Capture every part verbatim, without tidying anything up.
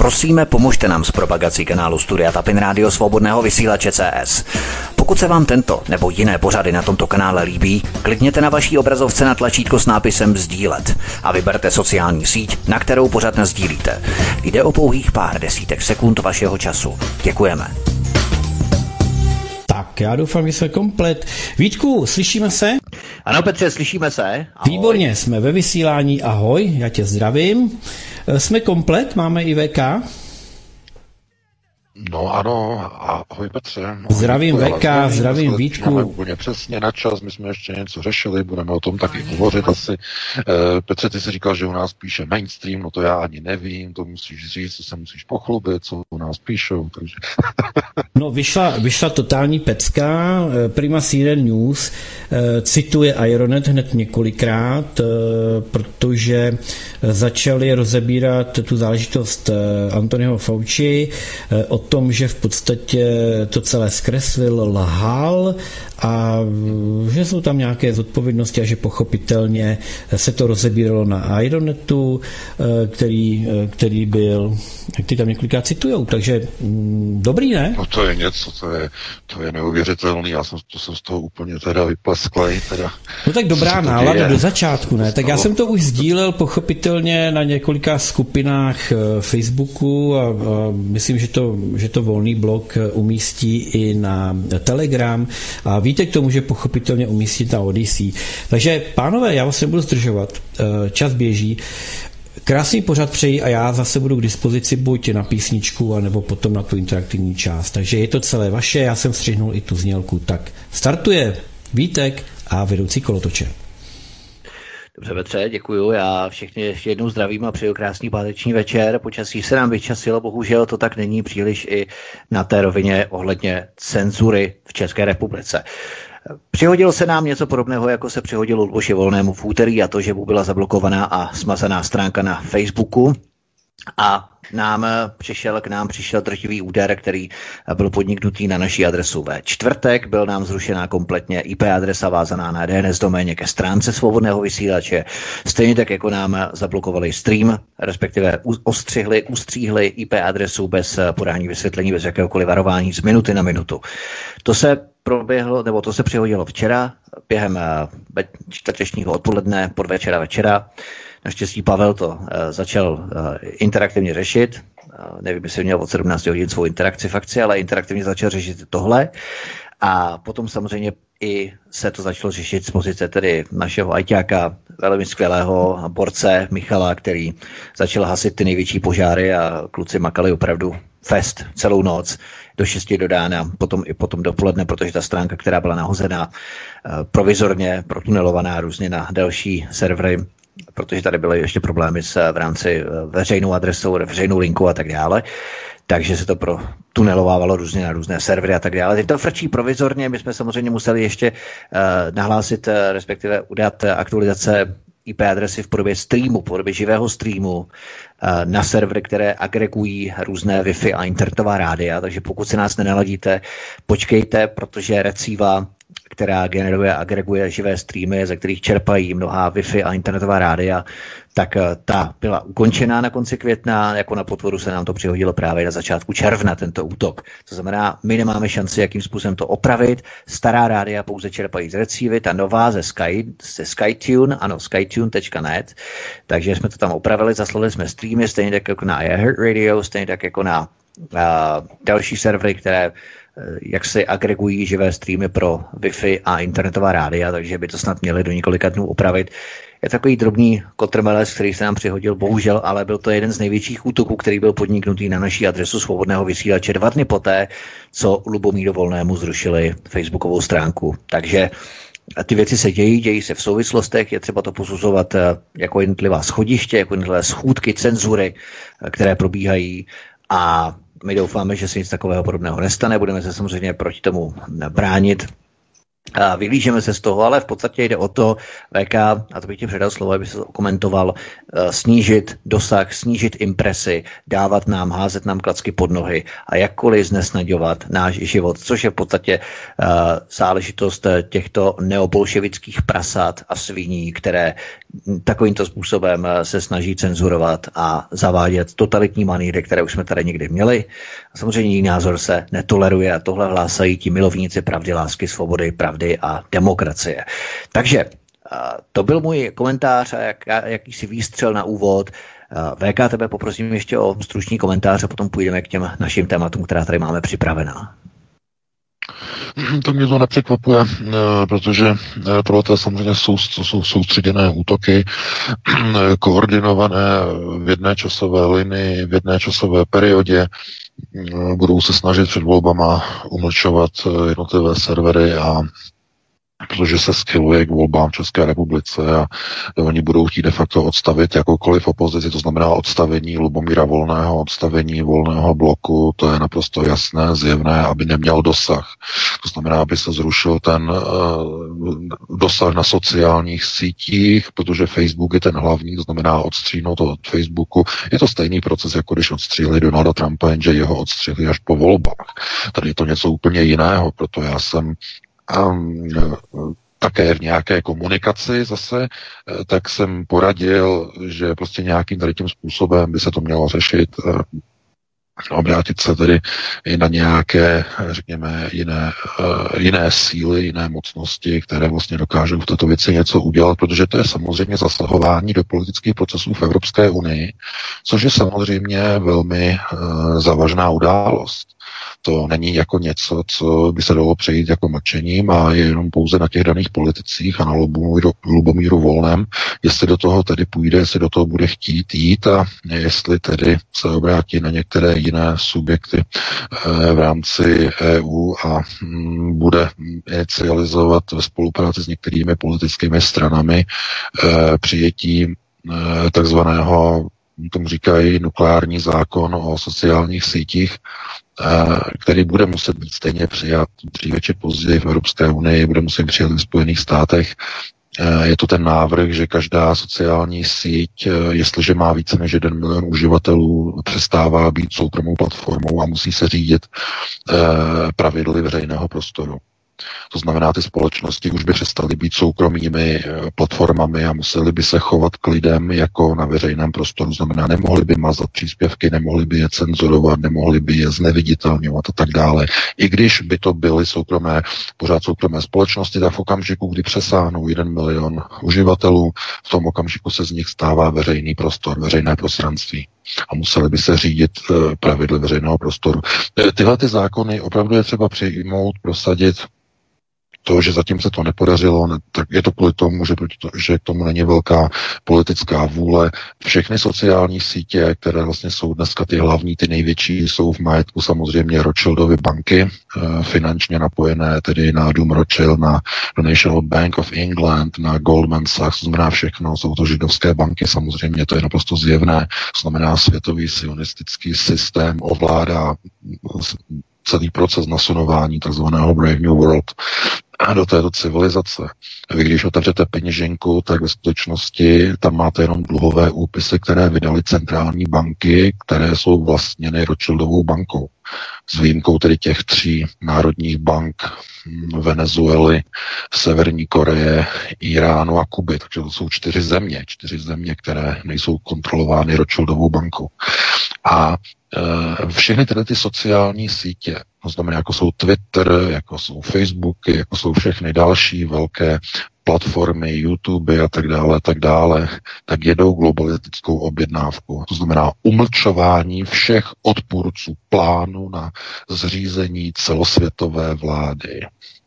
Prosíme, pomožte nám s propagací kanálu Studia Tapin Rádio Svobodného vysílače C S. Pokud se vám tento nebo jiné pořady na tomto kanále líbí, klikněte na vaší obrazovce na tlačítko s nápisem sdílet a vyberte sociální síť, na kterou pořad nasdílíte. Jde o pouhých pár desítek sekund vašeho času. Děkujeme. Tak, já doufám, že jsme komplet. Vítku, slyšíme se? Ano, Petře, slyšíme se. Ahoj. Výborně, jsme ve vysílání. Ahoj, já tě zdravím. Jsme komplet, máme i V K. No ano, ahoj Petře. No, zdravím V K, zdravím Vítku. Máme úplně přesně na čas, my jsme ještě něco řešili, budeme o tom taky hovořit asi. E, Petře, ty jsi říkal, že u nás píše mainstream, no to já ani nevím, to musíš říct, co se musíš pochlubit, co u nás píšou, takže... No vyšla, vyšla totální pecka, Prima Siren News cituje Ironet hned několikrát, protože začali rozebírat tu záležitost Anthonyho Fauci o tom, že v podstatě to celé zkreslil, lhal a že jsou tam nějaké zodpovědnosti a že pochopitelně se to rozebíralo na Ironetu, který, který byl, jak ty tam několikrát citujou, takže dobrý, ne? No to je něco, to je, to je neuvěřitelný, já jsem, to jsem z toho úplně teda vyplesklej. Teda. No tak dobrá nálada do začátku, ne? Tak já jsem to už sdílel pochopitelně na několika skupinách Facebooku a, a myslím, že to, že to Volný blog umístí i na Telegram a Vítek to může pochopitelně umístit na Odyssey. Takže pánové, já vás nebudu zdržovat, čas běží. Krásný pořad přeji a já zase budu k dispozici buď na písničku, anebo potom na tu interaktivní část. Takže je to celé vaše, já jsem střihnul i tu znělku. Tak startuje Vítek a vedoucí kolotoče. Dobře, Petře, děkuju. Já všechny ještě jednou zdravím a přeju krásný páteční večer. Počasí se nám vyčasilo, bohužel to tak není příliš i na té rovině ohledně cenzury v České republice. Přihodilo se nám něco podobného, jako se přihodilo Luboši Volnému v úterý, a to, že mu byla zablokovaná a smazaná stránka na Facebooku. A nám přišel, k nám přišel drtivý úder, který byl podniknutý na naší adresu ve čtvrtek. Byl nám zrušená kompletně I P adresa vázaná na D N S doméně ke stránce Svobodného vysílače. Stejně tak, jako nám zablokovali stream, respektive ostřihli, ustříhli I P adresu bez podání vysvětlení, bez jakéhokoliv varování z minuty na minutu. To se proběhlo, nebo to se přihodilo včera, během čtvrtečního odpoledne, podvečera, večera. Naštěstí Pavel to uh, začal uh, interaktivně řešit. Uh, nevím, jestli měl od sedmnácti hodin svou interakci v akci, ale interaktivně začal řešit tohle. A potom samozřejmě i se to začalo řešit z pozice tedy našeho ajťáka, velmi skvělého borce Michala, který začal hasit ty největší požáry a kluci makali opravdu fest celou noc do šesti do rána, potom i potom dopoledne, protože ta stránka, která byla nahozená uh, provizorně, protunelovaná různě na další servery, protože tady byly ještě problémy s, v rámci veřejnou adresou, veřejnou linku a tak dále. Takže se to protunelovávalo různě na různé servery a tak dále. Teď to frčí provizorně, my jsme samozřejmě museli ještě uh, nahlásit, uh, respektive udat aktualizace I P adresy v podobě streamu, v podobě živého streamu uh, na servery, které agregují různé Wi-Fi a internetová rádia. Takže pokud se nás nenaladíte, počkejte, protože receiva, která generuje a agreguje živé streamy, ze kterých čerpají mnohá Wi-Fi a internetová rádia, tak ta byla ukončená na konci května, jako na potvoru se nám to přihodilo právě na začátku června, tento útok. To znamená, my nemáme šanci, jakým způsobem to opravit. Stará rádia pouze čerpají z receivy, ta nová ze, Sky, ze Skytune, ano, skytune tečka net, takže jsme to tam opravili, zaslali jsme streamy, stejně tak jako na iHeartRadio, stejně tak jako na uh, další servery, které jak se agregují živé streamy pro Wi-Fi a internetová rádia, takže by to snad měli do několika dnů opravit. Je takový drobný kotrmelec, který se nám přihodil, bohužel, ale byl to jeden z největších útoků, který byl podniknutý na naší adresu Svobodného vysílače dva dny poté, co Lubomíru Volnému zrušili facebookovou stránku. Takže ty věci se dějí, dějí se v souvislostech, je třeba to posuzovat jako jednotlivá schodiště, jako jednotlivé schůdky, cenzury, které probíhají, a my doufáme, že se nic takového podobného nestane. Budeme se samozřejmě proti tomu bránit Vylížeme se z toho, ale v podstatě jde o to, V K, a to bych ti předal slovo, aby se to komentoval, snížit dosah, snížit impresy, dávat nám, házet nám klacky pod nohy a jakkoliv znesnaďovat náš život, což je v podstatě uh, záležitost těchto neobolševických prasat a sviní, které takovýmto způsobem se snaží cenzurovat a zavádět totalitní maníry, které už jsme tady někdy měli. A samozřejmě jiný názor se netoleruje a tohle hlásají ti milovníci pravdy, lásky, svobody, pravdy a demokracie. Takže to byl můj komentář a jak, jakýsi výstřel na úvod. V K, tebe poprosím ještě o stručný komentář a potom půjdeme k těm našim tématům, která tady máme připravená. To mě to nepřekvapuje, protože tohle je samozřejmě sou, jsou soustředěné útoky, koordinované v jedné časové linii, v jedné časové periodě. Budou se snažit před volbama umlčovat jednotlivé servery a protože se schyluje k volbám v České republice a oni budou chtít de facto odstavit jakoukoliv opozici, to znamená odstavení Lubomíra Volného, odstavení Volného bloku, to je naprosto jasné, zjevné, aby neměl dosah. To znamená, aby se zrušil ten uh, dosah na sociálních sítích, protože Facebook je ten hlavní, to znamená odstříhnout to od Facebooku. Je to stejný proces, jako když odstříhli Donalda Trumpa, jenže jeho odstříhli až po volbách. Tady je to něco úplně jiného, proto já jsem a také v nějaké komunikaci zase, tak jsem poradil, že prostě nějakým tady tím způsobem by se to mělo řešit, obrátit se tedy i na nějaké, řekněme, jiné, jiné síly, jiné mocnosti, které vlastně dokážou v této věci něco udělat, protože to je samozřejmě zasahování do politických procesů v Evropské unii, což je samozřejmě velmi závažná událost. To není jako něco, co by se dalo přejít jako mlčením a je jenom pouze na těch daných politicích a na Lubomíru, Lubomíru Volném, jestli do toho tedy půjde, jestli do toho bude chtít jít a jestli tedy se obrátí na některé jiné subjekty v rámci E U a bude inicializovat ve spolupráci s některými politickými stranami přijetí takzvaného, tomu říkají, nukleární zákon o sociálních sítích, který bude muset být stejně přijat dříve či později v Evropské unii, bude muset přijat v Spojených státech. Je to ten návrh, že každá sociální síť, jestliže má více než jeden milion uživatelů, přestává být soukromou platformou a musí se řídit pravidly veřejného prostoru. To znamená, ty společnosti už by přestaly být soukromými platformami a museli by se chovat k lidem jako na veřejném prostoru. Znamená, nemohli by mazat příspěvky, nemohli by je cenzurovat, nemohli by je zneviditelňovat a tak dále. I když by to byly soukromé, pořád soukromé společnosti, tak v okamžiku, kdy přesáhnou jeden milion uživatelů, v tom okamžiku se z nich stává veřejný prostor, veřejné prostranství. A museli by se řídit pravidly veřejného prostoru. Tyhle ty zákony opravdu je třeba přijmout, prosadit. To, že zatím se to nepodařilo, ne, tak je to kvůli tomu, že, že k tomu není velká politická vůle. Všechny sociální sítě, které vlastně jsou dneska ty hlavní, ty největší, jsou v majetku samozřejmě Rothschildovy banky, e, finančně napojené tedy na Dům Rothschild, na National Bank of England, na Goldman Sachs, to znamená všechno, jsou to židovské banky, samozřejmě to je naprosto zjevné, to znamená světový sionistický systém ovládá celý proces nasunování takzvaného Brave New World do této civilizace. Vy když otevřete peněženku, tak ve skutečnosti tam máte jenom dluhové úpisy, které vydaly centrální banky, které jsou vlastněny Rothschildovou bankou. S výjimkou tedy těch tří národních bank Venezuely, Severní Koreje, Iránu a Kuby. Takže to jsou čtyři země, čtyři země, které nejsou kontrolovány Rothschildovou bankou. A e, všechny tyhle ty sociální sítě, to znamená, jako jsou Twitter, jako jsou Facebooky, jako jsou všechny další velké platformy, YouTube a tak dále, tak dále, tak jedou globalistickou objednávku. To znamená umlčování všech odpůrců plánu na zřízení celosvětové vlády.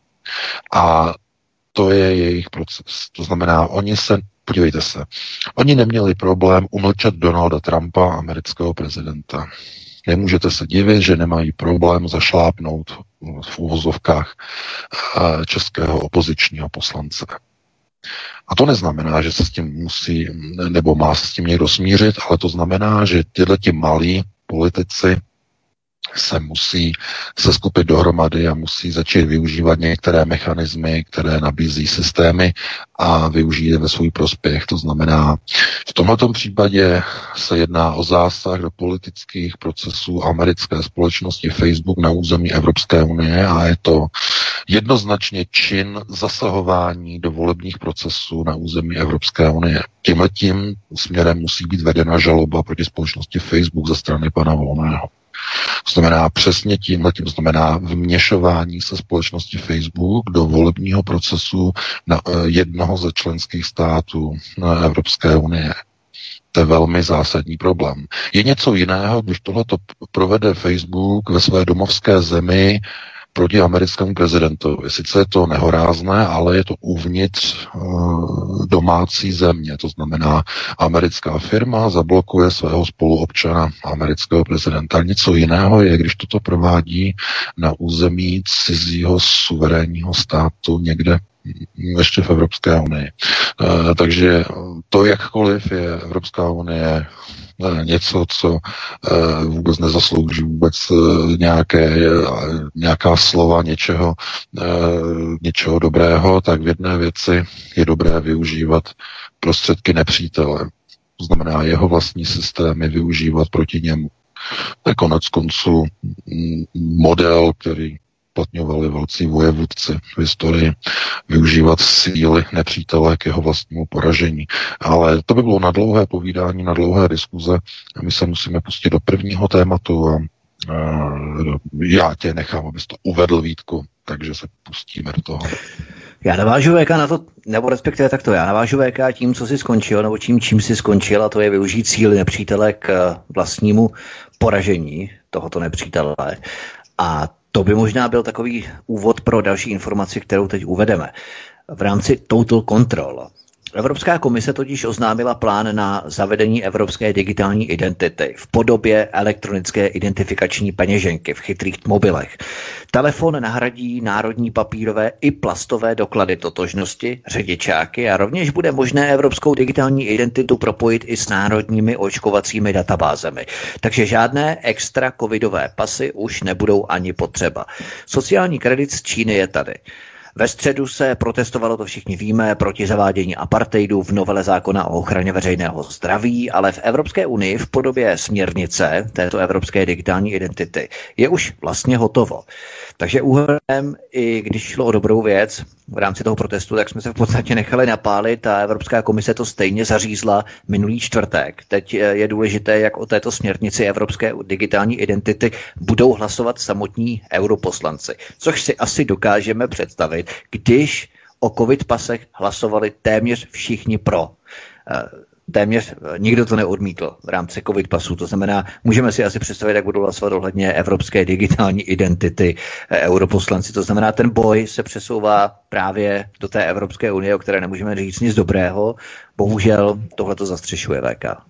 A to je jejich proces. To znamená, oni se, podívejte se, oni neměli problém umlčet Donalda Trumpa, amerického prezidenta. Nemůžete se divit, že nemají problém zašlápnout v úvozovkách českého opozičního poslance. A to neznamená, že se s tím musí, nebo má se s tím někdo smířit, ale to znamená, že tyhle ti malí politici se musí seskupit dohromady a musí začít využívat některé mechanismy, které nabízí systémy a využít je ve svůj prospěch. To znamená, v tomto případě se jedná o zásah do politických procesů americké společnosti Facebook na území Evropské unie a je to jednoznačně čin zasahování do volebních procesů na území Evropské unie. Tímhletím směrem musí být vedena žaloba proti společnosti Facebook ze strany pana Volného. To znamená přesně tímhle, tím znamená vměšování se společnosti Facebook do volebního procesu na jednoho ze členských států Evropské unie. To je velmi zásadní problém. Je něco jiného, když tohleto provede Facebook ve své domovské zemi proti americkému prezidentovi. Sice je to nehorázné, ale je to uvnitř uh, domácí země. To znamená, americká firma zablokuje svého spoluobčana, amerického prezidenta. Něco jiného je, když toto provádí na území cizího suverénního státu někde ještě v Evropské unii. Uh, takže to jakkoliv je Evropská unie něco, co vůbec nezaslouží vůbec nějaké, nějaká slova něčeho, něčeho dobrého, tak v jedné věci je dobré využívat prostředky nepřítele. To znamená jeho vlastní systémy využívat proti němu. To je konec konců model, který uplatňovali velcí vojevůdci v historii, využívat síly nepřítele k jeho vlastnímu poražení. Ale to by bylo na dlouhé povídání, na dlouhé diskuze. My se musíme pustit do prvního tématu a, a já tě nechám, abys to uvedl, Vítku, takže se pustíme do toho. Já navážu V K na to, nebo respektive takto, já navážu V K tím, co jsi skončil, nebo čím, čím jsi skončil, a to je využít síly nepřítele k vlastnímu poražení tohoto nepřítele. A to by možná byl takový úvod pro další informaci, kterou teď uvedeme. V rámci Total Control. Evropská komise totiž oznámila plán na zavedení evropské digitální identity v podobě elektronické identifikační peněženky v chytrých mobilech. Telefon nahradí národní papírové i plastové doklady totožnosti, řidičáky a rovněž bude možné evropskou digitální identitu propojit i s národními očkovacími databázemi. Takže žádné extra covidové pasy už nebudou ani potřeba. Sociální kredit z Číny je tady. Ve středu se protestovalo, to všichni víme, proti zavádění apartheidu v novele zákona o ochraně veřejného zdraví, ale v Evropské unii v podobě směrnice této evropské digitální identity je už vlastně hotovo. Takže úhrnem, i když šlo o dobrou věc v rámci toho protestu, tak jsme se v podstatě nechali napálit a Evropská komise to stejně zařízla minulý čtvrtek. Teď je důležité, jak o této směrnici evropské digitální identity budou hlasovat samotní europoslanci. Což si asi dokážeme představit, když o covid pasech hlasovali téměř všichni pro. Téměř nikdo to neodmítl v rámci covid pasů. To znamená, můžeme si asi představit, jak budou hlasovat ohledně evropské digitální identity europoslanci. To znamená, ten boj se přesouvá právě do té Evropské unie, o které nemůžeme říct nic dobrého. Bohužel tohle to zastřešuje V K.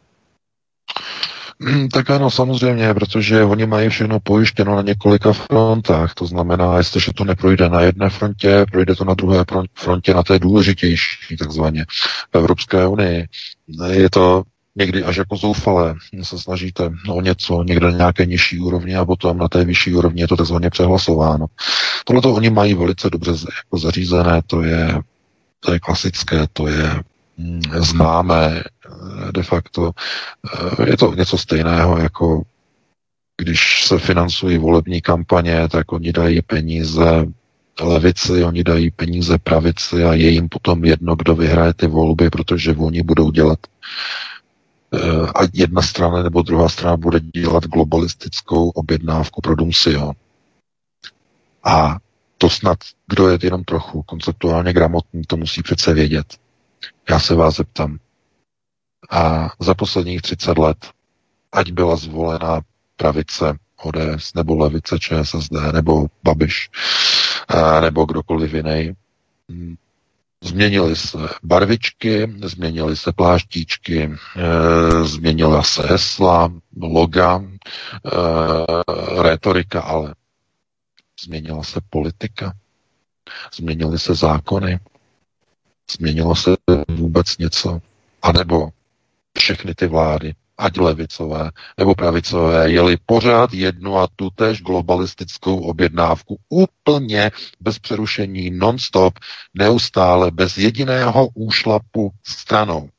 Tak ano, samozřejmě, protože oni mají všechno pojištěno na několika frontách. To znamená, jestliže to neprojde na jedné frontě, projde to na druhé frontě, na té důležitější, takzvaně v Evropské unii. Je to někdy až jako zoufalé. Se snažíte o něco někde na nějaké nižší úrovni a potom na té vyšší úrovni je to takzvaně přehlasováno. Tohle to oni mají velice dobře jako zařízené, to je, to je klasické, to je známé de facto. Je to něco stejného, jako když se financují volební kampaně, tak oni dají peníze levici, oni dají peníze pravici a je jim potom jedno, kdo vyhraje ty volby, protože oni budou dělat a jedna strana nebo druhá strana bude dělat globalistickou objednávku pro Dům Sion. A to snad, kdo je jenom trochu konceptuálně gramotný, to musí přece vědět. Já se vás zeptám. A za posledních třicet let, ať byla zvolena pravice O D S, nebo levice Č S S D, nebo Babiš, nebo kdokoliv jiný, změnily se barvičky, změnily se pláštíčky, změnila se hesla, loga, rétorika, ale změnila se politika, změnily se zákony, změnilo se vůbec něco, anebo všechny ty vlády ať levicové nebo pravicové, jeli pořád jednu a tu též globalistickou objednávku úplně bez přerušení, non-stop, neustále, bez jediného úšlapu stranou.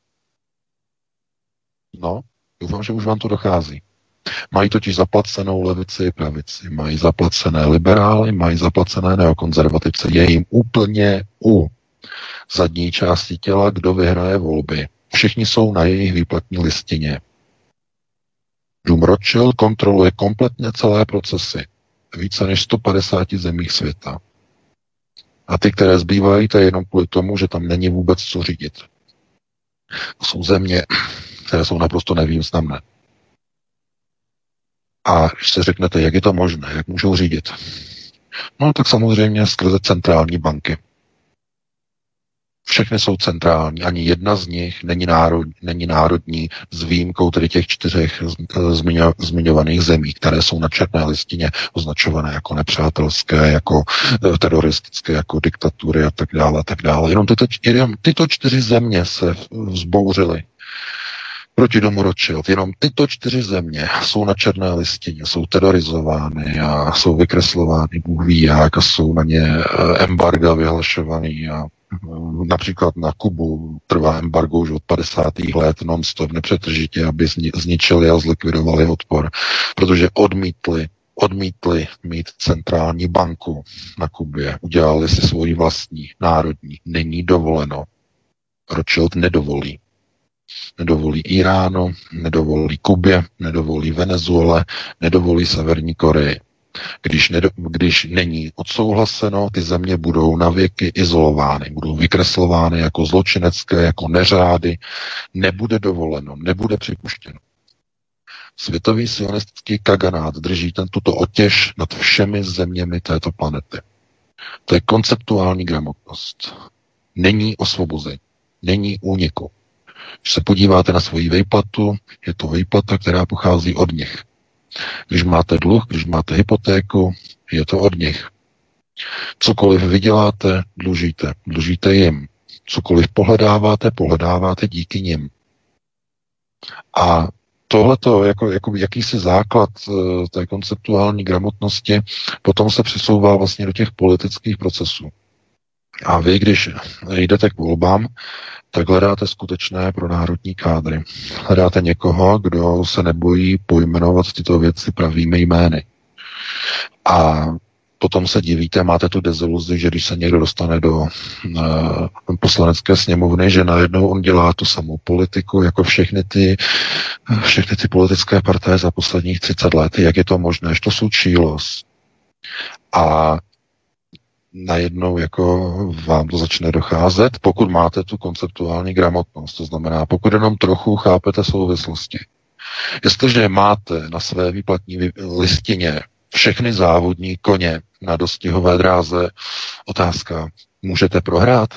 No, doufám, že už vám to dochází. Mají totiž zaplacenou levici i pravici, mají zaplacené liberály, mají zaplacené neokonzervativce. Je jim úplně u zadní části těla, kdo vyhraje volby. Všichni jsou na jejich výplatní listině. Dům Rothschild kontroluje kompletně celé procesy více než sto padesáti zemích světa. A ty, které zbývají, to je jenom kvůli tomu, že tam není vůbec co řídit. To jsou země, které jsou naprosto nevýznamné. A když se řeknete, jak je to možné, jak můžou řídit? No tak samozřejmě skrze centrální banky. Všechny jsou centrální, ani jedna z nich není, národ, není národní, s výjimkou tedy těch čtyřech zmiňo, zmiňovaných zemí, které jsou na černé listině označované jako nepřátelské, jako teroristické, jako diktatury a tak dále, a tak dále. Jenom tyto, jenom tyto čtyři země se vzbouřily proti domu Rothschild. Jenom tyto čtyři země jsou na černé listině, jsou terorizovány a jsou vykreslovány, Bůh ví jak, a jsou na ně embarga vyhlašovaný a například na Kubu trvá embargo už od padesátých let non-stop nepřetržitě, aby zničili a zlikvidovali odpor, protože odmítli, odmítli mít centrální banku na Kubě, udělali si svoji vlastní, národní. Není dovoleno. Rothschild nedovolí. Nedovolí Iránu, nedovolí Kubě, nedovolí Venezuele, nedovolí Severní Koreji. Když, ne, když není odsouhlaseno, ty země budou navěky izolovány, budou vykreslovány jako zločinecké, jako neřády. Nebude dovoleno, nebude připuštěno. Světový sionistický kaganát drží ten, tuto otěž nad všemi zeměmi této planety. To je konceptuální gramotnost. Není osvobození, není úniku. Když se podíváte na svoji výplatu, je to výplata, která pochází od nich. Když máte dluh, když máte hypotéku, je to od nich. Cokoliv vyděláte, dlužíte. Dlužíte jim. Cokoliv pohledáváte, pohledáváte díky nim. A tohleto, jako, jako jakýsi základ uh, té konceptuální gramotnosti, potom se přesouvá vlastně do těch politických procesů. A vy, když jdete k volbám, tak hledáte skutečné pronárodní kádry. Hledáte někoho, kdo se nebojí pojmenovat tyto věci pravými jmény. A potom se divíte, máte tu deziluzi, že když se někdo dostane do uh, poslanecké sněmovny, že najednou on dělá tu samou politiku, jako všechny ty, všechny ty politické partaje za posledních třicet let. Jak je to možné? Že to jsou čílos. A najednou jako vám to začne docházet, pokud máte tu konceptuální gramotnost, to znamená, pokud jenom trochu chápete souvislosti. Jestliže máte na své výplatní listině všechny závodní koně na dostihové dráze, otázka, můžete prohrát?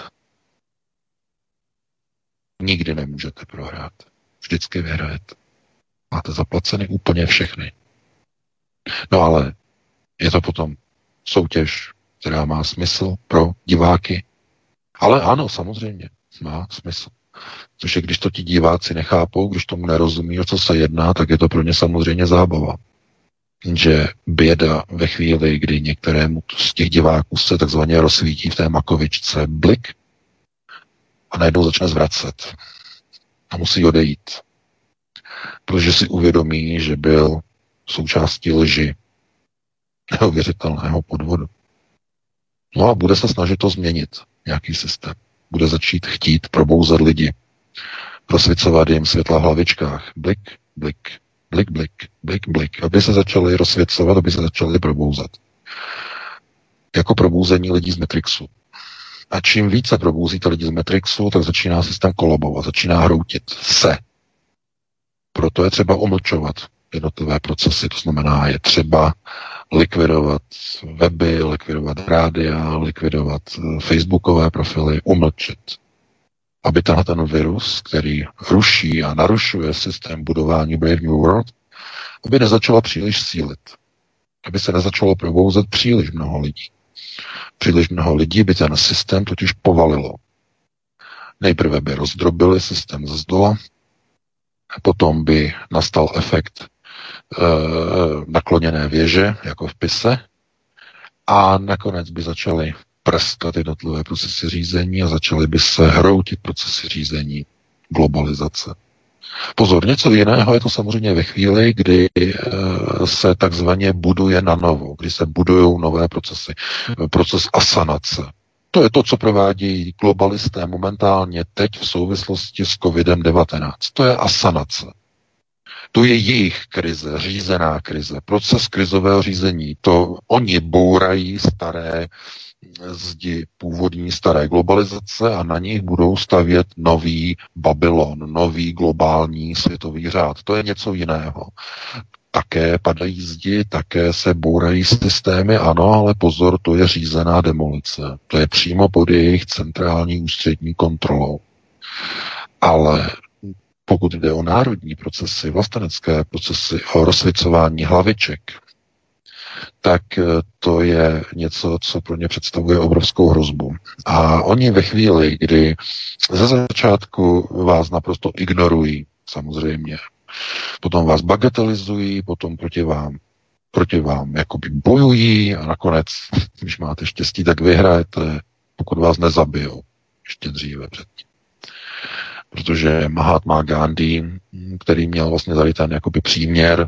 Nikdy nemůžete prohrát. Vždycky vyhrajete. Máte zaplaceny úplně všechny. No ale je to potom soutěž, která má smysl pro diváky. Ale ano, samozřejmě, má smysl. Což je, když to ti diváci nechápou, když tomu nerozumí, o co se jedná, tak je to pro ně samozřejmě zábava. Že běda ve chvíli, kdy některému z těch diváků se takzvaně rozsvítí v té makovičce blik a najednou začne zvracet. A musí odejít. Protože si uvědomí, že byl součástí lži, neuvěřitelného podvodu. No a bude se snažit to změnit, nějaký systém. Bude začít chtít probouzet lidi, rozsvěcovat jim světla v hlavičkách. Blik, blik, blik, blik, blik, blik, aby se začali rozsvěcovat, aby se začali probouzet. Jako probouzení lidí z Matrixu. A čím více probouzíte lidi z Matrixu, tak začíná systém kolabovat, začíná hroutit se. Proto je třeba umlčovat jednotlivé procesy, to znamená, je třeba likvidovat weby, likvidovat rádia, likvidovat facebookové profily, umlčet. Aby tenhle ten virus, který ruší a narušuje systém budování Brave New World, aby nezačala příliš sílit. Aby se nezačalo probouzet příliš mnoho lidí. Příliš mnoho lidí by ten systém totiž povalilo. Nejprve by rozdrobili systém ze zdola, potom by nastal efekt e, nakloněné věže, jako v Pise, a nakonec by začaly prskat jednotlivé procesy řízení a začaly by se hroutit procesy řízení globalizace. Pozor, něco jiného je to samozřejmě ve chvíli, kdy se takzvaně buduje na novo, kdy se budují nové procesy. Proces asanace. To je to, co provádí globalisté momentálně teď v souvislosti s kovidem devatenáct. To je asanace. To je jejich krize, řízená krize, proces krizového řízení. To oni bourají staré zdi původní staré globalizace a na nich budou stavět nový Babylon, nový globální světový řád. To je něco jiného. Také padají zdi, také se bourají systémy, ano, ale pozor, to je řízená demolice. To je přímo pod jejich centrální ústřední kontrolou. Ale pokud jde o národní procesy, vlastenecké procesy, o rozsvěcování hlaviček, tak to je něco, co pro ně představuje obrovskou hrozbu. A oni ve chvíli, kdy ze začátku vás naprosto ignorují, samozřejmě, potom vás bagatelizují, potom proti vám, proti vám jakoby bojují a nakonec, když máte štěstí, tak vyhrajete, pokud vás nezabijou. Ještě dříve předtím. Protože Mahatma Gandhi, který měl vlastně tady ten jakoby příměr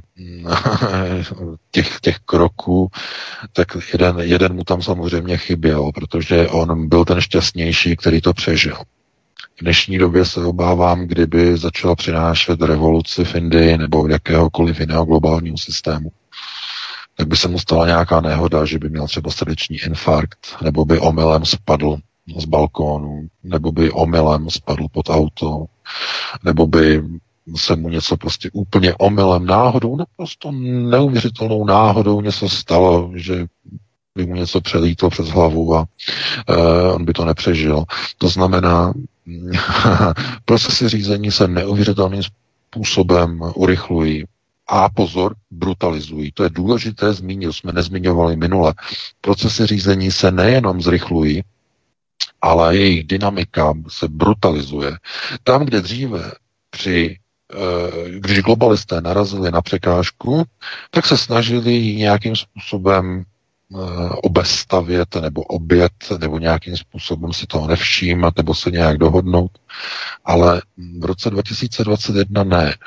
těch, těch kroků, tak jeden, jeden mu tam samozřejmě chyběl, protože on byl ten šťastnější, který to přežil. V dnešní době se obávám, kdyby začala přinášet revoluci v Indii nebo jakéhokoliv jiného globálního systému, tak by se mu stala nějaká nehoda, že by měl třeba srdeční infarkt, nebo by omylem spadl z balkónu, nebo by omylem spadl pod auto, nebo by se mu něco prostě úplně omylem, náhodou, naprosto neuvěřitelnou náhodou něco stalo, že by mu něco přelítlo přes hlavu a uh, on by to nepřežil. To znamená, procesy řízení se neuvěřitelným způsobem urychlují a pozor, brutalizují. To je důležité zmínit, jsme nezmiňovali minule. Procesy řízení se nejenom zrychlují, ale jejich dynamika se brutalizuje. Tam, kde dříve při když globalisté narazili na překážku, tak se snažili ji nějakým způsobem obestavět nebo obět, nebo nějakým způsobem si toho nevšímat, nebo se nějak dohodnout. Ale v roce dva tisíce dvacet jedna ne.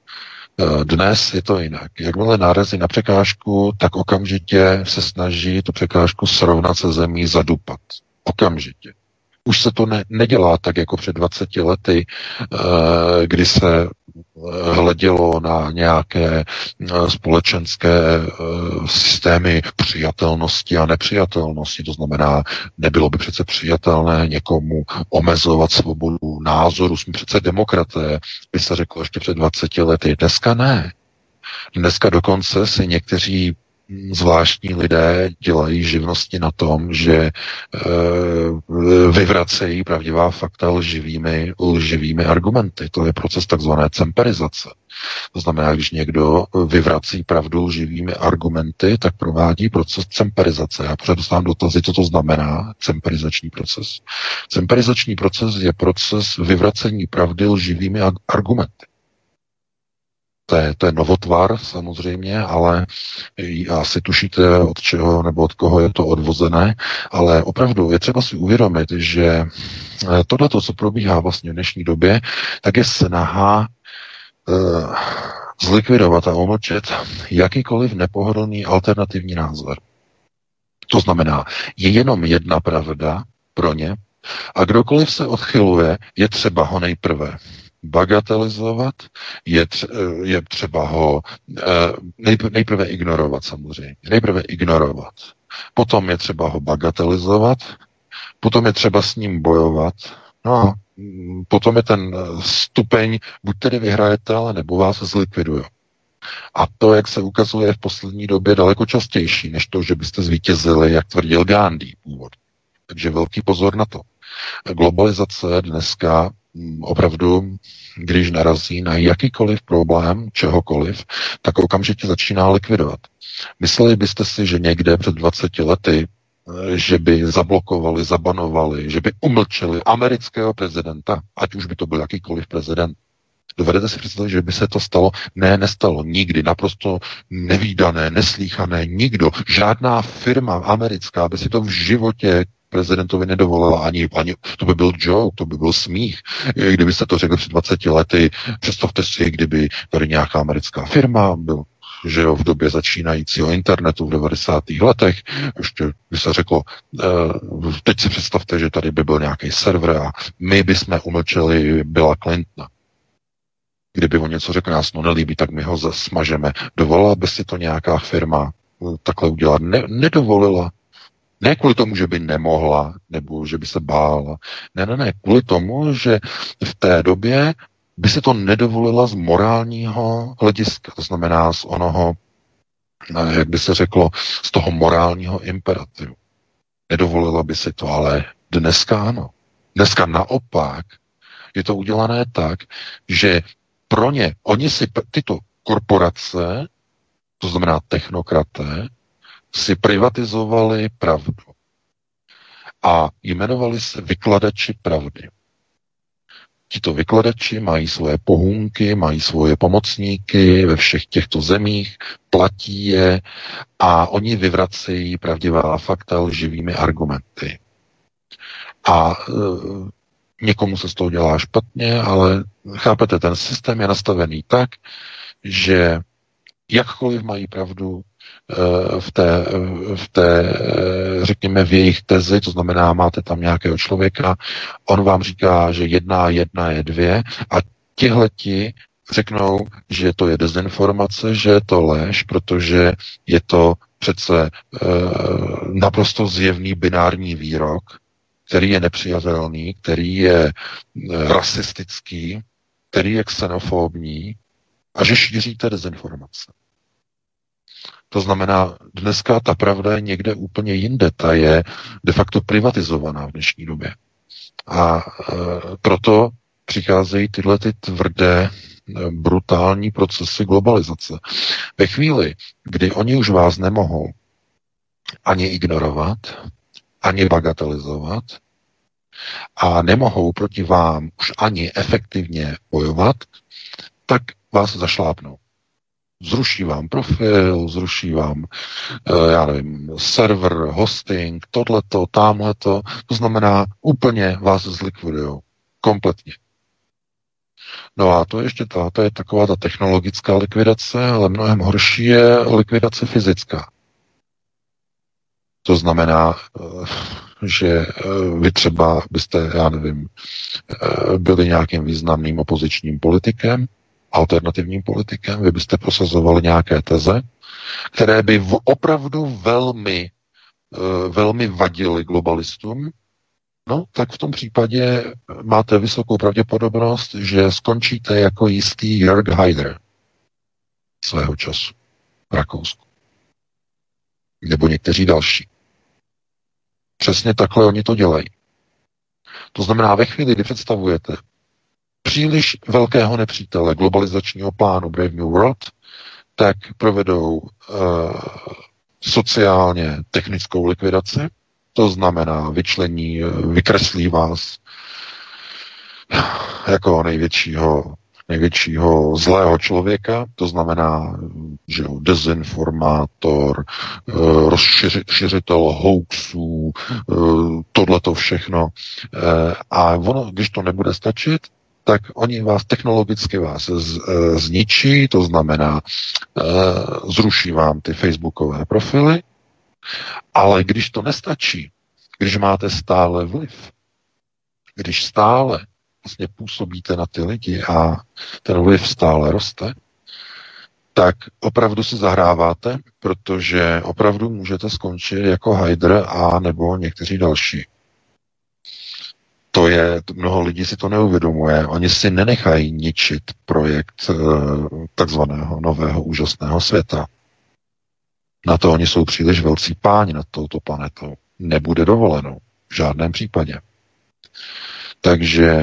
Dnes je to jinak. Jakmile narazí na překážku, tak okamžitě se snaží tu překážku srovnat se zemí, zadupat. Okamžitě. Už se to ne, nedělá tak jako před dvaceti lety, kdy se hledělo na nějaké společenské systémy přijatelnosti a nepřijatelnosti. To znamená, nebylo by přece přijatelné někomu omezovat svobodu názoru. Jsme přece demokraté, by se řeklo ještě před dvaceti lety. Dneska ne. Dneska dokonce si někteří zvláštní lidé dělají živnosti na tom, že e, vyvracejí pravdivá fakta lživými, lživými argumenty. To je proces takzvané cemperizace. To znamená, když někdo vyvrací pravdu lživými argumenty, tak provádí proces cemperizace. Já pořád dostávám dotazy, co to znamená cemperizační proces. Cemperizační proces je proces vyvracení pravdy lživými argumenty. To je, to je novotvar samozřejmě, ale asi tušíte, od čeho nebo od koho je to odvozené, ale opravdu je třeba si uvědomit, že tohleto, co probíhá vlastně v dnešní době, tak je snaha uh, zlikvidovat a omlčet jakýkoliv nepohodlný alternativní názor. To znamená, je jenom jedna pravda pro ně a kdokoliv se odchyluje, je třeba ho nejprve bagatelizovat, je, tře- je třeba ho nejprve, nejprve ignorovat samozřejmě. Nejprve ignorovat. Potom je třeba ho bagatelizovat, potom je třeba s ním bojovat, no a potom je ten stupeň, buď tedy vyhrajete, ale nebo vás zlikvidují. A to, jak se ukazuje v poslední době, daleko častější, než to, že byste zvítězili, jak tvrdil Gandhi původně. Takže velký pozor na to. Globalizace dneska opravdu, když narazí na jakýkoliv problém, čehokoliv, tak okamžitě začíná likvidovat. Mysleli byste si, že někde před dvaceti lety, že by zablokovali, zabanovali, že by umlčeli amerického prezidenta, ať už by to byl jakýkoliv prezident, Dovedete si představit, že by se to stalo? Ne, nestalo nikdy. Naprosto nevídané, neslíchané, nikdo. Žádná firma americká by si to v životě prezidentovi nedovolila ani, ani, to by byl joke, to by byl smích. Kdybyste to řekli před dvaceti lety, představte si, kdyby tady nějaká americká firma byl, že jo, v době začínajícího internetu v devadesátých letech, ještě by se řeklo, teď si představte, že tady by byl nějaký server a my bychom umlčeli Billa Clintona. Kdyby on něco řekl, nás no nelíbí, tak my ho zasmažeme. Dovolila by si to nějaká firma takhle udělat? Ne, nedovolila. Ne kvůli tomu, že by nemohla, nebo že by se bála. Ne, ne, ne, kvůli tomu, že v té době by se to nedovolila z morálního hlediska, to znamená z onoho, jak by se řeklo, z toho morálního imperativu. Nedovolila by si to, ale dneska ano. Dneska naopak je to udělané tak, že pro ně, oni si tyto korporace, to znamená technokraté, si privatizovali pravdu a jmenovali se vykladači pravdy. Tito vykladači mají svoje pohůnky, mají svoje pomocníky ve všech těchto zemích, platí je a oni vyvracejí pravdivá fakta lživými argumenty. A e, někomu se z toho dělá špatně, ale chápete, ten systém je nastavený tak, že jakkoliv mají pravdu v té, v té, řekněme, v jejich tezi, to znamená, máte tam nějakého člověka, on vám říká, že jedna a jedna je dvě a tihleti řeknou, že to je dezinformace, že je to lež, protože je to přece e, naprosto zjevný binární výrok, který je nepřijatelný, který je e, rasistický, který je xenofobní a že šíříte dezinformace. To znamená, dneska ta pravda je někde úplně jinde, ta je de facto privatizovaná v dnešní době. A e, proto přicházejí tyhle ty tvrdé, brutální procesy globalizace. Ve chvíli, kdy oni už vás nemohou ani ignorovat, ani bagatelizovat a nemohou proti vám už ani efektivně bojovat, tak vás zašlápnou. Zruší vám profil, zruší vám, já nevím, server, hosting, tohleto, támhleto, to znamená úplně vás zlikvidujou. Kompletně. No a to ještě ta, to je taková ta technologická likvidace, ale mnohem horší je likvidace fyzická. To znamená, že vy třeba byste, já nevím, byli nějakým významným opozičním politikem, alternativním politikem, vy byste prosazovali nějaké teze, které by opravdu velmi, velmi vadily globalistům, no tak v tom případě máte vysokou pravděpodobnost, že skončíte jako jistý Jörg Haider svého času v Rakousku. Nebo někteří další. Přesně takhle oni to dělají. To znamená, ve chvíli, kdy představujete příliš velkého nepřítele globalizačního plánu Brave New World, tak provedou uh, sociálně technickou likvidaci, to znamená vyčlení, vykreslí vás jako největšího, největšího zlého člověka, to znamená, že jo, dezinformátor, uh, rozšiřitel hoaxů, uh, tohleto všechno. Uh, a ono, když to nebude stačit, tak oni vás technologicky vás z, e, zničí, to znamená, e, zruší vám ty facebookové profily, ale když to nestačí, když máte stále vliv, když stále vlastně působíte na ty lidi a ten vliv stále roste, tak opravdu si zahráváte, protože opravdu můžete skončit jako Haider a nebo někteří další. To je, mnoho lidí si to neuvědomuje. Oni si nenechají ničit projekt takzvaného nového úžasného světa. Na to oni jsou příliš velcí páni nad touto planetou. Nebude dovoleno. V žádném případě. Takže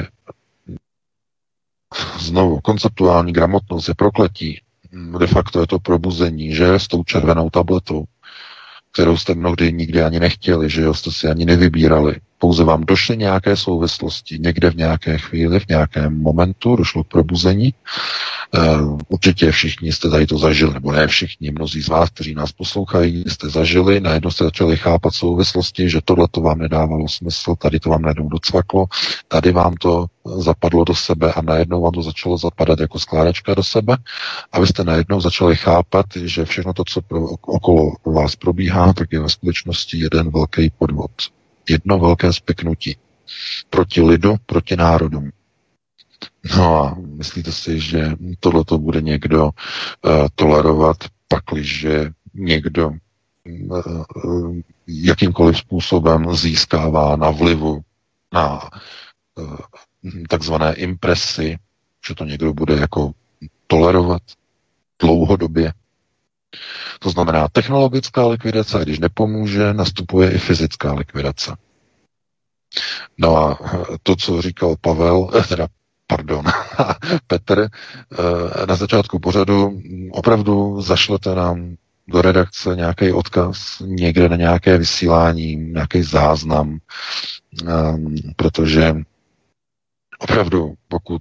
znovu, konceptuální gramotnost je prokletí. De facto je to probuzení, že s tou červenou tabletou kterou jste mnohdy nikdy ani nechtěli, že jo, jste si ani nevybírali. Pouze vám došly nějaké souvislosti, někde v nějaké chvíli, v nějakém momentu, došlo k probuzení. Uh, určitě všichni jste tady to zažili, nebo ne všichni, mnozí z vás, kteří nás poslouchají, jste zažili, najednou jste začali chápat souvislosti, že tohle to vám nedávalo smysl, tady to vám najednou docvaklo, tady vám to zapadlo do sebe a najednou vám to začalo zapadat jako skládačka do sebe a vy jste najednou začali chápat, že všechno to, co pro, okolo vás probíhá, tak je ve skutečnosti jeden velký podvod. Jedno velké spiknutí proti lidu, proti národům. No a myslíte si, že tohleto bude někdo uh, tolerovat, pakliže někdo uh, jakýmkoliv způsobem získává na vlivu, na uh, takzvané impresy, že to někdo bude jako tolerovat dlouhodobě. To znamená, technologická likvidace, když nepomůže, nastupuje i fyzická likvidace. No a to, co říkal Pavel, teda pardon, Petr, na začátku pořadu, opravdu zašlete nám do redakce nějaký odkaz, někde na nějaké vysílání, nějaký záznam, protože opravdu, pokud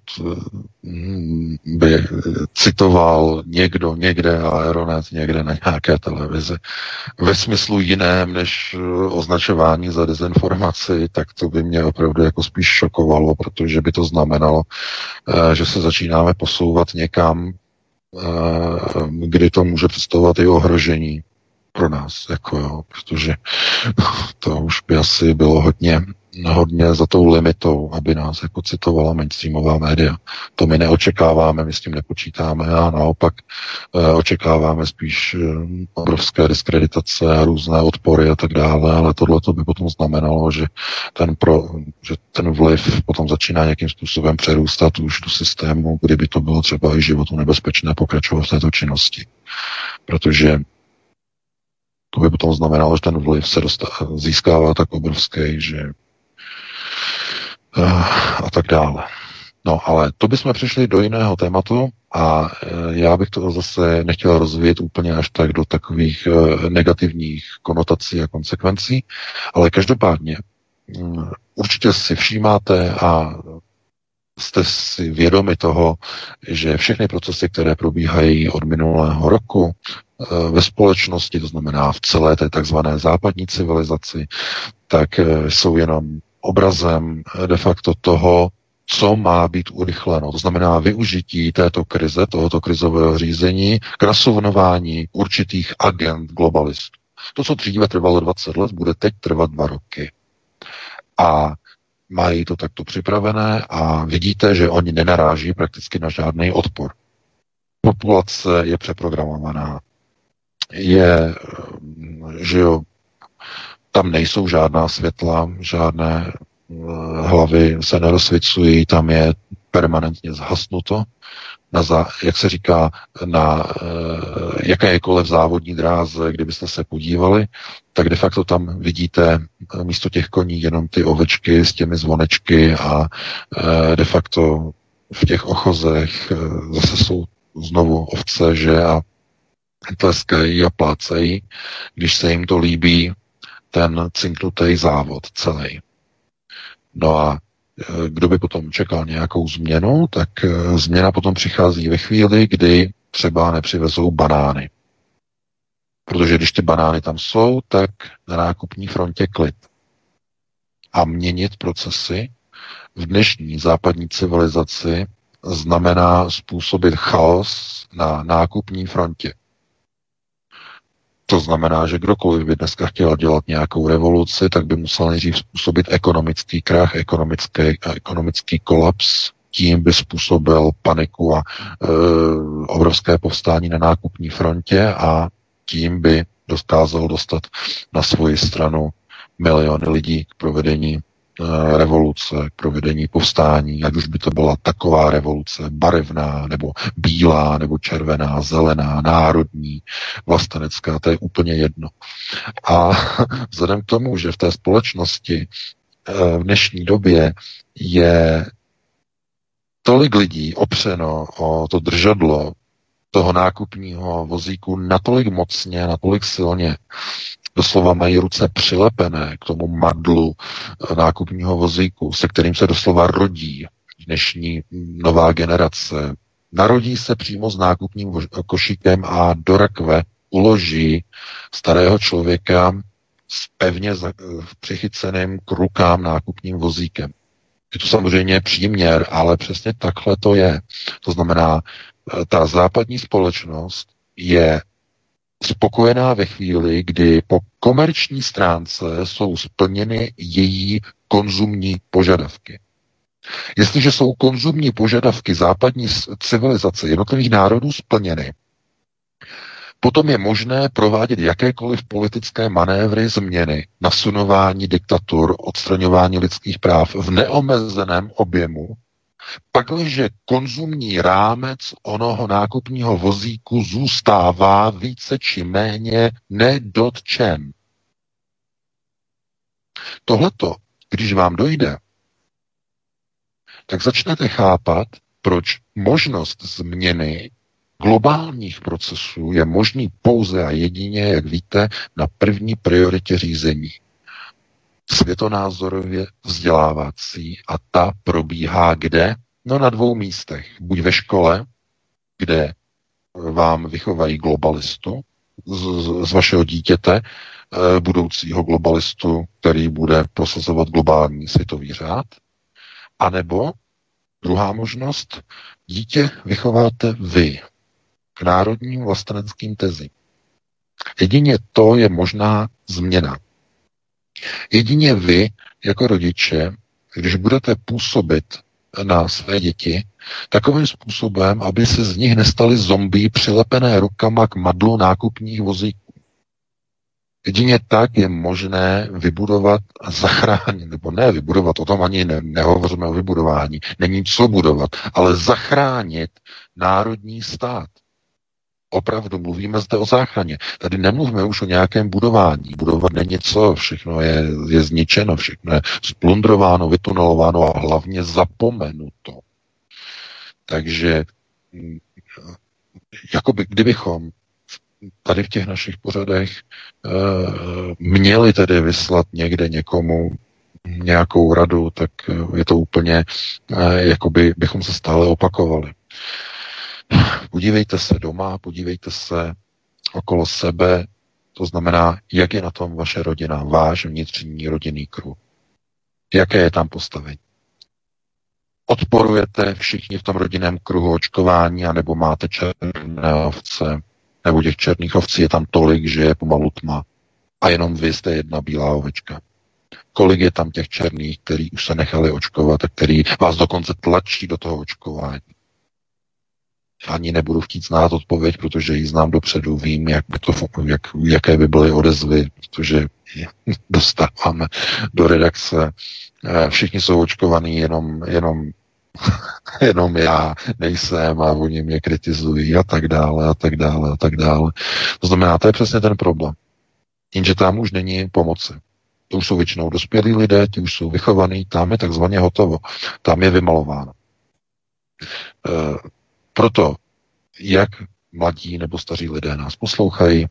by citoval někdo někde Aeronet někde na nějaké televizi ve smyslu jiném než označování za dezinformaci, tak to by mě opravdu jako spíš šokovalo, protože by to znamenalo, že se začínáme posouvat někam, kdy to může představovat i ohrožení pro nás, jako jo, protože to už by asi bylo hodně hodně za tou limitou, aby nás jako citovala mainstreamová média. To my neočekáváme, my s tím nepočítáme a naopak e, očekáváme spíš e, obrovské diskreditace a různé odpory a tak dále, ale tohle by potom znamenalo, že ten, pro, že ten vliv potom začíná nějakým způsobem přerůstat už do systému, kdyby to bylo třeba i životu nebezpečné pokračovat v této činnosti. Protože to by potom znamenalo, že ten vliv se dostá, získává tak obrovský, že a tak dále. No, ale to bychom přišli do jiného tématu a já bych to zase nechtěl rozvíjet úplně až tak do takových negativních konotací a konsekvencí, ale každopádně určitě si všímáte a jste si vědomi toho, že všechny procesy, které probíhají od minulého roku ve společnosti, to znamená v celé té takzvané západní civilizaci, tak jsou jenom obrazem de facto toho, co má být urychleno. To znamená využití této krize, tohoto krizového řízení k nasovnování určitých agent globalistů. To, co dříve trvalo dvacet let, bude teď trvat dva roky. A mají to takto připravené a vidíte, že oni nenaráží prakticky na žádný odpor. Populace je přeprogramovaná. Je, že jo, tam nejsou žádná světla, žádné hlavy se nerozsvicují, tam je permanentně zhasnuto. Na zá, jak se říká, na e, jakékoliv závodní dráze, kdybyste se podívali, tak de facto tam vidíte místo těch koní jenom ty ovečky s těmi zvonečky a e, de facto v těch ochozech e, zase jsou znovu ovce, že a tleskají a plácejí, když se jim to líbí, ten cinknutý závod celý. No a kdo by potom čekal nějakou změnu, tak změna potom přichází ve chvíli, kdy třeba nepřivezou banány. Protože když ty banány tam jsou, tak na nákupní frontě klid. A měnit procesy v dnešní západní civilizaci znamená způsobit chaos na nákupní frontě. To znamená, že kdokoliv by dneska chtěl dělat nějakou revoluci, tak by musel nejdřív způsobit ekonomický krach, ekonomický, ekonomický kolaps, tím by způsobil paniku a e, obrovské povstání na nákupní frontě a tím by dokázal dostat na svoji stranu miliony lidí k provedení revoluce, k provedení povstání, ať už by to byla taková revoluce barevná, nebo bílá, nebo červená, zelená, národní, vlastenecká, to je úplně jedno. A vzhledem k tomu, že v té společnosti v dnešní době je tolik lidí opřeno o to držadlo toho nákupního vozíku natolik mocně, natolik silně, doslova mají ruce přilepené k tomu madlu nákupního vozíku, se kterým se doslova rodí dnešní nová generace. Narodí se přímo s nákupním košíkem a do rakve uloží starého člověka s pevně přichyceným k rukám nákupním vozíkem. Je to samozřejmě příměr, ale přesně takhle to je. To znamená, ta západní společnost je spokojená ve chvíli, kdy po komerční stránce jsou splněny její konzumní požadavky. Jestliže jsou konzumní požadavky západní civilizace jednotlivých národů splněny, potom je možné provádět jakékoliv politické manévry, změny, nasunování diktatur, odstraňování lidských práv v neomezeném objemu, pakliže konzumní rámec onoho nákupního vozíku zůstává více či méně nedotčen. Tohleto, když vám dojde, tak začnete chápat, proč možnost změny globálních procesů je možný pouze a jedině, jak víte, na první prioritě řízení. Světonázorově vzdělávací a ta probíhá kde? No na dvou místech. Buď ve škole, kde vám vychovají globalistu z, z vašeho dítěte, budoucího globalistu, který bude prosazovat globální světový řád, anebo druhá možnost, dítě vychováte vy k národním vlasteneckým tezím. Jedině to je možná změna. Jedině vy, jako rodiče, když budete působit na své děti takovým způsobem, aby se z nich nestali zombie přilepené rukama k madlu nákupních vozíků. Jedině tak je možné vybudovat a zachránit, nebo ne vybudovat, o tom ani ne, nehovoříme o vybudování, není co budovat, ale zachránit národní stát. Opravdu mluvíme zde o záchraně. Tady nemluvíme už o nějakém budování. Budovat není co, všechno je, je zničeno, všechno je splundrováno, vytunelováno a hlavně zapomenuto. Takže jakoby kdybychom tady v těch našich pořadech e, měli tedy vyslat někde někomu nějakou radu, tak je to úplně, e, jakoby bychom se stále opakovali. Podívejte se doma, podívejte se okolo sebe, to znamená, jak je na tom vaše rodina, váš vnitřní rodinný kruh. Jaké je tam postavení? Odporujete všichni v tom rodinném kruhu očkování, anebo máte černé ovce, nebo těch černých ovcí je tam tolik, že je pomalu tma. A jenom vy jste jedna bílá ovečka. Kolik je tam těch černých, který už se nechali očkovat a který vás dokonce tlačí do toho očkování? Ani nebudu chtít znát odpověď, protože ji znám dopředu, vím, jak by to, jak, jaké by byly odezvy, protože dostáváme do redakce. Všichni jsou očkovaní, jenom, jenom, jenom já nejsem a oni mě kritizují a tak dále a tak dále a tak dále. To znamená, to je přesně ten problém. Jenže tam už není pomoci. To už jsou většinou dospělí lidé, ti už jsou vychovaní, tam je takzvaně hotovo. Tam je vymalováno. E, proto, jak mladí nebo staří lidé nás poslouchají,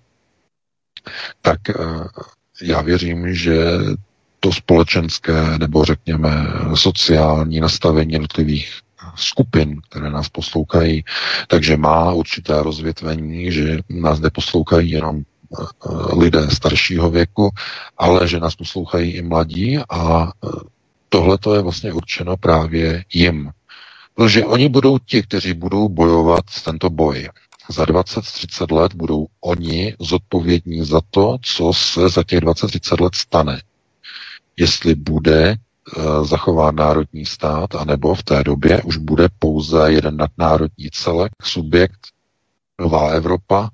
tak e, já věřím, že to společenské nebo řekněme sociální nastavení jednotlivých skupin, které nás poslouchají, takže má určité rozvětvení, že nás neposlouchají jenom lidé staršího věku, ale že nás poslouchají i mladí a tohle to je vlastně určeno právě jim. Protože oni budou ti, kteří budou bojovat tento boj. Za dvacet třicet let budou oni zodpovědní za to, co se za těch dvacet třicet let stane. Jestli bude uh, zachován národní stát, anebo v té době už bude pouze jeden nadnárodní celek, subjekt, nová Evropa,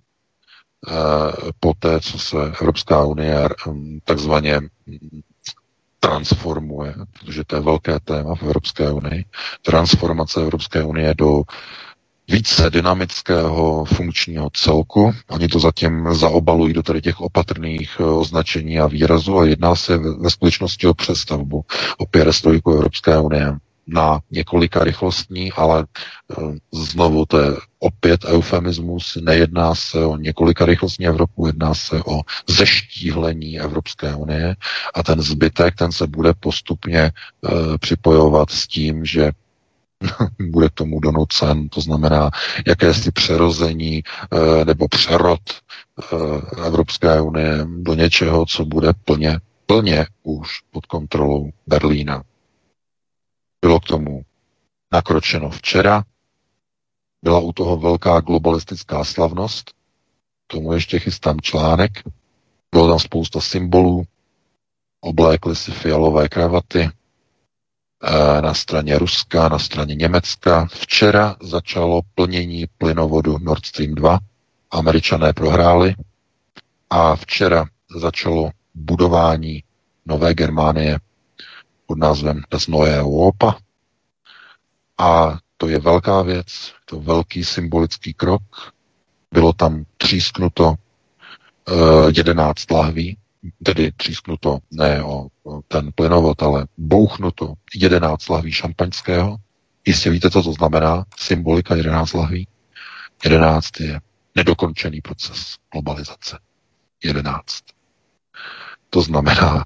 uh, poté, co se Evropská unie um, takzvaně transformuje, protože to je velké téma v Evropské unii, transformace Evropské unie do více dynamického funkčního celku. Oni to zatím zaobalují do tady těch opatrných označení a výrazů a jedná se ve skutečnosti o přestavbu, o perestrojku Evropské unie. na několika rychlostní, ale znovu to je opět eufemismus, nejedná se o několika rychlostní Evropu, jedná se o zeštíhlení Evropské unie a ten zbytek, ten se bude postupně e, připojovat s tím, že bude k tomu donucen, to znamená jakési přerození e, nebo přerod e, Evropské unie do něčeho, co bude plně, plně už pod kontrolou Berlína. Bylo k tomu nakročeno včera, byla u toho velká globalistická slavnost, k tomu ještě chystám článek, bylo tam spousta symbolů, oblékly si fialové kravaty na straně Ruska, na straně Německa. Včera začalo plnění plynovodu Nord Stream dva, Američané prohráli a včera začalo budování Nové Germánie pod názvem Das Neue Europa. A to je velká věc, to je velký symbolický krok. Bylo tam třísknuto uh, jedenáct lahví, tedy třísknuto ne o, o ten plynovod, ale bouchnuto jedenáct lahví šampaňského. Jistě víte, co to znamená, symbolika jedenáct lahví. jedenáct je nedokončený proces globalizace. jedenáct. To znamená,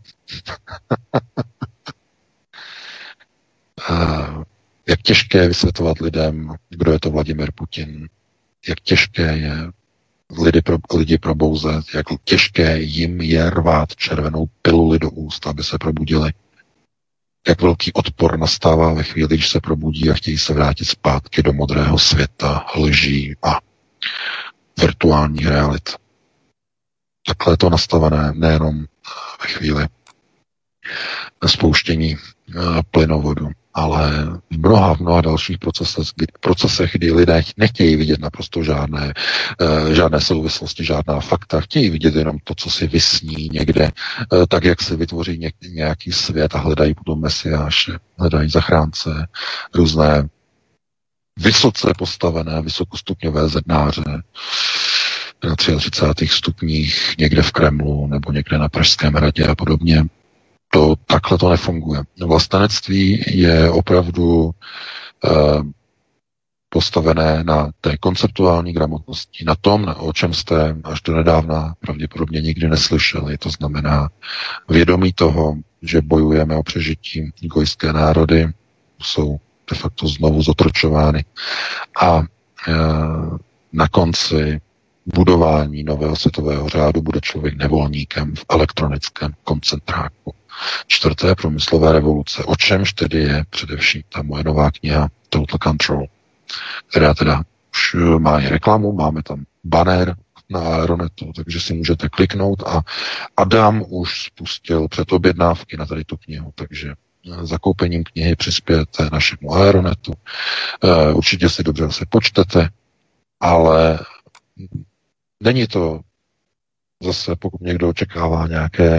jak těžké je vysvětlovat lidem, kdo je to Vladimir Putin, jak těžké je lidi, pro, lidi probouzet, jak těžké jim je rvát červenou piluli do úst, aby se probudili. Jak velký odpor nastává ve chvíli, když se probudí a chtějí se vrátit zpátky do modrého světa, lží a virtuální realit. Takhle je to nastavené nejenom ve chvíli spouštění plynovodu, ale v mnoha, v mnoha dalších procesech, procesech, kdy lidé nechtějí vidět naprosto žádné, žádné souvislosti, žádná fakta, chtějí vidět jenom to, co si vysní někde, tak, jak si vytvoří nějaký svět a hledají potom mesiáše, hledají zachránce, různé vysoce postavené, vysokostupňové zednáře na třicátých třech stupních někde v Kremlu nebo někde na Pražském hradě a podobně. To, takhle to nefunguje. Vlastenectví je opravdu eh, postavené na té konceptuální gramotnosti, na tom, o čem jste až do nedávna pravděpodobně nikdy neslyšeli. To znamená vědomí toho, že bojujeme o přežití, gojské národy jsou de facto znovu zotročovány a eh, na konci budování nového světového řádu bude člověk nevolníkem v elektronickém koncentráku čtvrté průmyslové revoluce. O čemž tedy je především ta moje nová kniha Total Control, která teda už má i reklamu, máme tam banner na Aeronetu, takže si můžete kliknout a Adam už spustil předobjednávky na tady tu knihu, takže zakoupením knihy přispějete našemu Aeronetu. Určitě si dobře se počtete, ale není to zase, pokud někdo očekává nějaké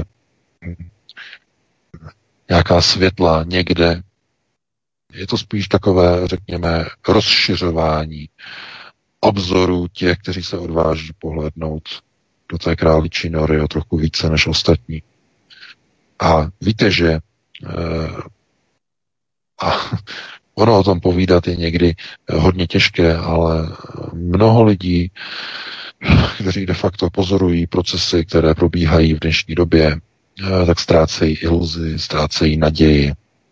nějaká světla někde, je to spíš takové, řekněme, rozšiřování obzoru těch, kteří se odváží pohlédnout do té králičí nory o trochu více než ostatní. A víte, že e, a ono o tom povídat je někdy hodně těžké, ale mnoho lidí, kteří de facto pozorují procesy, které probíhají v dnešní době, tak ztrácejí iluzi, ztrácejí naději.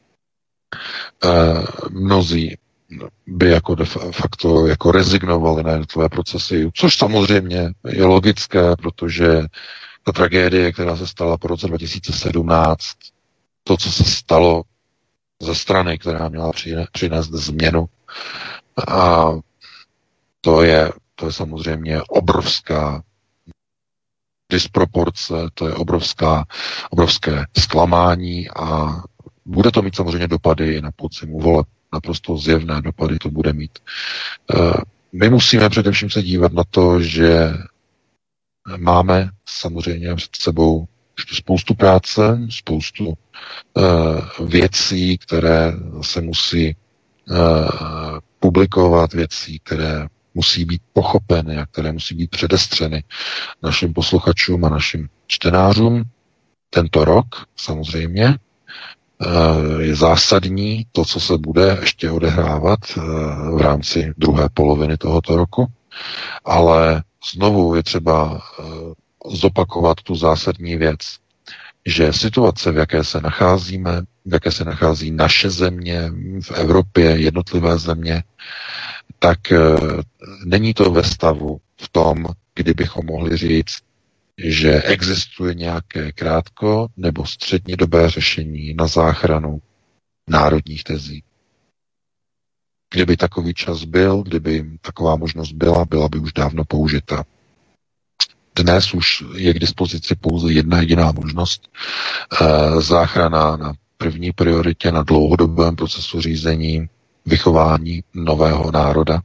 Mnozí by jako de facto jako rezignovali na jednotlivé procesy, což samozřejmě je logické, protože ta tragédie, která se stala po roce dva tisíce sedmnáct, to, co se stalo ze strany, která měla přinést změnu, a to je, to je samozřejmě obrovská disproporce, to je obrovská, obrovské zklamání a bude to mít samozřejmě dopady na podzimu voleb. Naprosto zjevné dopady to bude mít. My musíme především se dívat na to, že máme samozřejmě před sebou spoustu práce, spoustu věcí, které se musí publikovat, věcí, které musí být pochopeny a které musí být předestřeny našim posluchačům a našim čtenářům tento rok samozřejmě. je zásadní to, co se bude ještě odehrávat v rámci druhé poloviny tohoto roku, ale znovu je třeba zopakovat tu zásadní věc, že situace, v jaké se nacházíme, v jaké se nachází naše země, v Evropě, jednotlivé země, tak není to ve stavu v tom, kdybychom mohli říct, že existuje nějaké krátko nebo střednědobé řešení na záchranu národních tezí. Kdyby takový čas byl, kdyby taková možnost byla, byla by už dávno použita. Dnes už je k dispozici pouze jedna jediná možnost. Záchrana na první prioritě, na dlouhodobém procesu řízení, vychování nového národa.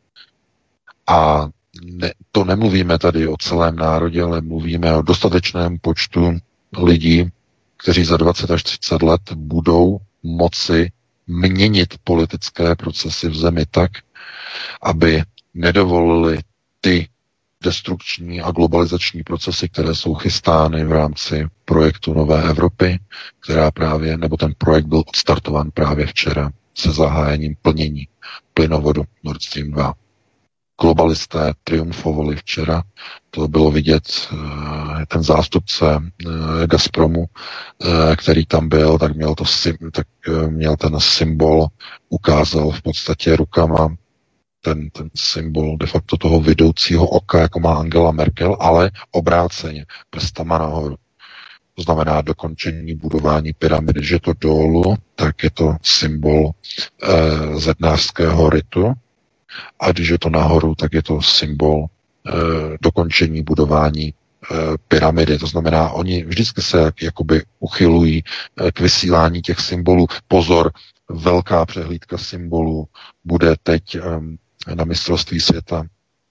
A ne, to nemluvíme tady o celém národě, ale mluvíme o dostatečném počtu lidí, kteří za dvacet až třicet let budou moci měnit politické procesy v zemi tak, aby nedovolili ty destrukční a globalizační procesy, které jsou chystány v rámci projektu Nové Evropy, která právě, nebo ten projekt byl odstartován právě včera se zahájením plnění plynovodu Nord Stream dva. Globalisté triumfovali včera, to bylo vidět, ten zástupce Gazpromu, který tam byl, tak měl, to, tak měl ten symbol, ukázal v podstatě rukama ten, ten symbol de facto toho vidoucího oka, jako má Angela Merkel, ale obráceně, prstama nahoru. To znamená dokončení budování pyramidy, že to dolů, tak je to symbol eh, zednářského ritu, a když je to nahoru, tak je to symbol eh, dokončení budování eh, pyramidy. To znamená, oni vždycky se jak, jakoby uchylují eh, k vysílání těch symbolů. Pozor, velká přehlídka symbolů bude teď eh, na mistrovství světa.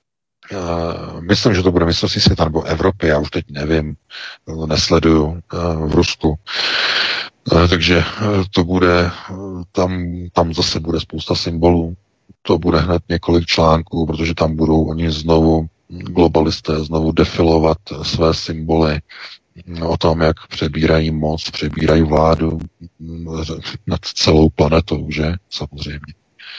Uh, myslím, že to bude mistrovství světa nebo Evropy, já už teď nevím, nesleduju uh, v Rusku. Uh, takže uh, to bude, uh, tam, tam zase bude spousta symbolů, to bude hned několik článků, protože tam budou oni znovu, globalisté, znovu defilovat své symboly o tom, jak přebírají moc, přebírají vládu nad celou planetou, že? Samozřejmě.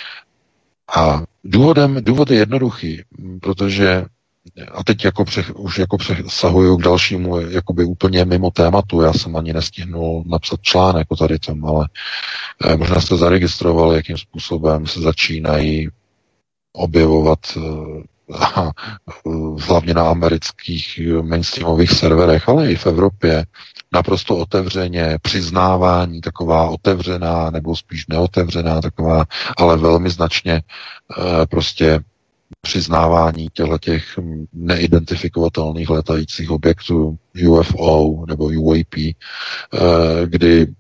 A důvodem, důvod je jednoduchý, protože, a teď jako pře, už jako přesahuju k dalšímu, jakoby úplně mimo tématu, já jsem ani nestihnul napsat článek o tady tom, ale eh, možná jste zaregistrovali, jakým způsobem se začínají objevovat eh, hlavně na amerických mainstreamových serverech, ale i v Evropě, naprosto otevřeně přiznávání, taková otevřená, nebo spíš neotevřená, taková, ale velmi značně e, prostě přiznávání těchto neidentifikovatelných letajících objektů U F O nebo U A P, e, kdy e,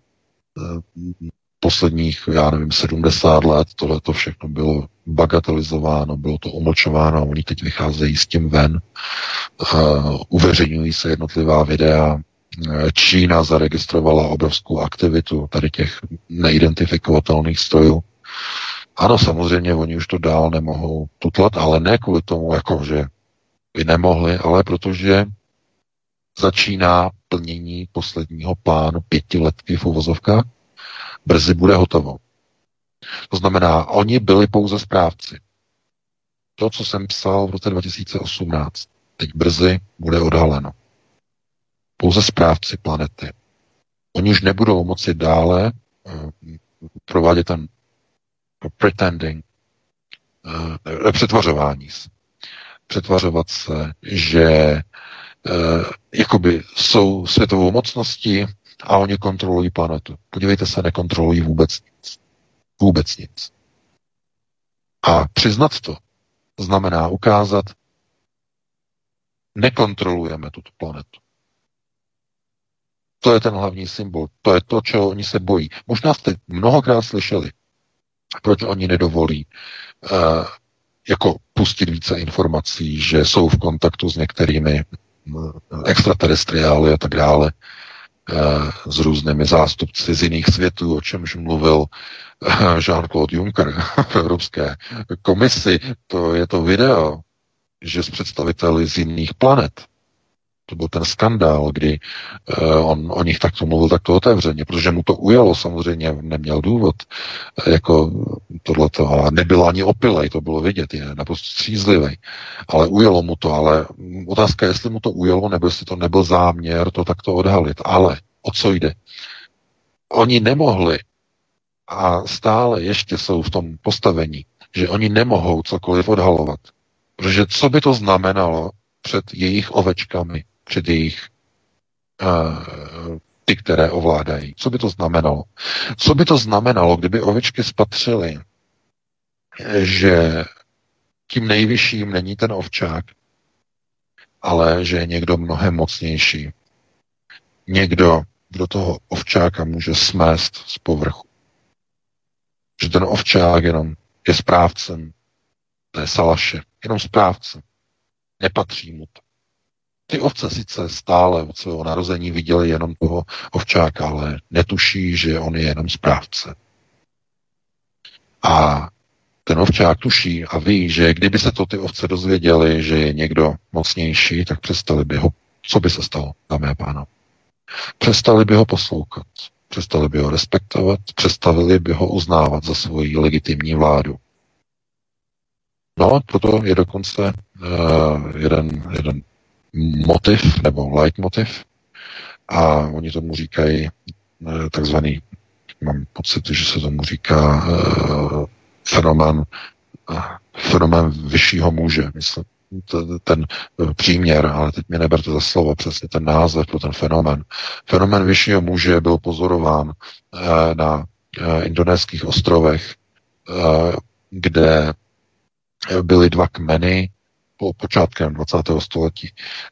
posledních, já nevím, sedmdesát let tohle to všechno bylo bagatelizováno, bylo to umlčováno a oni teď vycházejí s tím ven, e, uveřejňují se jednotlivá videa. Čína zaregistrovala obrovskou aktivitu tady těch neidentifikovatelných strojů. Ano, samozřejmě, oni už to dál nemohou tutlat, ale ne kvůli tomu, jako že by nemohli, ale protože začíná plnění posledního plánu pětiletky v uvozovkách. Brzy bude hotovo. To znamená, oni byli pouze správci. To, co jsem psal v roce dva tisíce osmnáct, teď brzy bude odhaleno. Pouze správci planety. Oni už nebudou moci dále uh, provádět ten pretending, uh, přetvařování se. Přetvařovat se, že uh, jakoby jsou světovou mocností a oni kontrolují planetu. Podívejte se, nekontrolují vůbec nic. Vůbec nic. A přiznat to znamená ukázat, nekontrolujeme tuto planetu. To je ten hlavní symbol. To je to, čeho oni se bojí. Možná jste mnohokrát slyšeli, proč oni nedovolí uh, jako pustit více informací, že jsou v kontaktu s některými uh, extraterestriály a tak dále, uh, s různými zástupci z jiných světů, o čemž mluvil uh, Jean-Claude Juncker v Evropské komisi. To je to video, že s představiteli z jiných planet To byl ten skandál, kdy uh, on o nich takto mluvil takto otevřeně, protože mu to ujalo, samozřejmě neměl důvod, jako tohleto, ale nebyl ani opilej, to bylo vidět, je naprosto střízlivý, ale ujalo mu to, ale otázka je, jestli mu to ujalo, nebo jestli to nebyl záměr to takto odhalit, ale o co jde? Oni nemohli a stále ještě jsou v tom postavení, že oni nemohou cokoliv odhalovat, protože co by to znamenalo před jejich ovečkami, před jejich uh, ty, které ovládají. Co by to znamenalo? Co by to znamenalo, kdyby ovečky spatřily, že tím nejvyšším není ten ovčák, ale že je někdo mnohem mocnější. Někdo, kdo toho ovčáka může smést z povrchu. Že ten ovčák jenom je správcem té salaše, jenom správcem. Nepatří mu to. Ty ovce sice stále od svého narození viděli jenom toho ovčáka, ale netuší, že on je jenom správce. A ten ovčák tuší a ví, že kdyby se to ty ovce dozvěděli, že je někdo mocnější, tak přestali by ho, co by se stalo, dámy a pánové? Přestali by ho poslouchat, přestali by ho respektovat, přestali by ho uznávat za svoji legitimní vládu. No, proto je dokonce uh, jeden, jeden motiv, nebo leitmotiv, a oni tomu říkají uh, takzvaný, mám pocit, že se tomu říká uh, fenomén, uh, fenomén vyššího muže, myslím, ten, ten uh, příměr, ale teď mě neberte za slovo, přesně ten název pro ten fenomén. Fenomén vyššího muže byl pozorován uh, na uh, indonéských ostrovech, uh, kde byly dva kmeny po počátkem dvacátého století.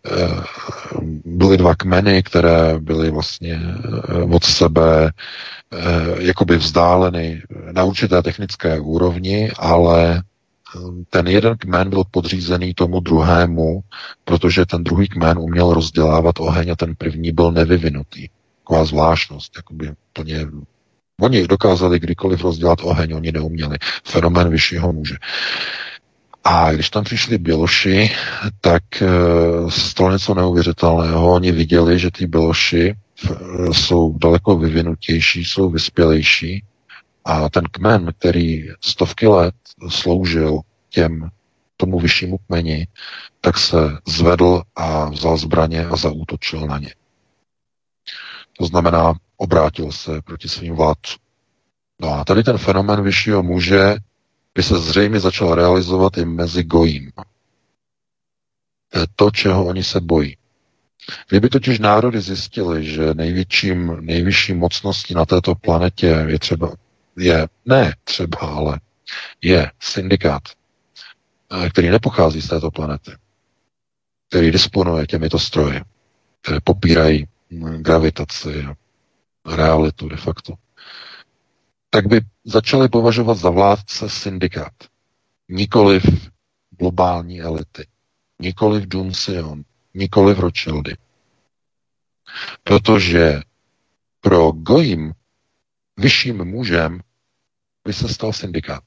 Byly dva kmeny, které byly vlastně od sebe jakoby vzdáleny na určité technické úrovni, ale ten jeden kmen byl podřízený tomu druhému, protože ten druhý kmen uměl rozdělávat oheň a ten první byl nevyvinutý. Taková zvláštnost, jakoby plně. Oni dokázali kdykoliv rozdělat oheň, oni neuměli. Fenomén vyššího muže. A když tam přišli běloši, tak se stalo něco neuvěřitelného. Oni viděli, že ty běloši jsou daleko vyvinutější, jsou vyspělejší a ten kmen, který stovky let sloužil těm tomu vyššímu kmeni, tak se zvedl a vzal zbraně a zaútočil na ně. To znamená, obrátil se proti svým vládcům. No a tady ten fenomén vyššího muže by se zřejmě začal realizovat i mezi gojím. To je to, čeho oni se bojí. Kdyby totiž národy zjistili, že největším, nejvyšší mocností na této planetě je třeba, je, ne třeba, ale je syndikát, který nepochází z této planety, který disponuje těmito stroji, které popírají gravitaci a realitu de facto, tak by začali považovat za vládce syndikát. Nikoliv globální elity, nikoliv Dunsion, nikoliv Rothschildy. Protože pro gojím vyšším mužem by se stal syndikát.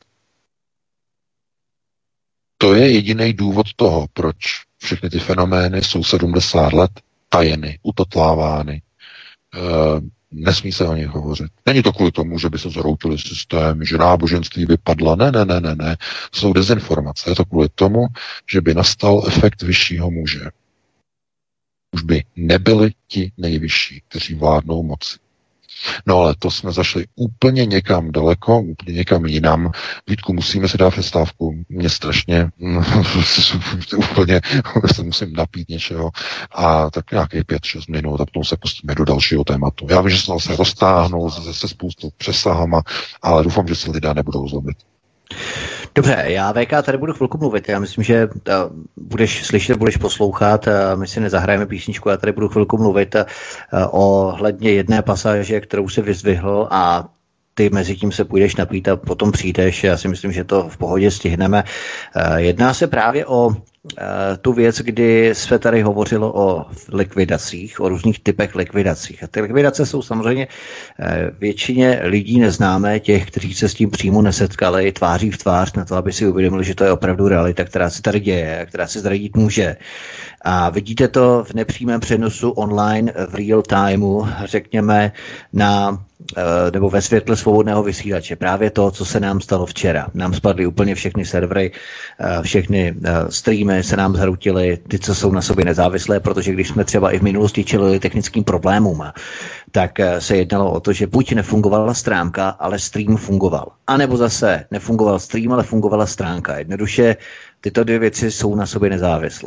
To je jediný důvod toho, proč všechny ty fenomény jsou sedmdesát let tajeny, utotlávány, e, nesmí se o nich hovořit. Není to kvůli tomu, že by se zhroutily systémy, že náboženství by padla. Ne, ne, ne, ne, ne. Jsou dezinformace. Je to kvůli tomu, že by nastal efekt vyššího muže. Už by nebyli ti nejvyšší, kteří vládnou moci. No ale to jsme zašli úplně někam daleko, úplně někam jinam. Vítku, musíme si dát přestávku. Mě strašně úplně se musím napít něčeho a tak nějakých pět šest minut a potom se pustíme do dalšího tématu. Já vím, že jsem se roztáhnul se spoustou přesahama, ale doufám, že se lidé nebudou zlobit. Dobře, já V K tady budu chvilku mluvit, já myslím, že uh, budeš slyšet, budeš poslouchat, uh, my si nezahrajeme písničku, já tady budu chvilku mluvit uh, ohledně jedné pasáže, kterou si vyzdvihl a ty mezi tím se půjdeš napít a potom přijdeš, já si myslím, že to v pohodě stihneme. Uh, jedná se právě o tu věc, kdy se tady hovořilo o likvidacích, o různých typech likvidacích. A ty likvidace jsou samozřejmě většině lidí neznámé, těch, kteří se s tím přímo nesetkali, tváří v tvář na to, aby si uvědomili, že to je opravdu realita, která se tady děje, která se tady dít může. A vidíte to v nepřímém přenosu online v real timeu, řekněme, na nebo ve světle svobodného vysílače. Právě to, co se nám stalo včera. Nám spadly úplně všechny servery, všechny streamy se nám zhrutily, ty, co jsou na sobě nezávislé, protože když jsme třeba i v minulosti čelili technickým problémům, tak se jednalo o to, že buď nefungovala stránka, ale stream fungoval. A nebo zase nefungoval stream, ale fungovala stránka. Jednoduše tyto dvě věci jsou na sobě nezávislé.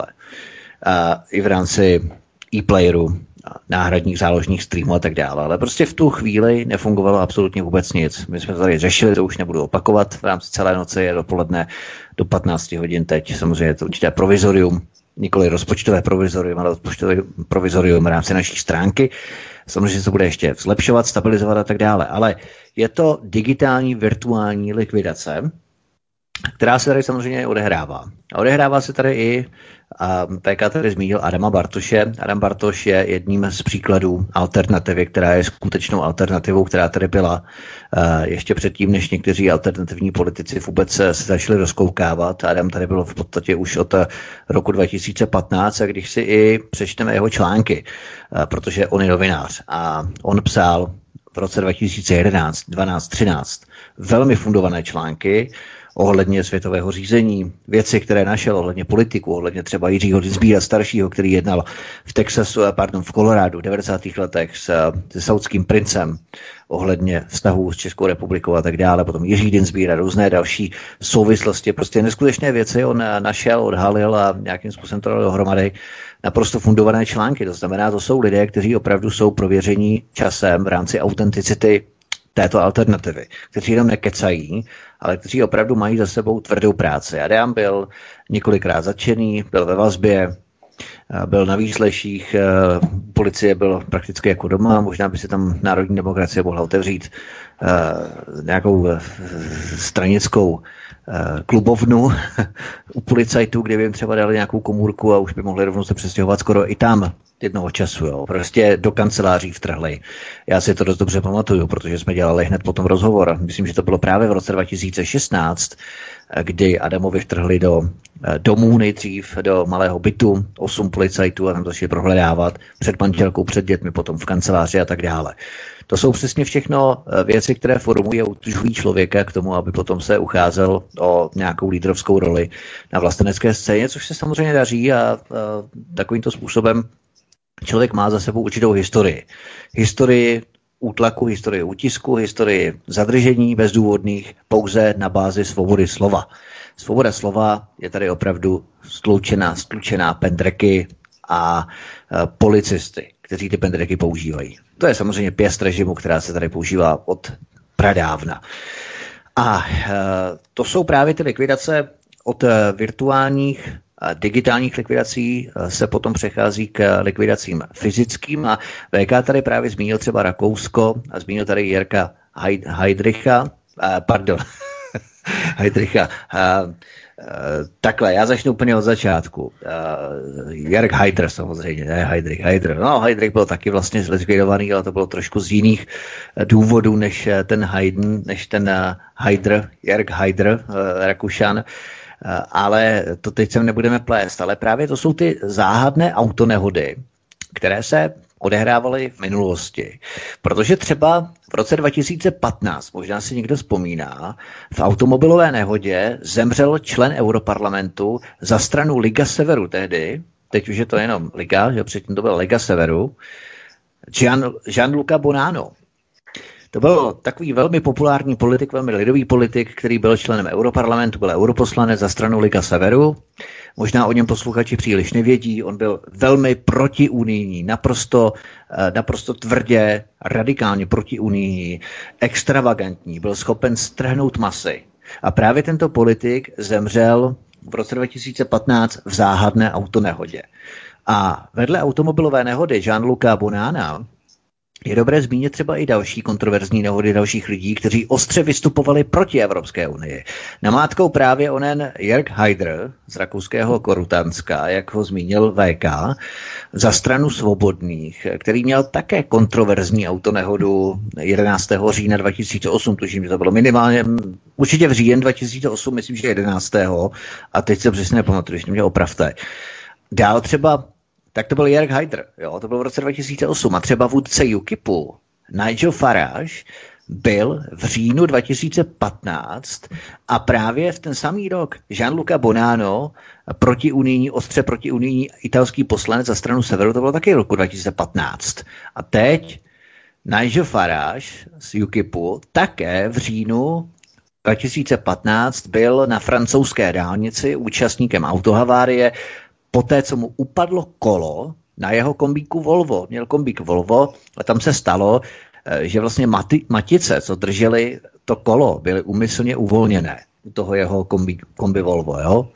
A i v rámci e-playeru, náhradních záložních streamů a tak dále. Ale prostě v tu chvíli nefungovalo absolutně vůbec nic. My jsme to tady řešili, to už nebudu opakovat. V rámci celé noci je dopoledne do patnácti hodin teď. Samozřejmě je to určité provizorium, nikoli rozpočtové provizorium, ale rozpočtové provizorium v rámci naší stránky. Samozřejmě se bude ještě zlepšovat, stabilizovat a tak dále. Ale je to digitální virtuální likvidace, která se tady samozřejmě odehrává. A odehrává se tady i, a P K tady zmínil Adama Bartoše. Adam Bartoš je jedním z příkladů alternativy, která je skutečnou alternativou, která tady byla uh, ještě předtím, než někteří alternativní politici vůbec se začali rozkoukávat. Adam tady byl v podstatě už od roku dva tisíce patnáct, a když si i přečteme jeho články, uh, protože on je novinář a on psal v roce dva tisíce jedenáct, dvanáct, třináct velmi fundované články ohledně světového řízení, věci, které našel ohledně politiku, ohledně třeba Jiřího Dinsbíra staršího, který jednal v Texasu, pardon, v Kolorádu v devadesátých letech s, se saudským princem ohledně vztahů s Českou republikou a tak dále, potom Jiří Dinsbír a různé další souvislosti, prostě neskutečné věci on našel, odhalil a nějakým způsobem to dal dohromady. Naprosto fundované články, to znamená, to jsou lidé, kteří opravdu jsou prověření časem v rámci autenticity této alternativy, kteří jenom nekecají, ale kteří opravdu mají za sebou tvrdou práci. Adam byl několikrát zatčený, byl ve vazbě, byl na výsleších, policie byl prakticky jako doma, možná by se tam národní demokracie mohla otevřít nějakou stranickou klubovnu u policajtů, kde by jim třeba dali nějakou komůrku a už by mohli rovnou se přestěhovat skoro i tam jednoho času. Jo. Prostě do kanceláří vtrhli. Já si to dost dobře pamatuju, protože jsme dělali hned potom rozhovor. Myslím, že to bylo právě v roce dva tisíce šestnáct, kdy Adamovi vtrhli do domů nejdřív, do malého bytu, osm policajtů a tam začali prohledávat před manželkou, před dětmi, potom v kanceláři a tak dále. To jsou přesně všechno věci, které formují a utužují člověka k tomu, aby potom se ucházel o nějakou lídrovskou roli na vlastenecké scéně, což se samozřejmě daří a, a takovýmto způsobem člověk má za sebou určitou historii. Historii útlaku, historii útisku, historii zadržení bezdůvodných pouze na bázi svobody slova. Svoboda slova je tady opravdu skloučená, sklučená pendreky a e, policisty, kteří ty pendreky používají. To je samozřejmě pěst režimu, která se tady používá od pradávna. A e, to jsou právě ty likvidace od e, virtuálních a digitálních likvidací se potom přechází k likvidacím fyzickým a V K tady právě zmínil třeba Rakousko a zmínil tady Jirka Heidricha, pardon, Heidricha, takhle, já začnu úplně od začátku. Jörg Haider samozřejmě, ne Heidrich, Haider. No, Heidrich byl taky vlastně zlikvidovaný, ale to bylo trošku z jiných důvodů, než ten Haydn, než ten Haider, Jörg Haider, Rakušan. Ale to teď sem nebudeme plést, ale právě to jsou ty záhadné autonehody, které se odehrávaly v minulosti. Protože třeba v roce dva tisíce patnáct, možná si někdo vzpomíná, v automobilové nehodě zemřel člen Europarlamentu za stranu Liga Severu tehdy, teď už je to jenom Liga, že předtím to byla Liga Severu, Gian, Gianluca Bonanno. To byl takový velmi populární politik, velmi lidový politik, který byl členem Europarlamentu, byl europoslanec za stranu Liga Severu. Možná o něm posluchači příliš nevědí, on byl velmi protiunijní, naprosto, naprosto tvrdě, radikálně protiunijní, extravagantní, byl schopen strhnout masy. A právě tento politik zemřel v roce dva tisíce patnáct v záhadné autonehodě. A vedle automobilové nehody Gianluca Bonanna je dobré zmínit třeba i další kontroverzní nehody dalších lidí, kteří ostře vystupovali proti Evropské unii. Namátkou právě onen Jörg Haider z rakouského Korutanska, jak ho zmínil V K, za stranu svobodných, který měl také kontroverzní autonehodu jedenáctého října dva tisíce osm, tuším, že to bylo minimálně, určitě v říjen dva tisíce osm, myslím, že jedenáctého a teď se přesně nepamatuju, když mě opravte. Dál třeba tak to byl Jörg Haider, jo, to bylo v roce dva tisíce osm a třeba vůdce UKIPu Nigel Farage byl v říjnu dva tisíce patnáct a právě v ten samý rok Gianluca Bonanno, protiunijní, ostře protiunijní italský poslanec za stranu Severu, to bylo taky roku dva tisíce patnáct. A teď Nigel Farage z UKIPu také v říjnu dva tisíce patnáct byl na francouzské dálnici účastníkem autohavárie, poté, co mu upadlo kolo na jeho kombíku Volvo. Měl kombík Volvo a tam se stalo, že vlastně mati, matice, co drželi to kolo, byly úmyslně uvolněné u toho jeho kombi, kombi Volvo. Jo?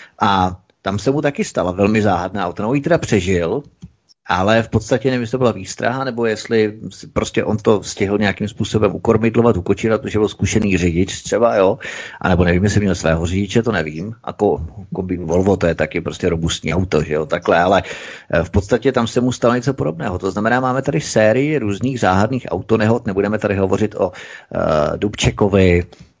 A tam se mu taky stala velmi záhadná auto. No, jí teda přežil, ale v podstatě nevím, jestli to byla výstraha, nebo jestli prostě on to stihl nějakým způsobem ukormidlovat, ukočírat, protože byl zkušený řidič třeba, jo, a nebo nevím, jestli měl svého řidiče, to nevím, jako kombík Volvo, to je taky prostě robustní auto, že jo, takhle, ale v podstatě tam se mu stalo něco podobného, to znamená, máme tady sérii různých záhadných autonehod, nebudeme tady hovořit o uh, Dubčekovi,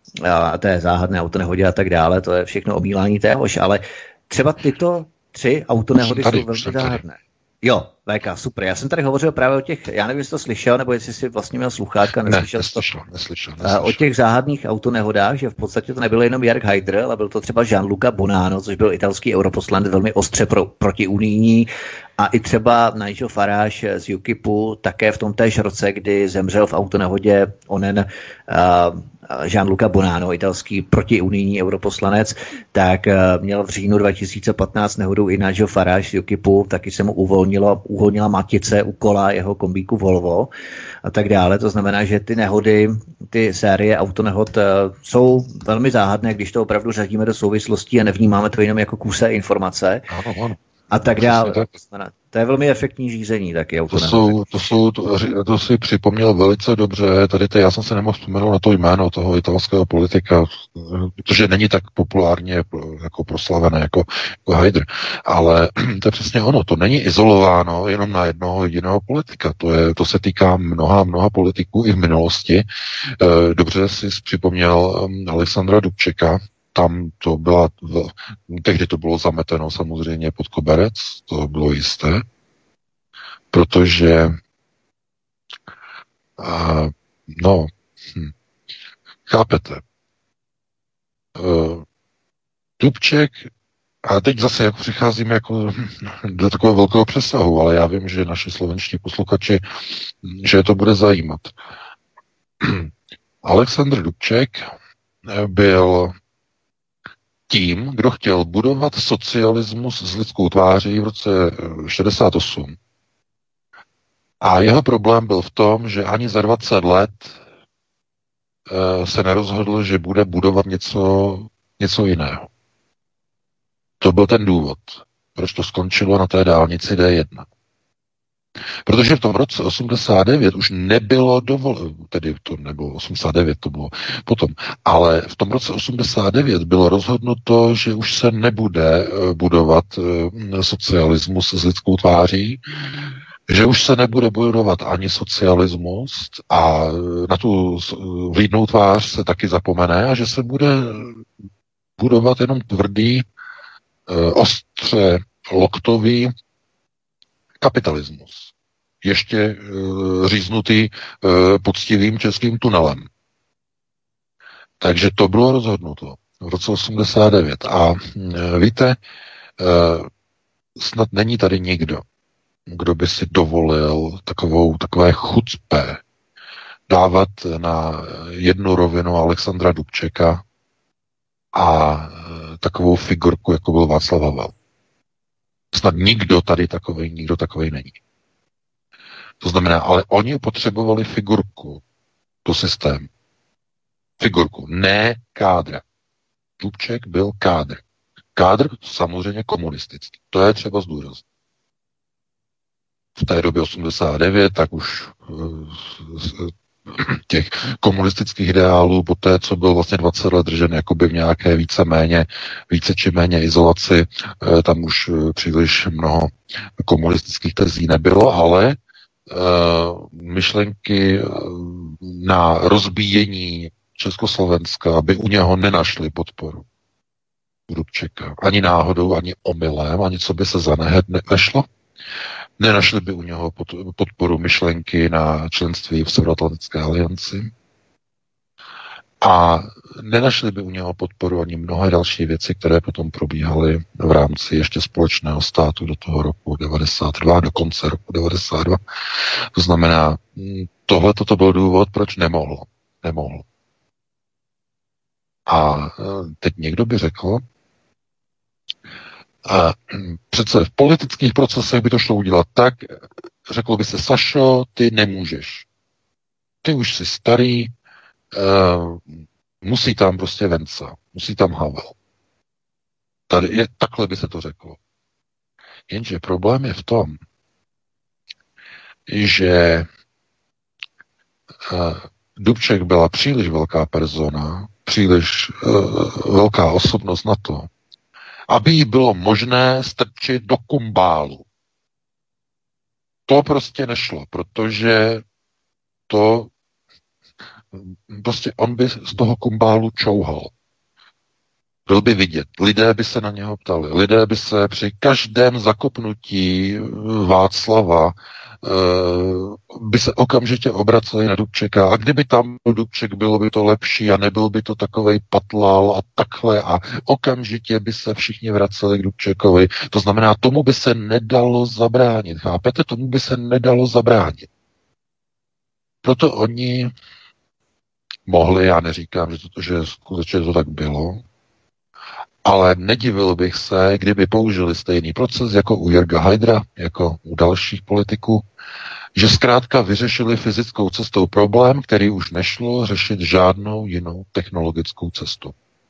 a té záhadné autonehodě a tak dále, to je všechno omílání téhož, ale třeba tyto tři autonehody jsou velmi záhadné. Jo, V K, super. Já jsem tady hovořil právě o těch, já nevím, jestli to slyšel, nebo jestli jsi vlastně měl sluchátka, neslyšel, ne, neslyšel, neslyšel, neslyšel. O těch záhadných autonehodách, že v podstatě to nebyl jenom Jörg Haider, ale byl to třeba Gianluca Bonanno, což byl italský europoslanec, velmi ostře pro, protiunijní, a i třeba Nigel Farage z UKIPu, také v tom též roce, kdy zemřel v autonehodě onen uh, Gianluca Bonanno, italský protiunijní europoslanec, tak uh, měl v říjnu dva tisíce patnáct nehodu i Nigel Farage z UKIPu, taky se mu uvolnilo, uvolnila matice u kola jeho kombíku Volvo a tak dále. To znamená, že ty nehody, ty série autonehod uh, jsou velmi záhadné, když to opravdu řadíme do souvislostí a nevnímáme to jenom jako kusé informace. Ano, ano. A tak dále. To je velmi efektní řízení taky. To jsou, to jsou, to, to si připomněl velice dobře. Tady te, já jsem se nemohl vzpomenout na to jméno toho italského politika, protože není tak populárně jako proslavené jako, jako Haider. Ale to je přesně ono. To není izolováno jenom na jednoho jediného politika. To, je, to se týká mnoha, mnoha politiků i v minulosti. Dobře si připomněl Alexandra Dubčeka. Tam to byla, tehdy to bylo zameteno samozřejmě pod koberec, to bylo jisté, protože uh, no, hm, chápete, uh, Dubček, a teď zase jako přicházíme jako do takového velkého přesahu, ale já vím, že naši slovenští posluchači, že to bude zajímat. Aleksandr Dubček byl tím, kdo chtěl budovat socialismus s lidskou tváří v roce šedesát osm. A jeho problém byl v tom, že ani za dvacet let se nerozhodl, že bude budovat něco, něco jiného. To byl ten důvod, proč to skončilo na té dálnici D jedna. Protože v tom roce osmdesát devět už nebylo dovoleno, tedy to nebylo osmdesát devět, to bylo potom, ale v tom roce osmdesát devět bylo rozhodnuto, že už se nebude budovat socialismus s lidskou tváří, že už se nebude budovat ani socialismus a na tu vlídnou tvář se taky zapomene a že se bude budovat jenom tvrdý, ostře loktový kapitalismus. Ještě uh, říznutý uh, poctivým českým tunelem. Takže to bylo rozhodnuto v roce osmdesát devět. A uh, víte, uh, snad není tady nikdo, kdo by si dovolil takovou, takové chucpe dávat na jednu rovinu Alexandra Dubčeka a uh, takovou figurku, jako byl Václav Havel. Snad nikdo tady takovej, nikdo takovej není. To znamená, ale oni potřebovali figurku do systému. Figurku, ne kádra. Dubček byl kádr. Kádr samozřejmě komunistický. To je třeba zdůraznit. V té době osmdesát devět, tak už těch komunistických ideálů, po té, co byl vlastně dvacet let držen jakoby v nějaké více méně, více či méně izolaci, tam už příliš mnoho komunistických tezí nebylo, ale myšlenky na rozbíjení Československa by u něho nenašli podporu. Dubčeka. Ani náhodou, ani omylem, ani co by se za nehed nešlo. Nenašli by u něho podporu myšlenky na členství v Severoatlantické alianci. A nenašli by u něho podporu ani mnohé další věci, které potom probíhaly v rámci ještě společného státu do toho roku devadesát dva, do konce roku devadesát dva. To znamená, tohle toto byl důvod, proč nemohl. Nemohl. A teď někdo by řekl, a přece v politických procesech by to šlo udělat tak, řeklo by se, Sašo, ty nemůžeš. Ty už jsi starý, uh, musí tam prostě Venca, musí tam Havel. Tady je, takhle by se to řeklo. Jenže problém je v tom, že uh, Dubček byla příliš velká persona, příliš uh, velká osobnost na to, aby jí bylo možné strčit do kumbálu. To prostě nešlo, protože to prostě on by z toho kumbálu čouhal. Byl by vidět. Lidé by se na něho ptali. Lidé by se při každém zakopnutí Václava by se okamžitě obraceli na Dubčeka a kdyby tam byl Dubček, bylo by to lepší a nebyl by to takovej patlal a takhle a okamžitě by se všichni vraceli k Dubčekovi. To znamená, tomu by se nedalo zabránit. Chápete? Tomu by se nedalo zabránit. Proto oni mohli, já neříkám, že, to, že skutečně to tak bylo, ale nedivil bych se, kdyby použili stejný proces jako u Jörga Haidera, jako u dalších politiků, že zkrátka vyřešili fyzickou cestou problém, který už nešlo řešit žádnou jinou technologickou cestu.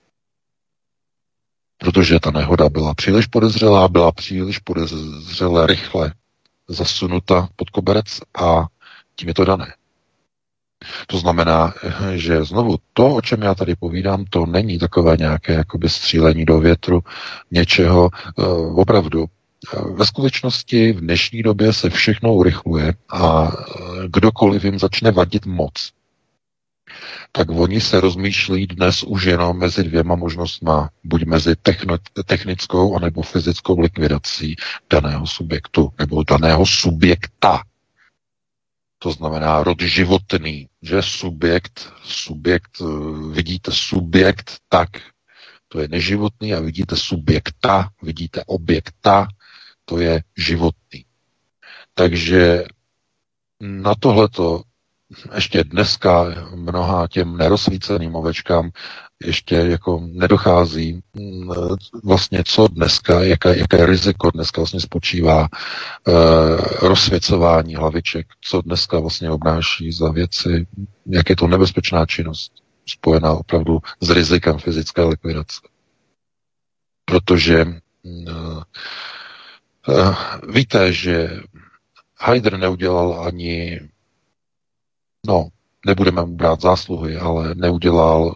Protože ta nehoda byla příliš podezřelá, byla příliš podezřele rychle zasunuta pod koberec a tím je to dané. To znamená, že znovu to, o čem já tady povídám, to není takové nějaké jakoby střílení do větru něčeho. Opravdu, ve skutečnosti v dnešní době se všechno urychluje a kdokoliv jim začne vadit moc, tak oni se rozmýšlí dnes už jenom mezi dvěma možnostma, buď mezi techno- technickou anebo fyzickou likvidací daného subjektu nebo daného subjekta. To znamená rod životný, že subjekt, subjekt, vidíte subjekt, tak to je neživotný a vidíte subjekta, vidíte objekta, to je životný. Takže na tohleto ještě dneska mnoha těm nerozsvíceným ovečkám ještě jako nedochází vlastně, co dneska, jaké, jaké riziko dneska vlastně spočívá eh, rozsvěcování hlaviček, co dneska vlastně obnáší za věci, jak je to nebezpečná činnost spojená opravdu s rizikem fyzické likvidace. Protože eh, eh, víte, že Haider neudělal ani, no, nebudeme mu brát zásluhy, ale neudělal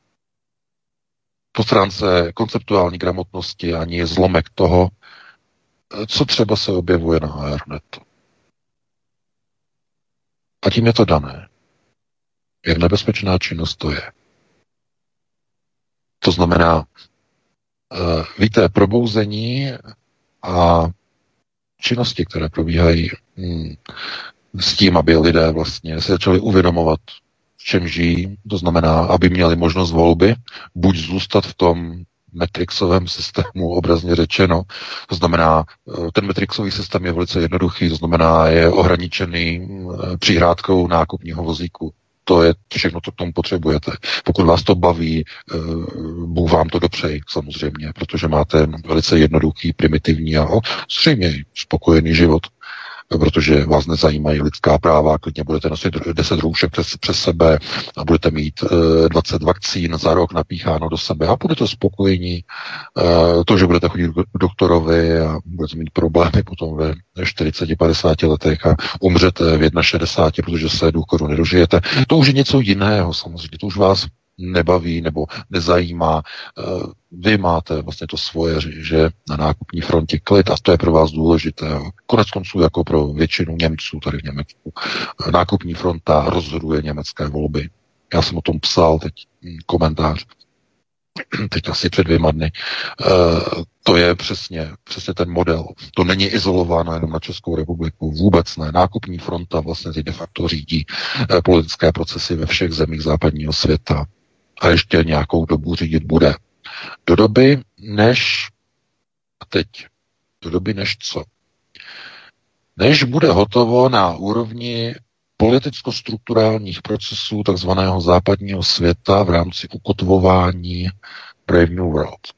po stránce konceptuální gramotnosti ani zlomek toho, co třeba se objevuje na Aeronetu. A tím je to dané. Jak nebezpečná činnost to je. To znamená, víte, probouzení a činnosti, které probíhají hmm, s tím, aby lidé vlastně se začali uvědomovat, v čem žijí, to znamená, aby měli možnost volby, buď zůstat v tom Matrixovém systému, obrazně řečeno, to znamená, ten Matrixový systém je velice jednoduchý, to znamená, je ohraničený přihrádkou nákupního vozíku. To je všechno, co k tomu potřebujete. Pokud vás to baví, Bůh vám to dopřeji, samozřejmě, protože máte velice jednoduchý, primitivní a zřejmě spokojený život. protože vás nezajímají lidská práva, klidně budete nosit deset roušek přes, přes sebe a budete mít e, dvacet vakcín za rok napícháno do sebe a budete spokojení. E, to, že budete chodit k doktorovi a budete mít problémy potom ve čtyřiceti padesáti letech a umřete v šedesáti jedna, protože se důchodu nedožijete, to už je něco jiného samozřejmě, to už vás nebaví nebo nezajímá. Vy máte vlastně to svoje, že na nákupní frontě klid a to je pro vás důležité. Konec konců jako pro většinu Němců tady v Německu. Nákupní fronta rozhoduje německé volby. Já jsem o tom psal teď komentář, teď asi před dvěma dny. To je přesně, přesně ten model. To není izolováno jenom na Českou republiku. Vůbec ne. Nákupní fronta vlastně de facto řídí politické procesy ve všech zemích západního světa. A ještě nějakou dobu řídit bude. Do doby než, a teď, do doby než co? Než bude hotovo na úrovni politicko-strukturálních procesů takzvaného západního světa v rámci ukotvování Brave New World.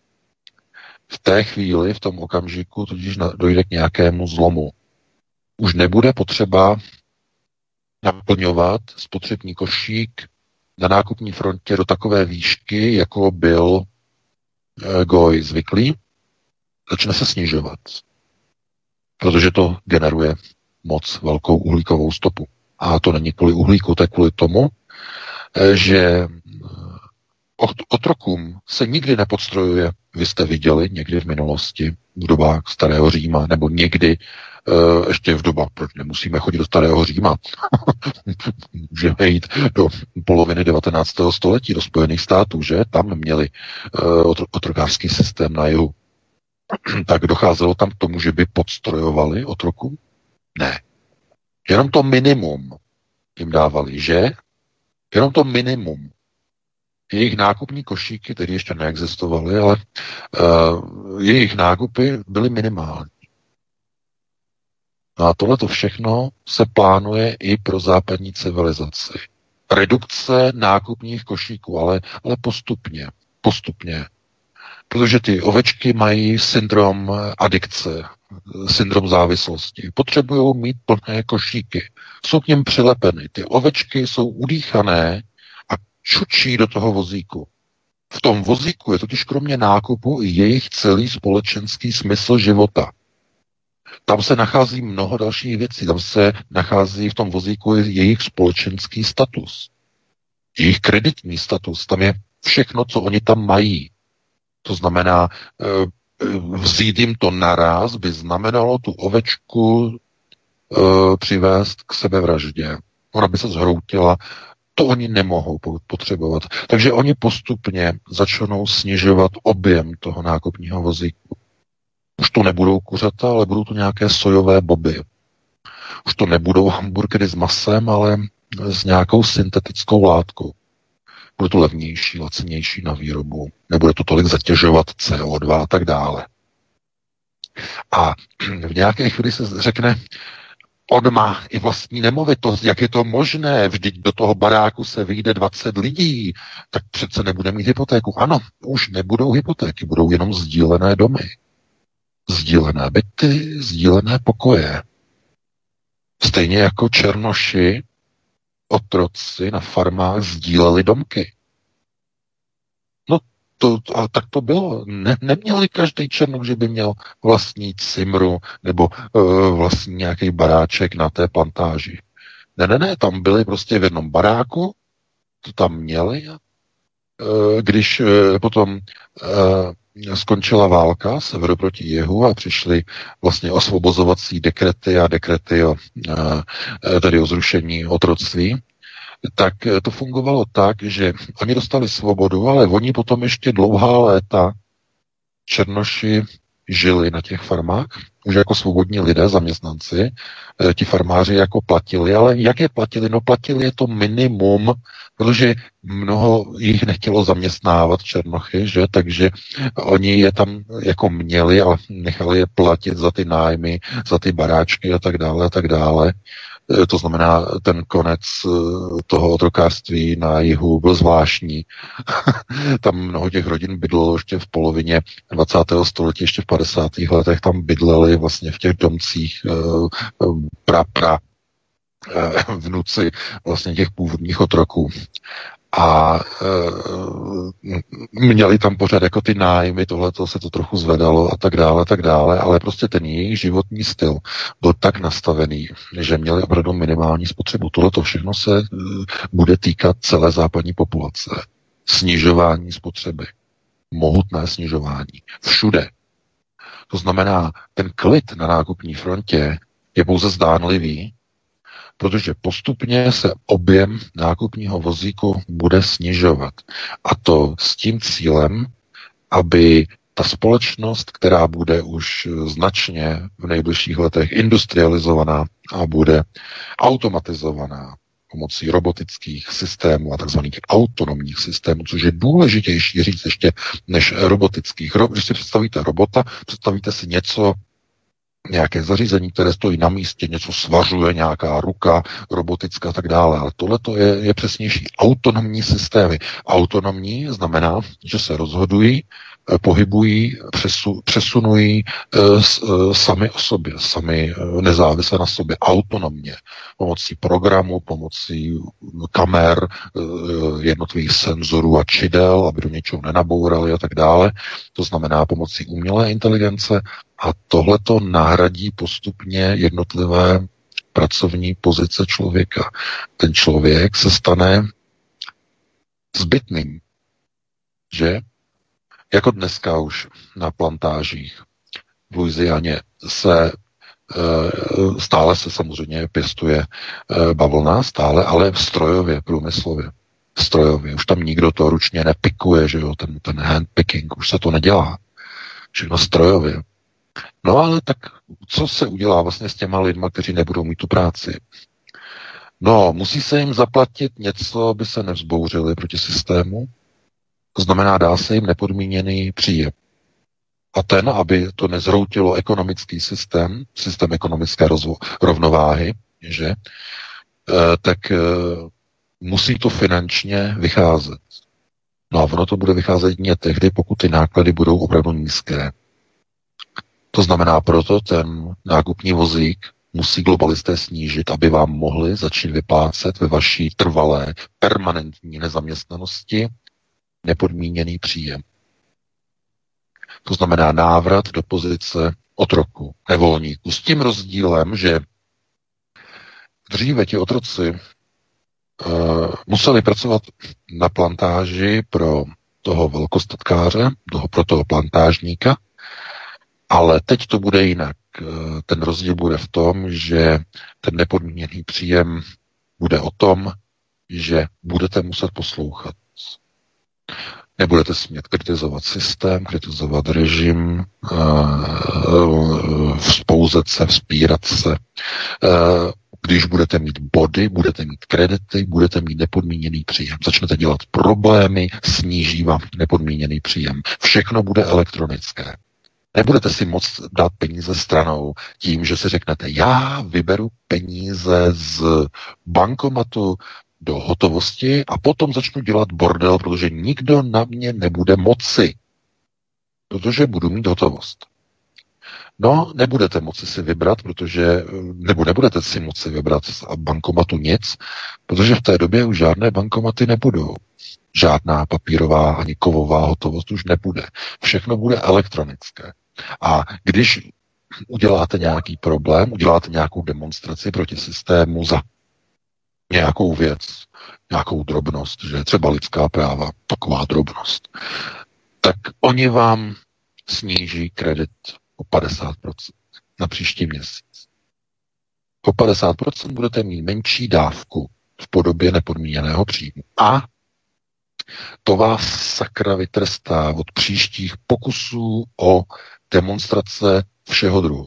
V té chvíli, v tom okamžiku, totiž dojde k nějakému zlomu. Už nebude potřeba naplňovat spotřební košík na nákupní frontě do takové výšky, jako byl e, Goj zvyklý, začne se snižovat. Protože to generuje moc velkou uhlíkovou stopu. A to není kvůli uhlíku, to je kvůli tomu, e, že otrokům se nikdy nepodstrojuje. Vy jste viděli někdy v minulosti, v dobách starého Říma, nebo někdy uh, ještě v dobách, proč nemusíme chodit do starého Říma, můžeme jít do poloviny devatenáctého století, do Spojených států, že? Tam měli uh, otrokářský systém na jihu. Tak docházelo tam k tomu, že by podstrojovali otroku? Ne. Jenom to minimum jim dávali, že? Jenom to minimum. Jejich nákupní košíky tedy ještě neexistovaly, ale uh, jejich nákupy byly minimální. No a tohleto všechno se plánuje i pro západní civilizaci. Redukce nákupních košíků, ale, ale postupně. Postupně. Protože ty ovečky mají syndrom adikce, syndrom závislosti. Potřebují mít plné košíky. Jsou k něm přilepeny. Ty ovečky jsou udýchané a čučí do toho vozíku. V tom vozíku je totiž kromě nákupu i jejich celý společenský smysl života. Tam se nachází mnoho dalších věcí. Tam se nachází v tom vozíku jejich společenský status. Jejich kreditní status. Tam je všechno, co oni tam mají. To znamená, vzít jim to naraz by znamenalo tu ovečku přivést k sebevraždě. Ona by se zhroutila. To oni nemohou potřebovat. Takže oni postupně začnou snižovat objem toho nákupního vozíku. Už to nebudou kuřata, ale budou to nějaké sojové boby. Už to nebudou hamburgery s masem, ale s nějakou syntetickou látkou. Bude to levnější, lacinější na výrobu. Nebude to tolik zatěžovat C O dva a tak dále. A v nějaké chvíli se řekne, on má i vlastní nemovitost, jak je to možné, vždyť do toho baráku se vyjde dvacet lidí, tak přece nebude mít hypotéku. Ano, už nebudou hypotéky, budou jenom sdílené domy. Sdílené byty, sdílené pokoje. Stejně jako černoši, otroci na farmách sdíleli domky. No, to, a tak to bylo. Ne, neměli každý černoch, že by měl vlastní cimru nebo uh, vlastní nějaký baráček na té plantáži. Ne, ne, ne, tam byli prostě v jednom baráku, to tam měli. Uh, když uh, potom uh, skončila válka severu proti jihu a přišly vlastně osvobozovací dekrety a dekrety o, uh, tedy o zrušení otroctví, tak to fungovalo tak, že oni dostali svobodu, ale oni potom ještě dlouhá léta černoši žili na těch farmách, už jako svobodní lidé, zaměstnanci, ti farmáři jako platili, ale jak je platili? No platili je to minimum, protože mnoho jich nechtělo zaměstnávat černochy, že? Takže oni je tam jako měli a nechali je platit za ty nájmy, za ty baráčky a tak dále a tak dále. To znamená, ten konec toho otrokářství na jihu byl zvláštní. Tam mnoho těch rodin bydlelo ještě v polovině dvacátého století, ještě v padesátých letech tam bydleli vlastně v těch domcích pra, pra vnuci vlastně těch původních otroků. A e, měli tam pořád jako ty nájmy, tohleto se to trochu zvedalo a tak dále, a tak dále, ale prostě ten jejich životní styl byl tak nastavený, že měli opravdu minimální spotřebu. Tohleto všechno se e, bude týkat celé západní populace. Snižování spotřeby. Mohutné snižování. Všude. To znamená, ten klid na nákupní frontě je pouze zdánlivý, protože postupně se objem nákupního vozíku bude snižovat. A to s tím cílem, aby ta společnost, která bude už značně v nejbližších letech industrializovaná a bude automatizovaná pomocí robotických systémů a takzvaných autonomních systémů, což je důležitější říct ještě než robotických. Když si představíte robota, představíte si něco, nějaké zařízení, které stojí na místě, něco svařuje, nějaká ruka robotická a tak dále. Ale tohle je, je přesnější. Autonomní systémy. Autonomní znamená, že se rozhodují, pohybují, přesu, přesunují e, s, e, sami o sobě, sami e, nezávisle na sobě, autonomně. Pomocí programu, pomocí kamer, e, jednotlivých senzorů a čidel, aby do něčeho nenabourali a tak dále. To znamená pomocí umělé inteligence a tohleto nahradí postupně jednotlivé pracovní pozice člověka. Ten člověk se stane zbytným, že? Jako dneska už na plantážích v Louisianě se stále se samozřejmě pěstuje bavlna, stále, ale strojově, průmyslově. Strojově. Už tam nikdo to ručně nepikuje, že jo, ten, ten handpicking, už se to nedělá. Všechno strojově. No ale tak co se udělá vlastně s těma lidma, kteří nebudou mít tu práci? No, musí se jim zaplatit něco, aby se nevzbouřili proti systému. To znamená, dá se jim nepodmíněný příjem. A ten, aby to nezhroutilo ekonomický systém, systém ekonomické rozvo- rovnováhy, že, e, tak e, musí to finančně vycházet. No a ono to bude vycházet jedině tehdy, pokud ty náklady budou opravdu nízké. To znamená, proto ten nákupní vozík musí globalisté snížit, aby vám mohli začít vyplácet ve vaší trvalé, permanentní nezaměstnanosti nepodmíněný příjem. To znamená návrat do pozice otroku, nevolníku. S tím rozdílem, že dříve ti otroci uh, museli pracovat na plantáži pro toho velkostatkáře, toho, pro toho plantážníka, ale teď to bude jinak. Ten rozdíl bude v tom, že ten nepodmíněný příjem bude o tom, že budete muset poslouchat. Nebudete smět kritizovat systém, kritizovat režim, vzpouzet se, vzpírat se. Když budete mít body, budete mít kredity, budete mít nepodmíněný příjem. Začnete dělat problémy, sníží vám nepodmíněný příjem. Všechno bude elektronické. Nebudete si moct dát peníze stranou tím, že si řeknete, já vyberu peníze z bankomatu do hotovosti a potom začnu dělat bordel, protože nikdo na mě nebude moci, protože budu mít hotovost. No, nebudete moci si vybrat, protože, nebo nebudete si moci vybrat z bankomatu nic, protože v té době už žádné bankomaty nebudou. Žádná papírová ani kovová hotovost už nebude. Všechno bude elektronické. A když uděláte nějaký problém, uděláte nějakou demonstraci proti systému za nějakou věc, nějakou drobnost, že třeba lidská práva, taková drobnost, tak oni vám sníží kredit o padesát procent na příští měsíc. O padesát procent budete mít menší dávku v podobě nepodmíněného příjmu. A to vás sakra vytrestá od příštích pokusů o demonstrace všeho druhu.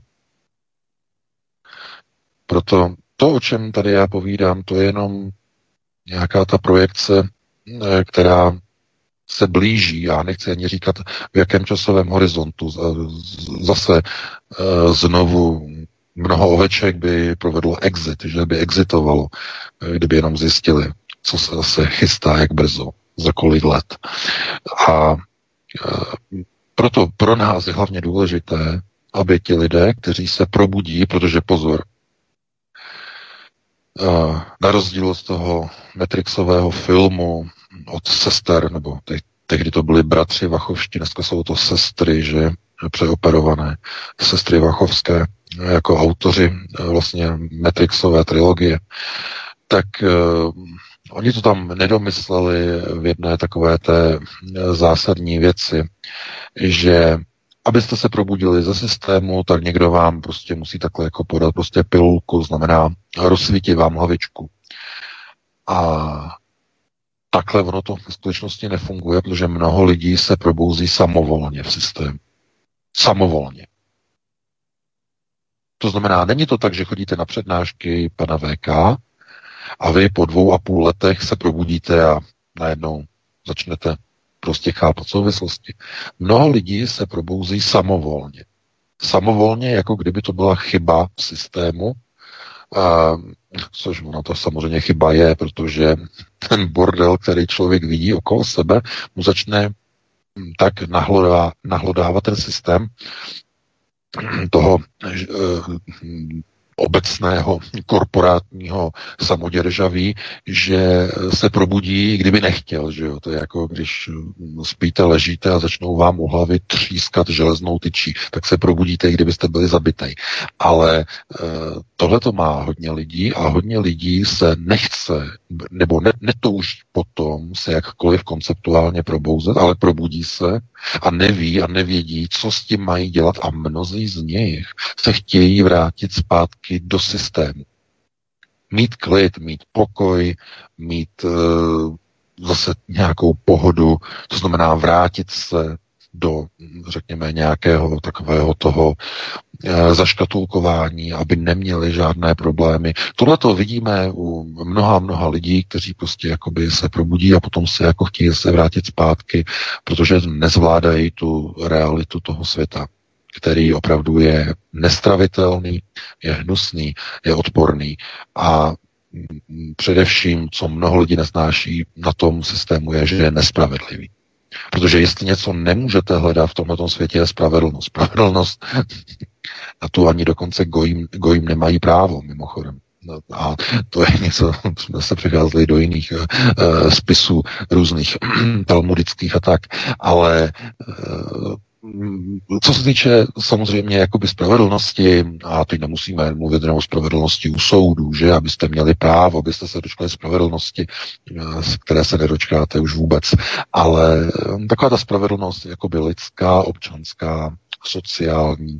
Proto to, o čem tady já povídám, to je jenom nějaká ta projekce, která se blíží, já nechci ani říkat v jakém časovém horizontu, zase znovu Mnoho oveček by provedlo exit, že by exitovalo, kdyby jenom zjistili, co se zase chystá, jak brzo, za kolik let. A proto pro nás je hlavně důležité, aby ti lidé, kteří se probudí, protože pozor, na rozdíl od toho Matrixového filmu od sester, nebo te- tehdy to byli bratři Vachovští, dneska jsou to sestry, že přeoperované sestry Vachovské, jako autoři vlastně Matrixové trilogie, tak uh, oni to tam nedomysleli v jedné takové té zásadní věci, že abyste se probudili ze systému, tak někdo vám prostě musí takhle jako podat prostě pilulku, znamená rozsvítit vám hlavičku. A takhle ono to v skutečnosti nefunguje, protože mnoho lidí se probouzí samovolně v systému. Samovolně. To znamená, není to tak, že chodíte na přednášky pana V K a vy po dvou a půl letech se probudíte a najednou začnete prostě chápat souvislosti. Mnoho lidí se probouzí samovolně. Samovolně, jako kdyby to byla chyba v systému, a, což ono to samozřejmě chyba je, protože ten bordel, který člověk vidí okolo sebe, mu začne tak nahlodá, nahlodávat ten systém toho obecného korporátního samoděržaví, že se probudí, kdyby nechtěl, že jo? To je jako když spíte, ležíte a začnou vám u hlavy třískat železnou tyčí, tak se probudíte, i kdybyste byli zabitej. Ale e, tohle to má hodně lidí a hodně lidí se nechce, nebo ne, netouží potom se jakkoliv konceptuálně probouzet, ale probudí se a neví a nevědí, co s tím mají dělat a mnozí z nich se chtějí vrátit zpátky do systému. Mít klid, mít pokoj, mít e, zase nějakou pohodu, to znamená vrátit se do, řekněme, nějakého takového toho e, zaškatulkování, aby neměli žádné problémy. Tohle to vidíme u mnoha, mnoha lidí, kteří prostě jakoby se probudí a potom se jako chtějí se vrátit zpátky, protože nezvládají tu realitu toho světa, který opravdu je nestravitelný, je hnusný, je odporný a především, co mnoho lidí nesnáší na tom systému, je, že je nespravedlivý. Protože jestli něco nemůžete hledat v tomto světě, je spravedlnost. Spravedlnost na tu ani dokonce gojím, gojím nemají právo, mimochodem. A to je něco, jsme se přicházeli do jiných uh, spisů různých talmudických a tak, ale uh, co se týče samozřejmě jakoby spravedlnosti, a teď nemusíme mluvit o spravedlnosti u soudů, že abyste měli právo, abyste se dočkali spravedlnosti, z které se nedočkáte už vůbec, ale taková ta spravedlnost jakoby lidská, občanská, sociální,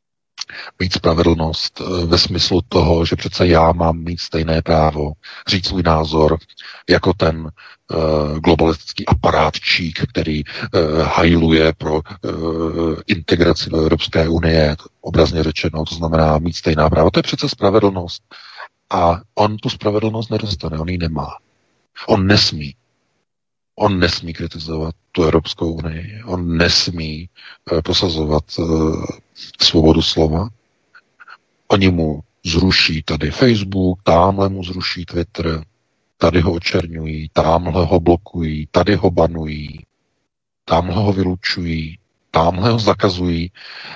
mít spravedlnost ve smyslu toho, že přece já mám mít stejné právo říct svůj názor jako ten uh, globalistický aparátčík, který uh, hajluje pro uh, integraci do Evropské unie, obrazně řečeno, to znamená mít stejná práva. To je přece spravedlnost. A on tu spravedlnost nedostane, on ji nemá. On nesmí. On nesmí kritizovat tu Evropskou unii, on nesmí uh, prosazovat uh, svobodu slova. Oni mu zruší tady Facebook, tamhle mu zruší Twitter, tady ho očerňují, tamhle ho blokují, tady ho banují, tamhle ho vylučují, tamhle ho zakazují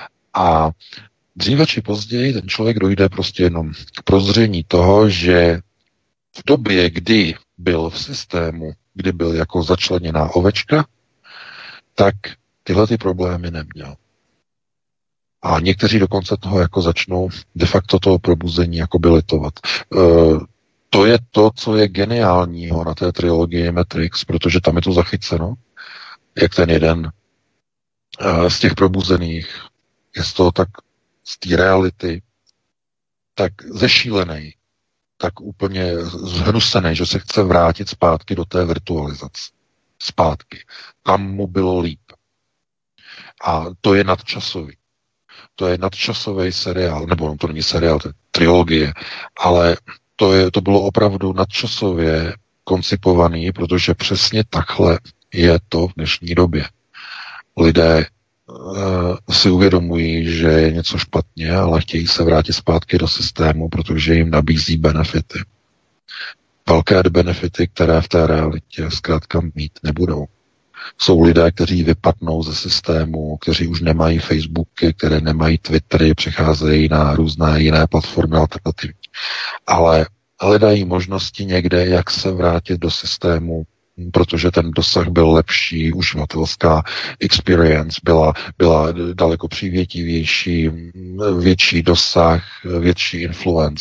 a dříve či později ten člověk dojde prostě jenom k prozření toho, že v době, kdy byl v systému, kdy byl jako začleněná ovečka, tak tyhle ty problémy neměl. A někteří dokonce toho jako začnou de facto toho probuzení jako by litovat. E, to je to, co je geniálního na té trilogii Matrix, protože tam je to zachyceno, jak ten jeden e, z těch probuzených je z toho tak, z té reality, tak zešílený, tak úplně zhnusený, že se chce vrátit zpátky do té virtualizace. Zpátky. Tam mu bylo líp. A to je nadčasový. To je nadčasový seriál, nebo to není seriál, to je trilogie, ale to, je, to bylo opravdu nadčasově koncipovaný, protože přesně takhle je to v dnešní době. Lidé si uvědomují, že je něco špatně, ale chtějí se vrátit zpátky do systému, protože jim nabízí benefity. Velké benefity, které v té realitě zkrátka mít nebudou. Jsou lidé, kteří vypadnou ze systému, kteří už nemají Facebooky, které nemají Twittery, přecházejí na různé jiné platformy alternativní. Ale hledají možnosti někde, jak se vrátit do systému, protože ten dosah byl lepší, uživatelská experience byla, byla daleko přívětivější, větší dosah, větší influence.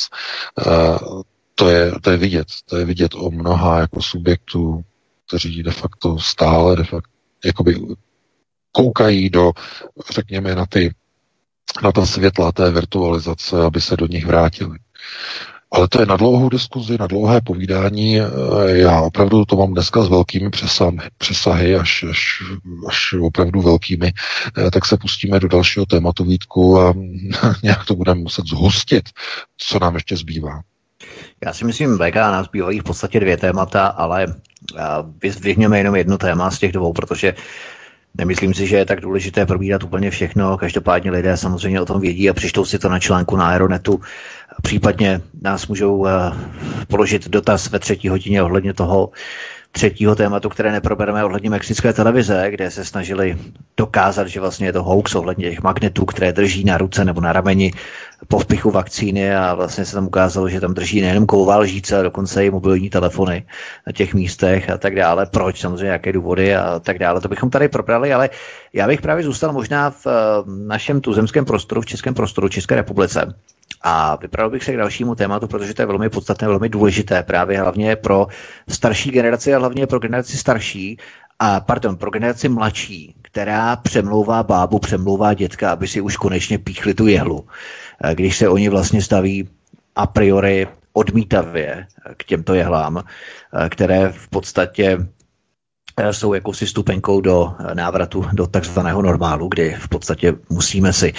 To je, to je vidět. To je vidět o mnoha jako subjektů, kteří de facto stále de facto, jakoby koukají do, řekněme, na ty na ta světla té virtualizace, aby se do nich vrátili. Ale to je na dlouhou diskuzi, na dlouhé povídání. Já opravdu to mám dneska s velkými přesahy, přesahy až, až, až opravdu velkými. Tak se pustíme do dalšího tématu, Vítku, a nějak to budeme muset zhustit, co nám ještě zbývá. Já si myslím, V K, nás zbývají v podstatě dvě témata, ale vyzdvihněme jenom jedno téma z těch dvou, protože nemyslím si, že je tak důležité probírat úplně všechno. Každopádně lidé samozřejmě o tom vědí a přečtou si to na článku na Aeronetu. Případně nás můžou položit dotaz ve třetí hodině ohledně toho třetího tématu, které neprobereme, ohledně mexické televize, kde se snažili dokázat, že vlastně je to hoax ohledně těch magnetů, které drží na ruce nebo na rameni po vpichu vakcíny, a vlastně se tam ukázalo, že tam drží nejenom kovová lžíce, ale dokonce i mobilní telefony na těch místech a tak dále. Proč, samozřejmě, jaké důvody a tak dále. To bychom tady probrali, ale já bych právě zůstal možná v našem tuzemském prostoru, v českém prostoru, České republice. A vypravil bych se k dalšímu tématu, protože to je velmi podstatné, velmi důležité právě hlavně pro starší generaci a hlavně pro generaci starší, a pardon, pro generaci mladší, která přemlouvá bábu, přemlouvá dětka, aby si už konečně píchli tu jehlu, když se oni vlastně staví a priori odmítavě k těmto jehlám, které v podstatě jsou jakousi stupenkou do návratu do takzvaného normálu, kdy v podstatě musíme si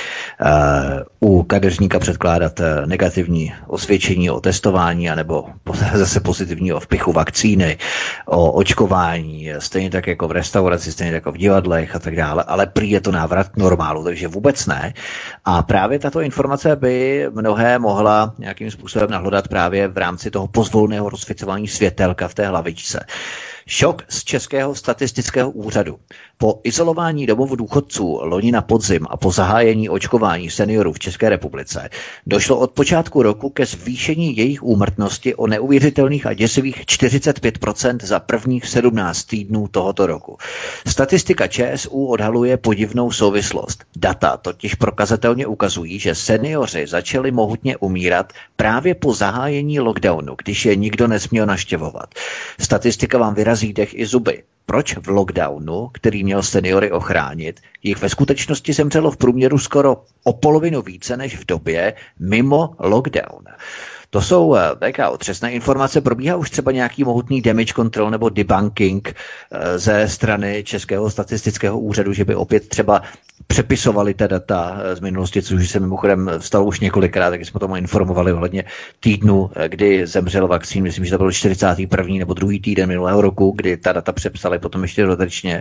uh, u kadeřníka předkládat negativní osvědčení o testování anebo zase pozitivní o vpichu vakcíny, o očkování, stejně tak jako v restauraci, stejně jako v divadlech a tak dále, ale prý je to návrat normálu, takže vůbec ne. A právě tato informace by mnohé mohla nějakým způsobem nahlodat právě v rámci toho pozvolného rozsvěcování světelka v té hlavičce. Šok z Českého statistického úřadu. Po izolování domovů důchodců loni na podzim a po zahájení očkování seniorů v České republice došlo od počátku roku ke zvýšení jejich úmrtnosti o neuvěřitelných a děsivých čtyřicet pět procent za prvních sedmnáct týdnů tohoto roku. Statistika ČSÚ odhaluje podivnou souvislost. Data totiž prokazatelně ukazují, že seniori začali mohutně umírat právě po zahájení lockdownu, když je nikdo nesměl navštěvovat. Statistika vám vyrazí dech i zuby. Proč v lockdownu, který měl seniory ochránit, jich ve skutečnosti zemřelo v průměru skoro o polovinu více než v době mimo lockdown? To jsou V K otřesné informace. Probíhá už třeba nějaký mohutný damage control nebo debunking ze strany Českého statistického úřadu, že by opět třeba přepisovali ta data z minulosti, což se mimochodem stalo už několikrát, tak jsme tomu informovali ohledně týdnu, kdy zemřel vakcín. Myslím, že to byl čtyřicátý první nebo druhý týden minulého roku, kdy ta data přepsali potom ještě dodatečně.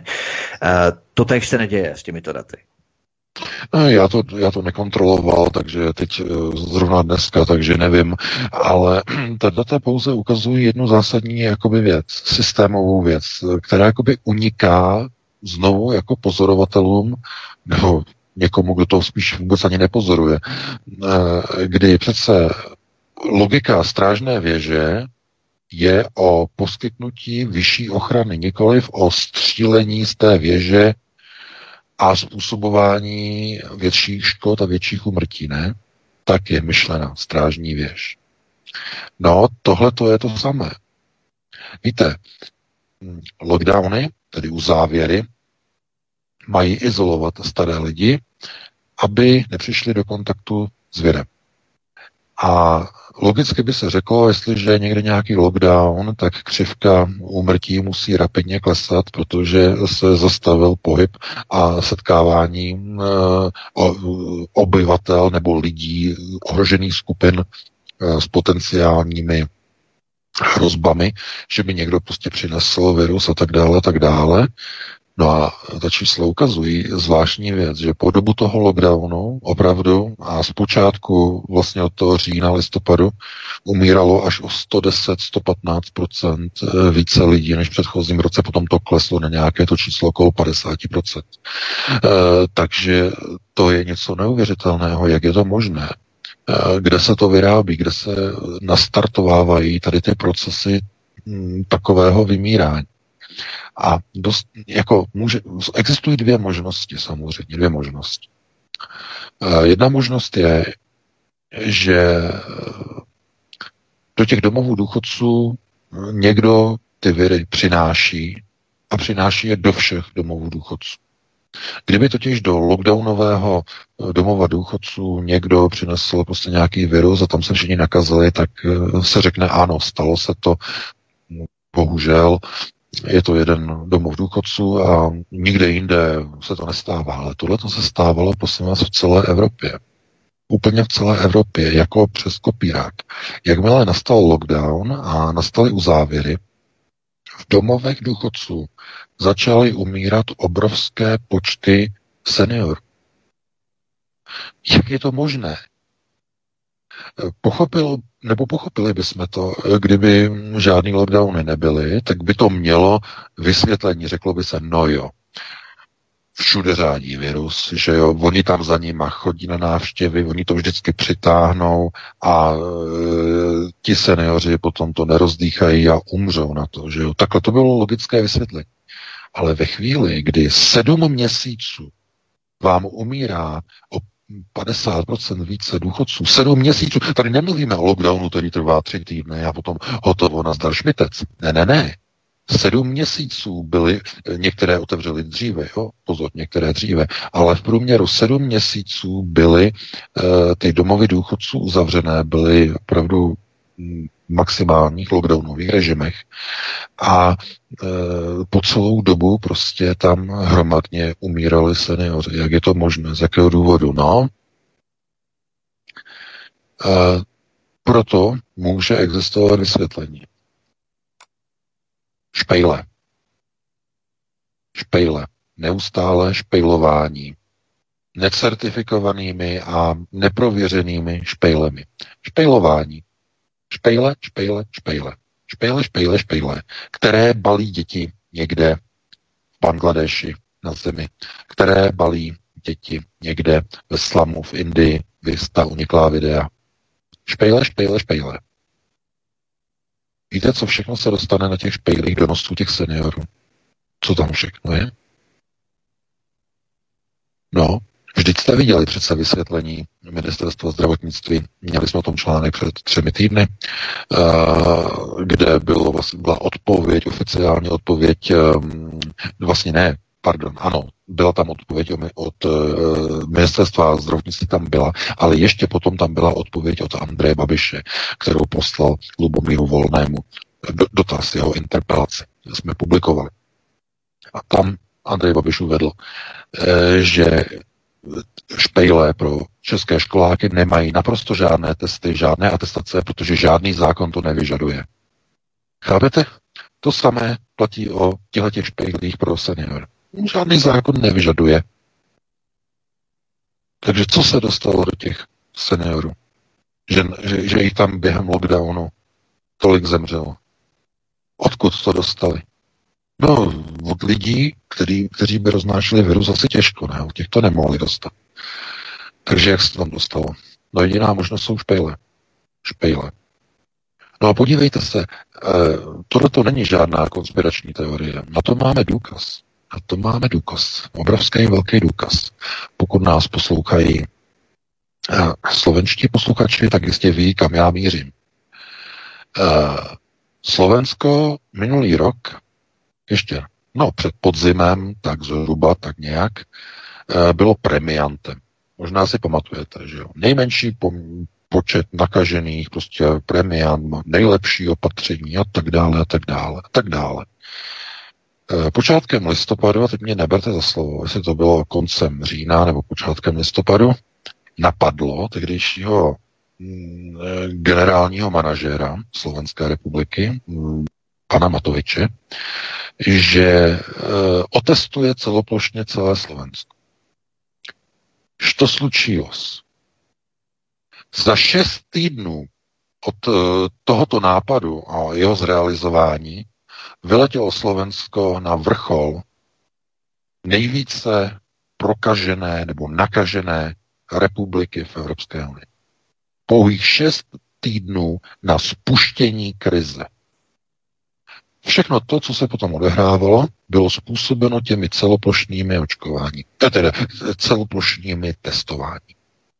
To též se neděje s těmito daty. Já to, já to nekontroloval, takže teď zrovna dneska, takže nevím, ale ta data pouze ukazují jednu zásadní jakoby věc, systémovou věc, která jakoby uniká znovu jako pozorovatelům, nebo někomu, kdo to spíš vůbec ani nepozoruje, kdy přece logika strážné věže je o poskytnutí vyšší ochrany, nikoliv o střílení z té věže a způsobování větších škod a větších umrtí, ne? Tak je myšlena strážní věž. No, tohle to je to samé. Víte, lockdowny, tedy uzávěry, mají izolovat staré lidi, aby nepřišli do kontaktu s virem. A logicky by se řeklo, jestliže je někde nějaký lockdown, tak křivka úmrtí musí rapidně klesat, protože se zastavil pohyb a setkávání obyvatel nebo lidí ohrožených skupin s potenciálními hrozbami, že by někdo prostě přinesl virus a tak dále, a tak dále. No a ta čísla ukazují zvláštní věc, že po dobu toho lockdownu opravdu a zpočátku vlastně od toho října, listopadu umíralo až o sto deset až sto patnáct procent více lidí než v předchozím roce, potom to kleslo na nějaké to číslo okolo padesát procent. E, takže to je něco neuvěřitelného, jak je to možné. E, kde se to vyrábí, kde se nastartovávají tady ty procesy m, takového vymírání. A dost, jako může, existují dvě možnosti samozřejmě, dvě možnosti. Jedna možnost je, že do těch domovů důchodců někdo ty viry přináší a přináší je do všech domovů důchodců. Kdyby totiž do lockdownového domova důchodců někdo přinesl prostě nějaký virus a tam se všichni nakazili, tak se řekne ano, stalo se to, bohužel, je to jeden domov důchodců a nikde jinde se to nestává, ale tohle to se stávalo, prosím vás, v celé Evropě. Úplně v celé Evropě, jako přes kopírák. Jakmile nastal lockdown a nastaly uzávěry, v domovech důchodců začaly umírat obrovské počty seniorů. Jak je to možné? Pochopil, nebo pochopili bychom to, kdyby žádný lockdowny nebyly, tak by to mělo vysvětlení, řeklo by se, no jo, všude řádí virus, že jo, oni tam za nima chodí na návštěvy, oni to vždycky přitáhnou a e, ti seniori potom to nerozdýchají a umřou na to, že jo. Takhle to bylo logické vysvětlení. Ale ve chvíli, kdy sedm měsíců vám umírá o padesát procent více důchodců, sedm měsíců, tady nemluvíme o lockdownu, který trvá tři týdny a potom hotovo, nazdar šmitec. Ne, ne, ne. Sedm měsíců byly, některé otevřely dříve, jo, pozor, některé dříve, ale v průměru sedm měsíců byly uh, ty domovy důchodců uzavřené, byly opravdu maximálních lockdownových režimech a e, po celou dobu prostě tam hromadně umírali seniori. Jak je to možné? Z jakého důvodu? No, e, proto může existovat vysvětlení. Špejle. Špejle. Neustále špejlování. Necertifikovanými a neprověřenými špejlemi. Špejlování. Špejle, špejle, špejle. Špejle, špejle, špejle. Které balí děti někde v Bangladeši na zemi. Které balí děti někde ve slamu v Indii. Viz ta uniklá videa. Špejle, špejle, špejle. Víte, co všechno se dostane na těch špejlích do nosů těch seniorů? Co tam všechno je? No, vždyť jste viděli přece vysvětlení Ministerstva zdravotnictví. Měli jsme o tom článek před třemi týdny, kde bylo vlastně, byla odpověď, oficiální odpověď, vlastně ne, pardon, ano, byla tam odpověď od Ministerstva zdravotnictví, tam byla, ale ještě potom tam byla odpověď od Andreje Babiše, kterou poslal Lubomíru Volnému dotaz jeho interpelace, jsme publikovali. A tam Andrej Babiš uvedl, že špejle pro české školáky nemají naprosto žádné testy, žádné atestace, protože žádný zákon to nevyžaduje. Chápete? To samé platí o těchto špejlích pro seniory. Žádný zákon nevyžaduje. Takže co se dostalo do těch seniorů? Že, že, že jich tam během lockdownu tolik zemřelo. Odkud to dostali? No, od lidí, který, kteří by roznášeli virus, asi těžko, ne? Od těch to nemohli dostat. Takže jak se to tam dostalo? No jediná možnost jsou špejle. Špejle. No a podívejte se, tohle to není žádná konspirační teorie. Na to máme důkaz. Na to máme důkaz. Obrovský velký důkaz. Pokud nás poslouchají slovenští posluchači, tak jistě ví, kam já mířím. Slovensko minulý rok ještě, no před podzimem, tak zhruba, tak nějak, bylo premiantem. Možná si pamatujete, že jo. Nejmenší pom- počet nakažených, prostě premiant, nejlepší opatření a tak dále, a tak dále, a tak dále. Počátkem listopadu, a teď mě neberte za slovo, jestli to bylo koncem října nebo počátkem listopadu, napadlo tehdejšího generálního manažéra Slovenské republiky, pana Matoviče, že otestuje celoplošně celé Slovensko. Što slučilo-s? Za šest týdnů od tohoto nápadu a jeho zrealizování vyletělo Slovensko na vrchol nejvíce prokažené nebo nakažené republiky v Evropské unii. Pouhých šest týdnů na spuštění krize. Všechno to, co se potom odehrávalo, bylo způsobeno těmi celoplošnými očkování, tedy celoplošnými testování.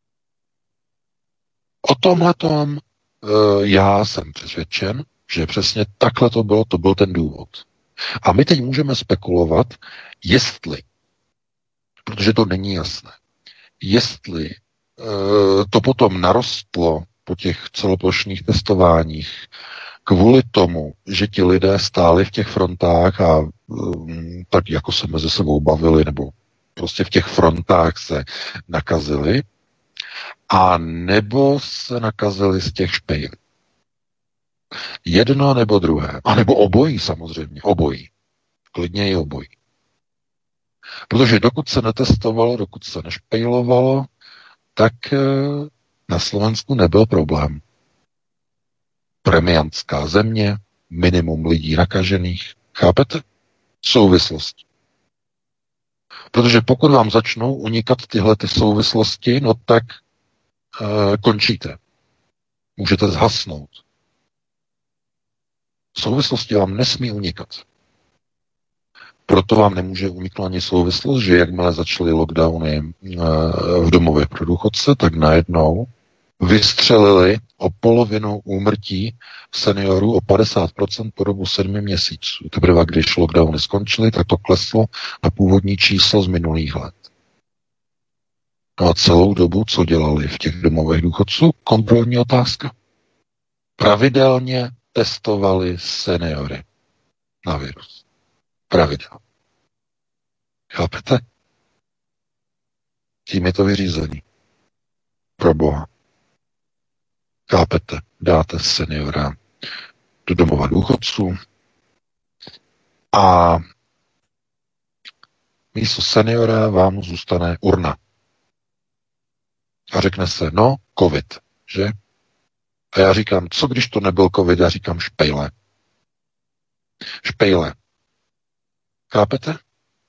O tomhletom e, já jsem přesvědčen, že přesně takhle to bylo, to byl ten důvod. A my teď můžeme spekulovat, jestli, protože to není jasné, jestli e, to potom narostlo po těch celoplošných testováních kvůli tomu, že ti lidé stáli v těch frontách a um, tak jako se mezi sebou bavili, nebo prostě v těch frontách se nakazili, a nebo se nakazili z těch špejlí. Jedno nebo druhé. A nebo obojí samozřejmě. Obojí. Klidně i obojí. Protože dokud se netestovalo, dokud se nešpejlovalo, tak na Slovensku nebyl problém. Premiantská země, minimum lidí nakažených. Chápete? Souvislosti. Protože pokud vám začnou unikat tyhle ty souvislosti, no tak e, končíte. Můžete zhasnout. Souvislosti vám nesmí unikat. Proto vám nemůže uniknout ani souvislost, že jakmile začaly lockdowny e, v domovech pro důchodce, tak najednou vystřelili o polovinu úmrtí seniorů o padesát procent po dobu sedmi měsíců. Teprve když lockdowny skončily, tak to kleslo na původní číslo z minulých let. No a celou dobu, co dělali v těch domovech důchodců, kontrolní otázka. Pravidelně testovali seniory na virus. Pravidelně. Chápete? Tím je to vyřízení. Pro Boha. Chápete? Dáte seniora do domova důchodců a místo seniora vám zůstane urna. A řekne se, no, covid, že? A já říkám, co když to nebyl covid? Já říkám špejle. Špejle. Chápete?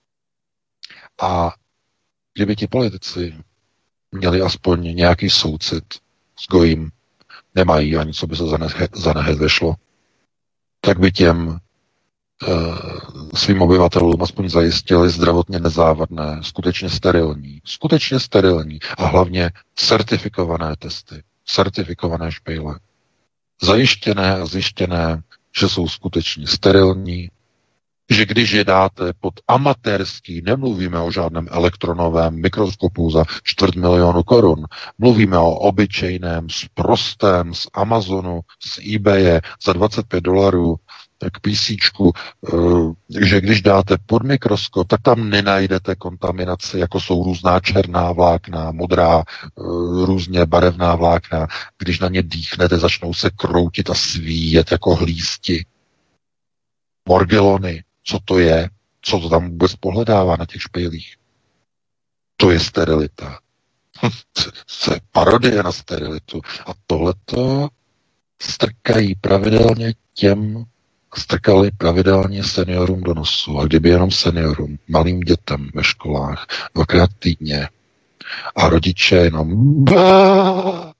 A kdyby ti politici měli aspoň nějaký soucit s gojím, nemají ani co by se za nehet vešlo, tak by těm e, svým obyvatelům aspoň zajistili zdravotně nezávadné, skutečně sterilní, skutečně sterilní a hlavně certifikované testy, certifikované špejle. Zajištěné a zjištěné, že jsou skutečně sterilní, že když je dáte pod amatérský, nemluvíme o žádném elektronovém mikroskopu za čtvrt milionu korun, mluvíme o obyčejném, z prostém, z Amazonu, z eBaye za dvacet pět dolarů k PCčku, že když dáte pod mikroskop, tak tam nenajdete kontaminaci, jako jsou různá černá vlákna, modrá, různě barevná vlákna. Když na ně dýchnete, začnou se kroutit a svíjet jako hlísti. Morgellony. Co to je? Co to tam vůbec pohledává na těch špejlích? To je sterilita. To je parodie na sterilitu. A tohleto strkají pravidelně těm, strkali pravidelně seniorům do nosu. A kdyby jenom seniorům, malým dětem ve školách, dvakrát týdně. A rodiče jenom bá,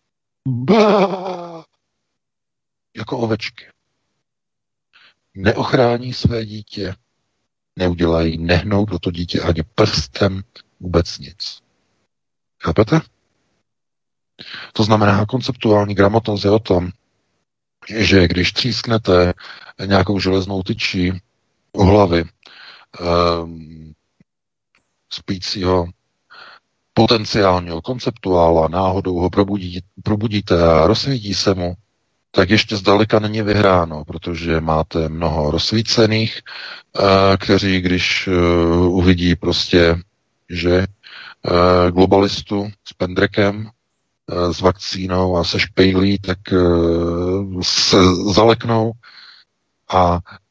bá, jako ovečky. Neochrání své dítě, neudělají, nehnou do to dítě ani prstem, vůbec nic. Chápete? To znamená, konceptuální gramotnost je o tom, že když třísknete nějakou železnou tyčí u hlavy um, spícího potenciálního konceptuála, náhodou ho probudí, probudíte a rozsvítí se mu, tak ještě zdaleka není vyhráno, protože máte mnoho rozsvícených, kteří, když uvidí prostě, že globalistu s pendrekem, s vakcínou a se špejlí, tak se zaleknou a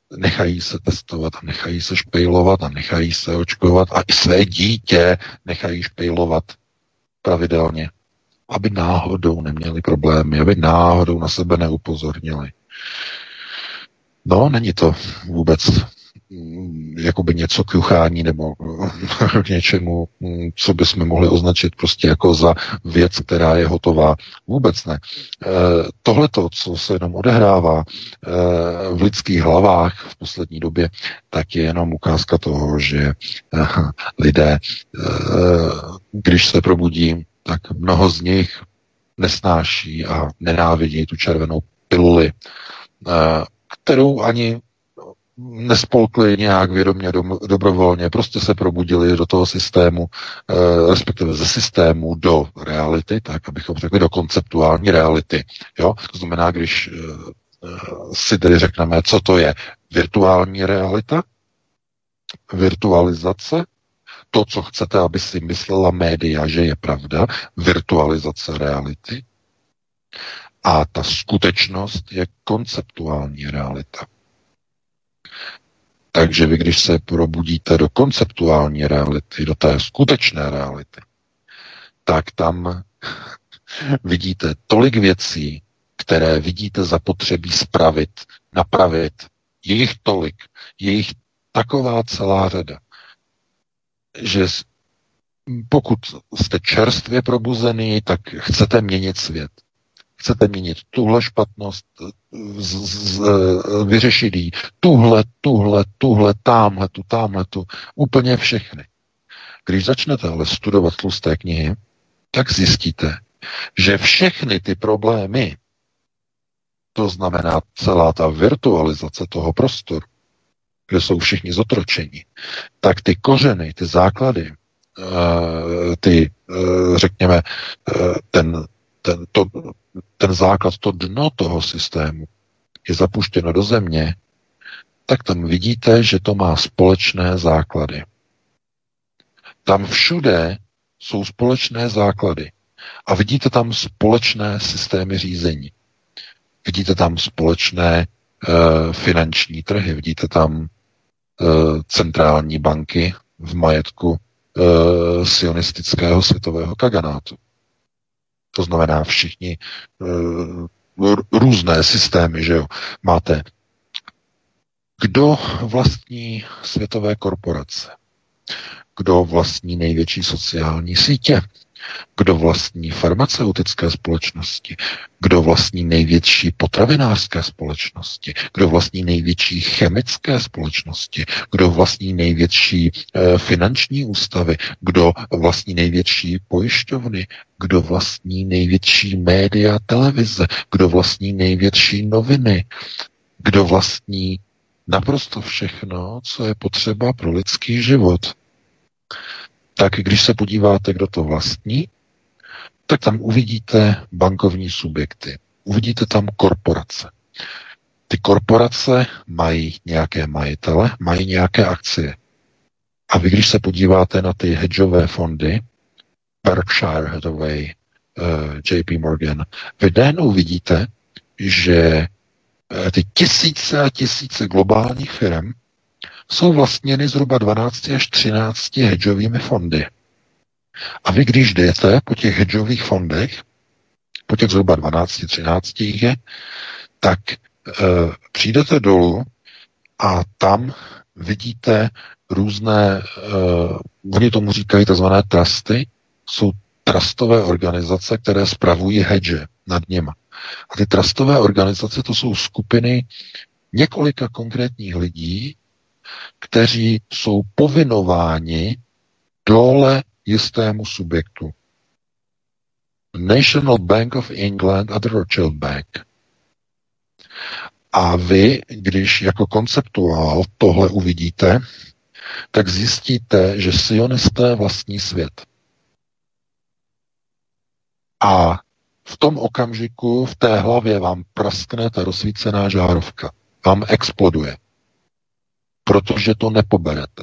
nechají se testovat a nechají se špejlovat a nechají se očkovat a i své dítě nechají špejlovat pravidelně, aby náhodou neměli problémy, aby náhodou na sebe neupozornili. No, není to vůbec jakoby něco k juchání nebo k něčemu, co bychom mohli označit prostě jako za věc, která je hotová. Vůbec ne. Tohleto, co se jenom odehrává v lidských hlavách v poslední době, tak je jenom ukázka toho, že lidé, když se probudí, tak mnoho z nich nesnáší a nenávidí tu červenou piluli, kterou ani nespolkli nějak vědomě, dobrovolně, prostě se probudili do toho systému, respektive ze systému do reality, tak abychom řekli do konceptuální reality. Jo? To znamená, když si tedy řekneme, co to je virtuální realita, virtualizace, to, co chcete, aby si myslela média, že je pravda, virtualizace reality, a ta skutečnost je konceptuální realita. Takže vy, když se probudíte do konceptuální reality, do té skutečné reality, tak tam vidíte tolik věcí, které vidíte zapotřebí spravit, napravit. Je jich tolik, je jich taková celá řada, že pokud jste čerstvě probuzený, tak chcete měnit svět. Chcete měnit tuhle špatnost, z, z, vyřešit jí, tuhle, tuhle, tuhle, támhle, tu, támhle, tu, úplně všechny. Když začnete ale studovat tlusté knihy, tak zjistíte, že všechny ty problémy, to znamená celá ta virtualizace toho prostoru, kde jsou všichni zotročeni, tak ty kořeny, ty základy, ty, řekněme, ten, ten, to, ten základ, to dno toho systému je zapuštěno do země, tak tam vidíte, že to má společné základy. Tam všude jsou společné základy a vidíte tam společné systémy řízení. Vidíte tam společné uh, finanční trhy, vidíte tam uh, centrální banky v majetku uh, sionistického světového kaganátu. To znamená všichni uh, různé systémy, že jo. Máte, kdo vlastní světové korporace, kdo vlastní největší sociální sítě, kdo vlastní farmaceutické společnosti, kdo vlastní největší potravinářské společnosti, kdo vlastní největší chemické společnosti, kdo vlastní největší e, finanční ústavy, kdo vlastní největší pojišťovny, kdo vlastní největší média, televize, kdo vlastní největší noviny, kdo vlastní naprosto všechno, co je potřeba pro lidský život. Tak když se podíváte, kdo to vlastní, tak tam uvidíte bankovní subjekty. Uvidíte tam korporace. Ty korporace mají nějaké majitele, mají nějaké akcie. A vy, když se podíváte na ty hedžové fondy, Berkshire Hathaway, uh, J P Morgan, vy najednou vidíte, že ty tisíce a tisíce globálních firm jsou vlastněny zhruba dvanáct až třináct hedžovými fondy. A vy, když jdete po těch hedžových fondech, po těch zhruba dvanáct třináct je, tak e, přijdete dolů a tam vidíte různé, e, oni tomu říkají takzvané trusty, jsou trustové organizace, které spravují hedže nad něma. A ty trustové organizace, to jsou skupiny několika konkrétních lidí, kteří jsou povinováni dole jistému subjektu. National Bank of England a the Rothschild Bank. A vy, když jako konceptuál tohle uvidíte, tak zjistíte, že sionisté vlastní svět. A v tom okamžiku v té hlavě vám praskne ta rozsvícená žárovka. Vám exploduje. Protože to nepoberete.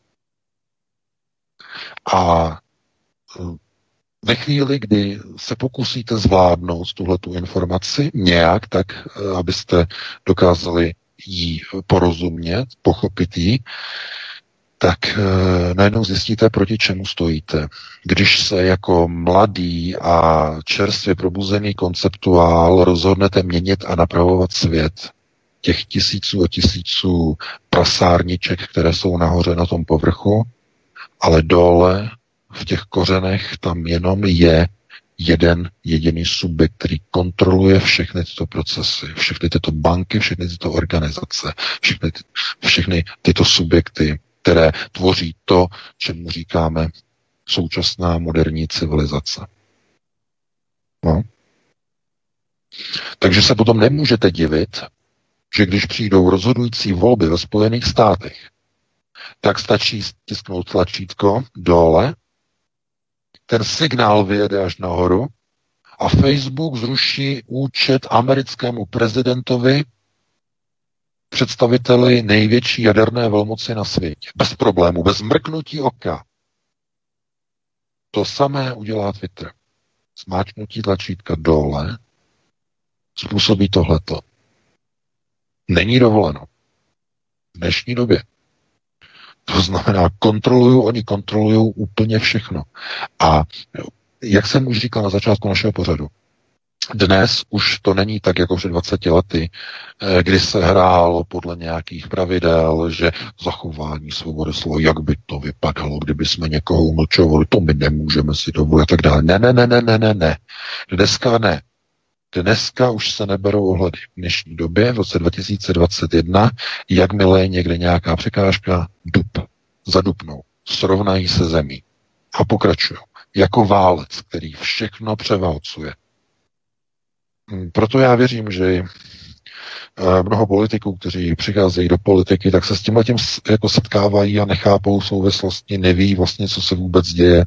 A ve chvíli, kdy se pokusíte zvládnout tuhletu informaci nějak, tak abyste dokázali jí porozumět, pochopit jí, tak e, najednou zjistíte, proti čemu stojíte. Když se jako mladý a čerstvě probuzený konceptuál rozhodnete měnit a napravovat svět, těch tisíců a tisíců prasárniček, které jsou nahoře na tom povrchu, ale dole v těch kořenech tam jenom je jeden jediný subjekt, který kontroluje všechny tyto procesy, všechny tyto banky, všechny tyto organizace, všechny, ty, všechny tyto subjekty, které tvoří to, čemu říkáme současná moderní civilizace. No. Takže se potom nemůžete divit, že když přijdou rozhodující volby ve Spojených státech, tak stačí stisknout tlačítko dole, ten signál vyjede až nahoru a Facebook zruší účet americkému prezidentovi, představiteli největší jaderné velmoci na světě. Bez problému, bez mrknutí oka. To samé udělá Twitter. Zmáčknutí tlačítka dole způsobí tohleto. Není dovoleno. V dnešní době. To znamená, kontrolují, oni kontrolují úplně všechno. A jak jsem už říkal na začátku našeho pořadu, dnes už to není tak jako před dvaceti lety, kdy se hrálo podle nějakých pravidel, že zachování svobody slova, jak by to vypadalo, kdyby jsme někoho umlčovali, to my nemůžeme si dovolit a tak dále. Ne, ne, ne, ne, ne, ne, ne. Dneska ne. Dneska už se neberou ohledy. V dnešní době, v roce dva tisíce dvacet jedna, jakmile je někde nějaká překážka, dup, zadupnou, srovnají se zemí a pokračují. Jako válec, který všechno převálcuje. Proto já věřím, že mnoho politiků, kteří přicházejí do politiky, tak se s tímhle tím jako setkávají a nechápou souvislosti, neví vlastně, co se vůbec děje.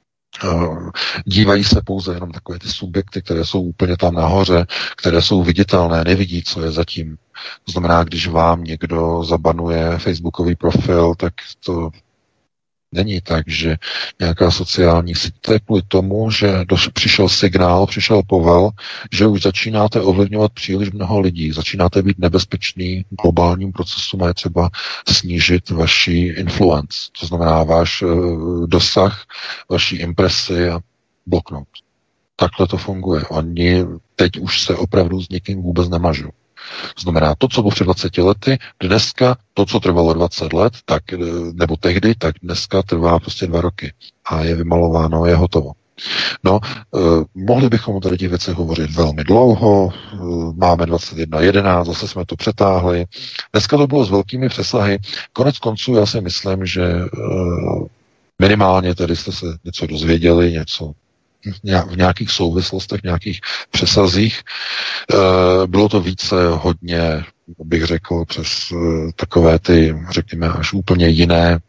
Dívají se pouze jenom takové ty subjekty, které jsou úplně tam nahoře, které jsou viditelné, nevidí, co je zatím. To znamená, když vám někdo zabanuje facebookový profil, tak to není tak, že nějaká sociální síť, to je kvůli tomu, že dos- přišel signál, přišel povel, že už začínáte ovlivňovat příliš mnoho lidí, začínáte být nebezpečný globálním procesům a je třeba snížit vaši influence, to znamená váš uh, dosah, vaši impresi a bloknout. Takhle to funguje. Oni teď už se opravdu s někým vůbec nemažou. To znamená, to, co bylo před dvaceti lety, dneska, to, co trvalo dvacet let, tak, nebo tehdy, tak dneska trvá prostě dva roky. A je vymalováno, je hotovo. No, eh, mohli bychom o tady těch věcech hovořit velmi dlouho, eh, máme dvacet jedna jedenáct, zase jsme to přetáhli. Dneska to bylo s velkými přesahy. Konec konců já si myslím, že eh, minimálně tady jste se něco dozvěděli, něco v nějakých souvislostech, v nějakých přesazích. Bylo to více hodně, bych řekl, přes takové ty, řekněme, až úplně jiné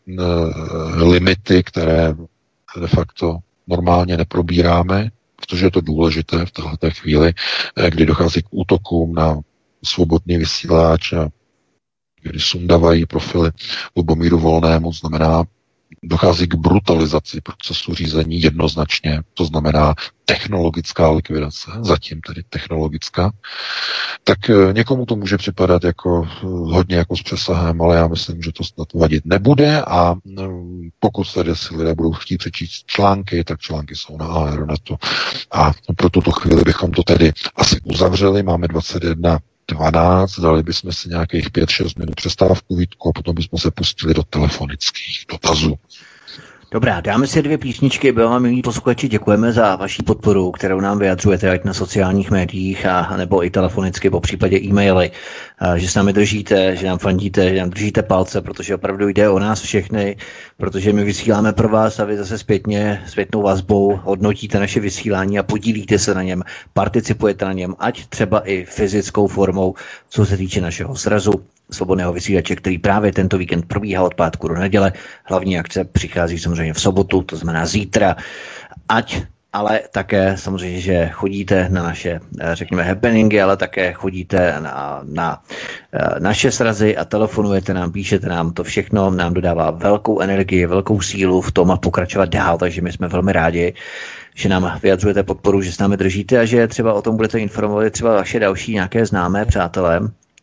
limity, které de facto normálně neprobíráme, protože je to důležité v této chvíli, kdy dochází k útokům na svobodný vysílač a kdy sundavají profily Lubomíru Volnému, znamená, dochází k brutalizaci procesu řízení jednoznačně, to znamená technologická likvidace, zatím tedy technologická, tak někomu to může připadat jako hodně jako s přesahem, ale já myslím, že to snad vadit nebude a pokud tady si lidé budou chtít přečíst články, tak články jsou na Aeronetu a pro tuto chvíli bychom to tedy asi uzavřeli, máme dvacet jedna dvanáct, dali bychom si nějakých pět šest minut přestávku, Vítku, a potom bychom se pustili do telefonických dotazů. Dobrá, dáme si dvě písničky. Bylo vám, milí posluchači, děkujeme za vaši podporu, kterou nám vyjadřujete ať na sociálních médiích, a nebo i telefonicky, po případě e-maily, že s námi držíte, že nám fandíte, že nám držíte palce, protože opravdu jde o nás všechny, protože my vysíláme pro vás a vy zase zpětně, zpětnou vazbou hodnotíte naše vysílání a podílíte se na něm, participujete na něm, ať třeba i fyzickou formou, co se týče našeho srazu Svobodného vysílače, který právě tento víkend probíhá od pátku do neděle. Hlavní akce přichází samozřejmě v sobotu, to znamená zítra. Ať ale také samozřejmě, že chodíte na naše, řekněme, happeningy, ale také chodíte na, na naše srazy a telefonujete nám, píšete nám, to všechno nám dodává velkou energii, velkou sílu v tom a pokračovat dál, takže my jsme velmi rádi, že nám vyjadřujete podporu, že s námi držíte a že třeba o tom budete informovat třeba vaše další nějaké známé přátelé,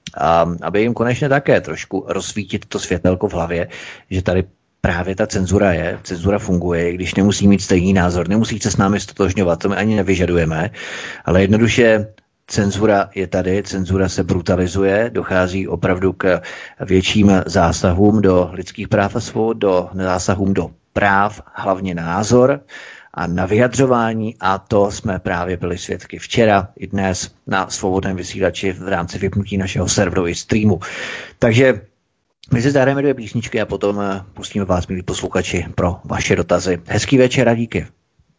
A aby jim konečně také trošku rozsvítit to světelko v hlavě, že tady právě ta cenzura je, cenzura funguje, když nemusí mít stejný názor, nemusí se s námi stotožňovat, to my ani nevyžadujeme, ale jednoduše cenzura je tady, cenzura se brutalizuje, dochází opravdu k větším zásahům do lidských práv a svobod, do zásahům do práv, hlavně na názor a na vyjadřování, a to jsme právě byli svědky včera i dnes na svobodném vysílači v rámci vypnutí našeho serveru i streamu. Takže my si zahrajeme dvě písničky a potom pustíme vás, milí posluchači, pro vaše dotazy. Hezký večer a díky.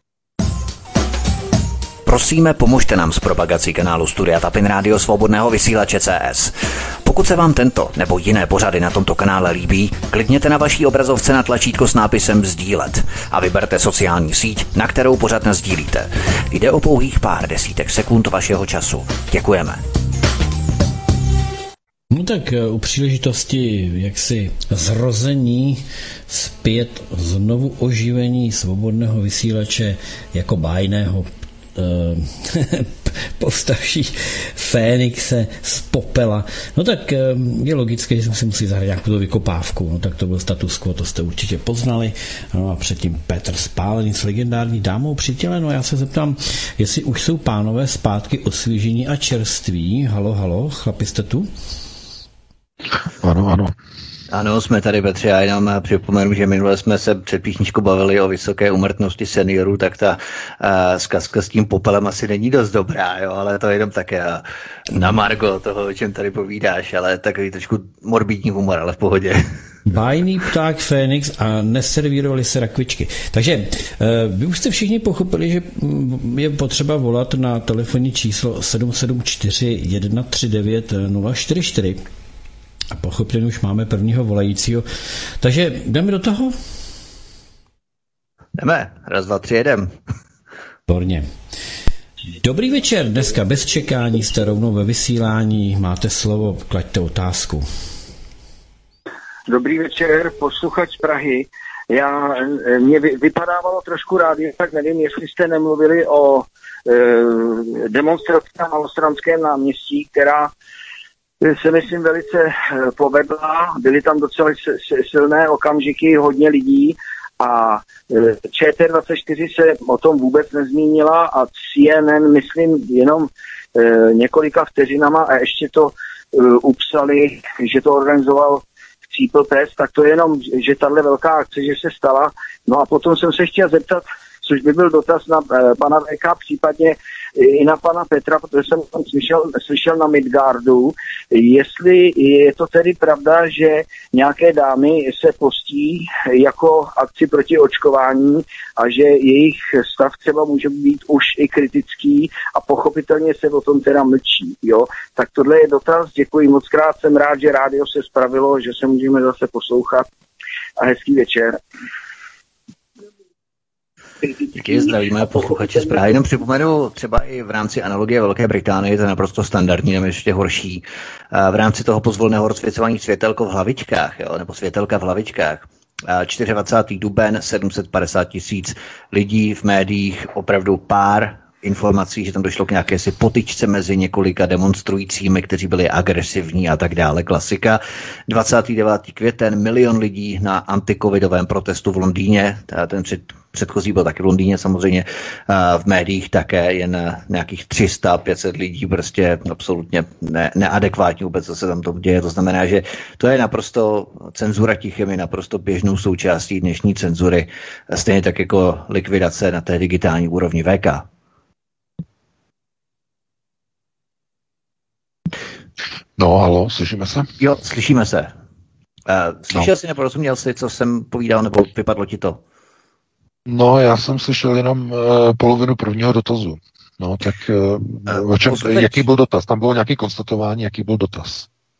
Prosíme, pomožte nám s propagací kanálu Studia Tapin Rádio Svobodného vysílače C S. Pokud se vám tento nebo jiné pořady na tomto kanále líbí, klikněte na vaší obrazovce na tlačítko s nápisem sdílet a vyberte sociální síť, na kterou pořad nasdílíte. Jde o pouhých pár desítek sekund vašeho času. Děkujeme. No tak u příležitosti jaksi zrození zpět znovu oživení Svobodného vysílače jako bájného povstavší Fénixe z popela. No tak je logické, že jsem si musel zahrát nějakou vykopávku. No tak to byl Status Quo, to jste určitě poznali. No a předtím Petr Spálený s legendární dámou přítele. No já se zeptám, jestli už jsou pánové zpátky osvěžení a čerství. Halo, halo, chlapi, jste tu? Ano, ano. Ano, jsme tady, Petře, já jenom připomenu, že minule jsme se před písničkou bavili o vysoké úmrtnosti seniorů, tak ta uh, zkazka s tím popelem asi není dost dobrá, jo, ale to je jenom také uh, na margo toho, o čem tady povídáš, ale takový trošku morbidní humor, ale v pohodě. Bájný pták Fénix a neservírovali se rakvičky. Takže vy už jste všichni pochopili, že je potřeba volat na telefonní číslo sedm sedm čtyři jedna tři devět nula čtyři čtyři. A pochopitelně už máme prvního volajícího. Takže jdeme do toho? Jdeme. Raz, dva, tři, jedem. Výborně. Dobrý večer. Dneska bez čekání jste rovnou ve vysílání. Máte slovo, klaďte otázku. Dobrý večer, posluchač z Prahy. Já, mě vypadávalo trošku rádio, tak nevím, jestli jste nemluvili o e, demonstraci na Malostranském náměstí, která se myslím velice povedla. Byly tam docela silné okamžiky, hodně lidí a Č T dvacet čtyři se o tom vůbec nezmínila a C N N myslím jenom několika vteřinama a ještě to upsali, že to organizoval Cípl Press, tak to je jenom, že tahle velká akce, že se stala. No a potom jsem se chtěl zeptat, což by byl dotaz na eh, pana V K, případně i na pana Petra, protože jsem tam slyšel, slyšel na Midgardu, jestli je to tedy pravda, že nějaké dámy se postí jako akci proti očkování a že jejich stav třeba může být už i kritický a pochopitelně se o tom teda mlčí. Jo? Tak tohle je dotaz, děkuji moc krát, jsem rád, že rádio se spravilo, že se můžeme zase poslouchat a hezký večer. Díky, zdravíme posluchače z Prahy. Jenom připomenu, třeba i v rámci analogie Velké Británie, to je naprosto standardní, nebo ještě horší. V rámci toho pozvolného rozsvěcování světelko v hlavičkách, jo, nebo světelka v hlavičkách. dvacátého čtvrtého duben sedm set padesát tisíc lidí v médiích, opravdu pár informací, že tam došlo k nějaké si potyčce mezi několika demonstrujícími, kteří byli agresivní a tak dále, klasika. dvacátého devátého květen milion lidí na antikovidovém protestu v Londýně, ten před, předchozí byl taky v Londýně samozřejmě, v médiích také jen nějakých tři sta pět set lidí, prostě absolutně ne, neadekvátní vůbec, co se tam to děje, to znamená, že to je naprosto, cenzura tichem je naprosto běžnou součástí dnešní cenzury, stejně tak jako likvidace na té digitální úrovni V K. No, halo, slyšíme se? Jo, slyšíme se. Uh, slyšel no. jsi nebo rozuměl jsi, co jsem povídal, nebo vypadlo ti to? No, já jsem slyšel jenom uh, polovinu prvního dotazu. No, tak uh, uh, čem, jaký byl dotaz? Tam bylo nějaký konstatování, jaký byl dotaz?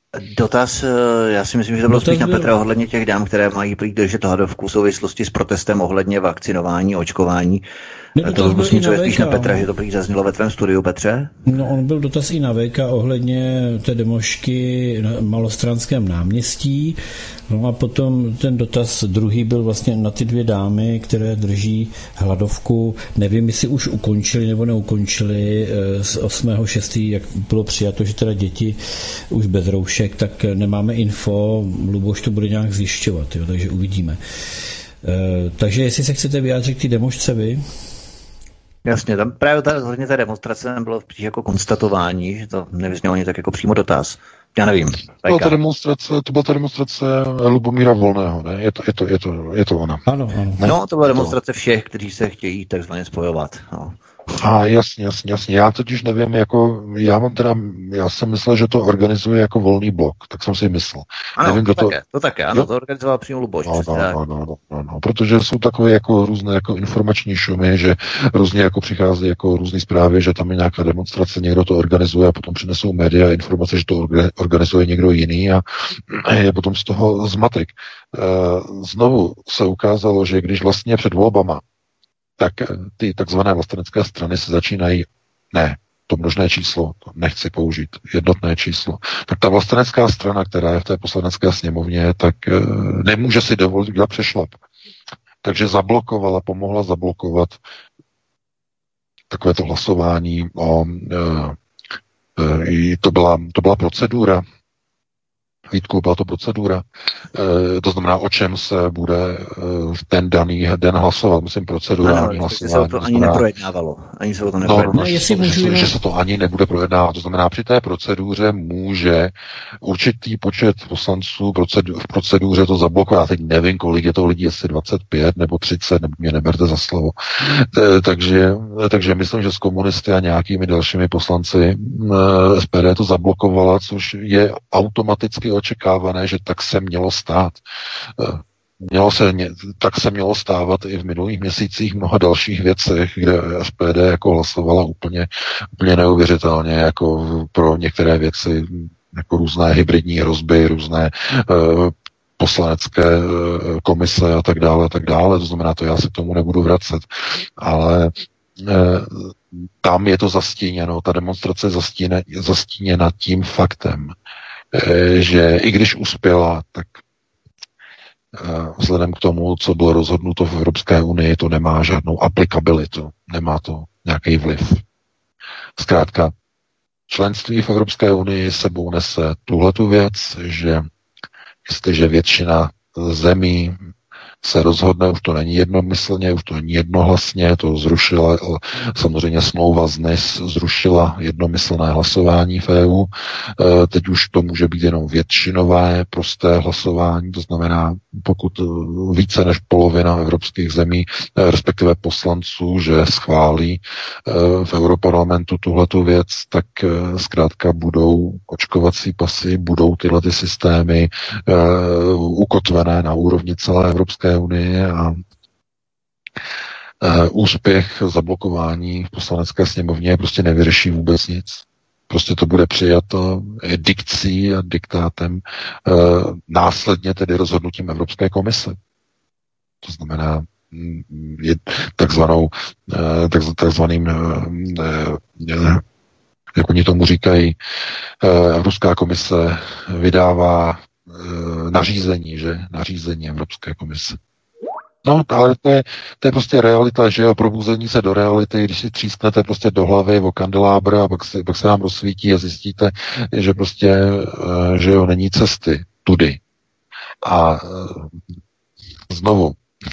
Dotaz, já si myslím, že to bylo Dotaz spíš na byl... Petra ohledně těch dám, které mají prý držet hladovku v souvislosti s protestem ohledně vakcinování, očkování. Ne, to bylo spíš na Petra, že to prý zaznělo ve tvém studiu, Petře? No, on byl dotaz i na V K ohledně té demošky na Malostranském náměstí. No a potom ten dotaz druhý byl vlastně na ty dvě dámy, které drží hladovku. Nevím, jestli už ukončili nebo neukončili z osmého šestého jak bylo přijato, že teda děti už bez roušek, tak nemáme info. Luboš to bude nějak zjišťovat, jo, takže uvidíme. Takže jestli se chcete vyjádřit k té demošce vy? Jasně, tam právě ta, hodně té demonstrace bylo spíš jako konstatování, že to nevyznělo ani tak jako přímo dotaz. Já nevím. To byla ta demonstrace, to byla ta demonstrace Lubomíra Volného, ne? Je to, je to, je to, je to ona. Ano, ano. No, to byla demonstrace všech, kteří se chtějí takzvaně spojovat. No. A jasně, jasně, jasně. Já totiž nevím, jako, já mám teda, já jsem myslel, že to organizuje jako Volný blok, tak jsem si myslel. Ano, nevím, to, to také, to také, ano, to organizoval přímo Luboš. No, no, no, no, no, no, no, protože jsou takové jako různé jako informační šumy, že různě jako přichází jako různé zprávy, že tam je nějaká demonstrace, někdo to organizuje a potom přinesou média informace, že to organizuje někdo jiný a je potom z toho zmatek. Znovu se ukázalo, že když vlastně před volbama tak ty takzvané vlastenecké strany se začínají, ne, to množné číslo, to nechci použít, jednotné číslo, tak ta vlastenecká strana, která je v té poslanecké sněmovně, tak nemůže si dovolit dělat přešlap. Takže zablokovala, pomohla zablokovat takovéto hlasování o, to byla, to byla procedura, Vítku, byla to procedura. E, to znamená, o čem se bude e, v ten daný den hlasovat. Myslím, procedurální hlasování. Se to ani neprojednávalo. Ani se to neprojednávalo. No, no, no, že, že, že se to ani nebude projednávat. To znamená, při té proceduře může určitý počet poslanců procedu, v proceduře to zablokovat. Já teď nevím, kolik je to lidí, jestli dvacet pět nebo třicet, nebo mě neberte za slovo. E, takže, takže myslím, že s komunisty a nějakými dalšími poslanci e, S P D to zablokovala, což je automaticky očekávané, že tak se mělo stát. Mělo se, tak se mělo stávat i v minulých měsících mnoha dalších věcech, kde S P D jako hlasovala úplně, úplně neuvěřitelně jako pro některé věci, jako různé hybridní hrozby, různé uh, poslanecké uh, komise a tak dále, a tak dále. To znamená, to já se k tomu nebudu vracet. Ale uh, tam je to zastíněno, ta demonstrace je zastíněna tím faktem, že i když uspěla, tak vzhledem k tomu, co bylo rozhodnuto v Evropské unii, to nemá žádnou aplikabilitu, nemá to nějaký vliv. Zkrátka, členství v Evropské unii sebou nese tuhletu věc, že jestliže většina zemí se rozhodne, už to není jednomyslně, už to není jednohlasně, to zrušila, samozřejmě smlouva z N I S zrušila jednomyslné hlasování v E U, teď už to může být jenom většinové prosté hlasování, to znamená, pokud více než polovina evropských zemí, respektive poslanců, že schválí v Europarlamentu tuhletu věc, tak zkrátka budou očkovací pasy, budou tyhle ty systémy ukotvené na úrovni celé Evropské unie a úspěch zablokování v poslanecké sněmovně prostě nevyřeší vůbec nic. Prostě to bude přijato dikcí a diktátem následně tedy rozhodnutím Evropské komise. To znamená je takzvanou takzvaným jak oni tomu říkají, Evropská komise vydává nařízení, že? Nařízení Evropské komise. No, ale to je, to je prostě realita, že jo, probuzení se do reality, když si třísknete prostě do hlavy o kandelábr a pak se, pak se vám rozsvítí a zjistíte, že prostě, že jo, není cesty tudy. A znovu,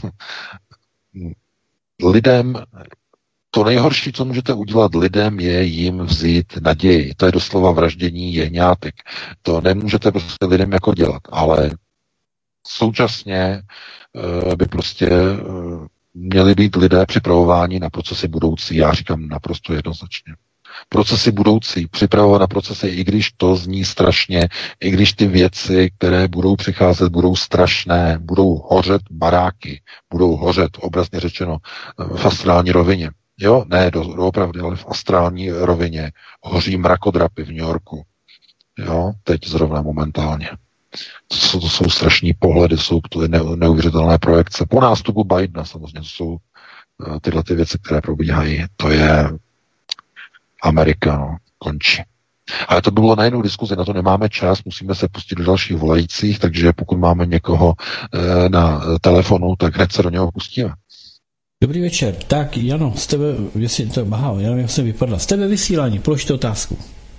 lidem, to nejhorší, co můžete udělat lidem, je jim vzít naději. To je doslova vraždění jehňátek. To nemůžete prostě lidem jako dělat, ale současně by prostě měli být lidé připravováni na procesy budoucí. Já říkám naprosto jednoznačně. Procesy budoucí, připravovat na procesy, i když to zní strašně, i když ty věci, které budou přicházet, budou strašné, budou hořet baráky, budou hořet, obrazně řečeno, v astrální rovině. Jo, ne do, do opravdy, ale v astrální rovině hoří mrakodrapy v New Yorku. Jo, teď zrovna momentálně. To jsou, to jsou strašní pohledy, jsou to neuvěřitelné projekce. Po nástupu Bidena samozřejmě to jsou uh, tyhle ty věci, které probíhají. To je Amerika, no, končí. Ale to bylo na jinou diskuzi, na to nemáme čas, musíme se pustit do dalších volajících, takže pokud máme někoho uh, na telefonu, tak hned se do něho pustíme. Dobrý večer. Tak, Jano, z tebe, jestli to, aha, Jano, jak jsem vypadla. Z tebe vysílání, položte otázku.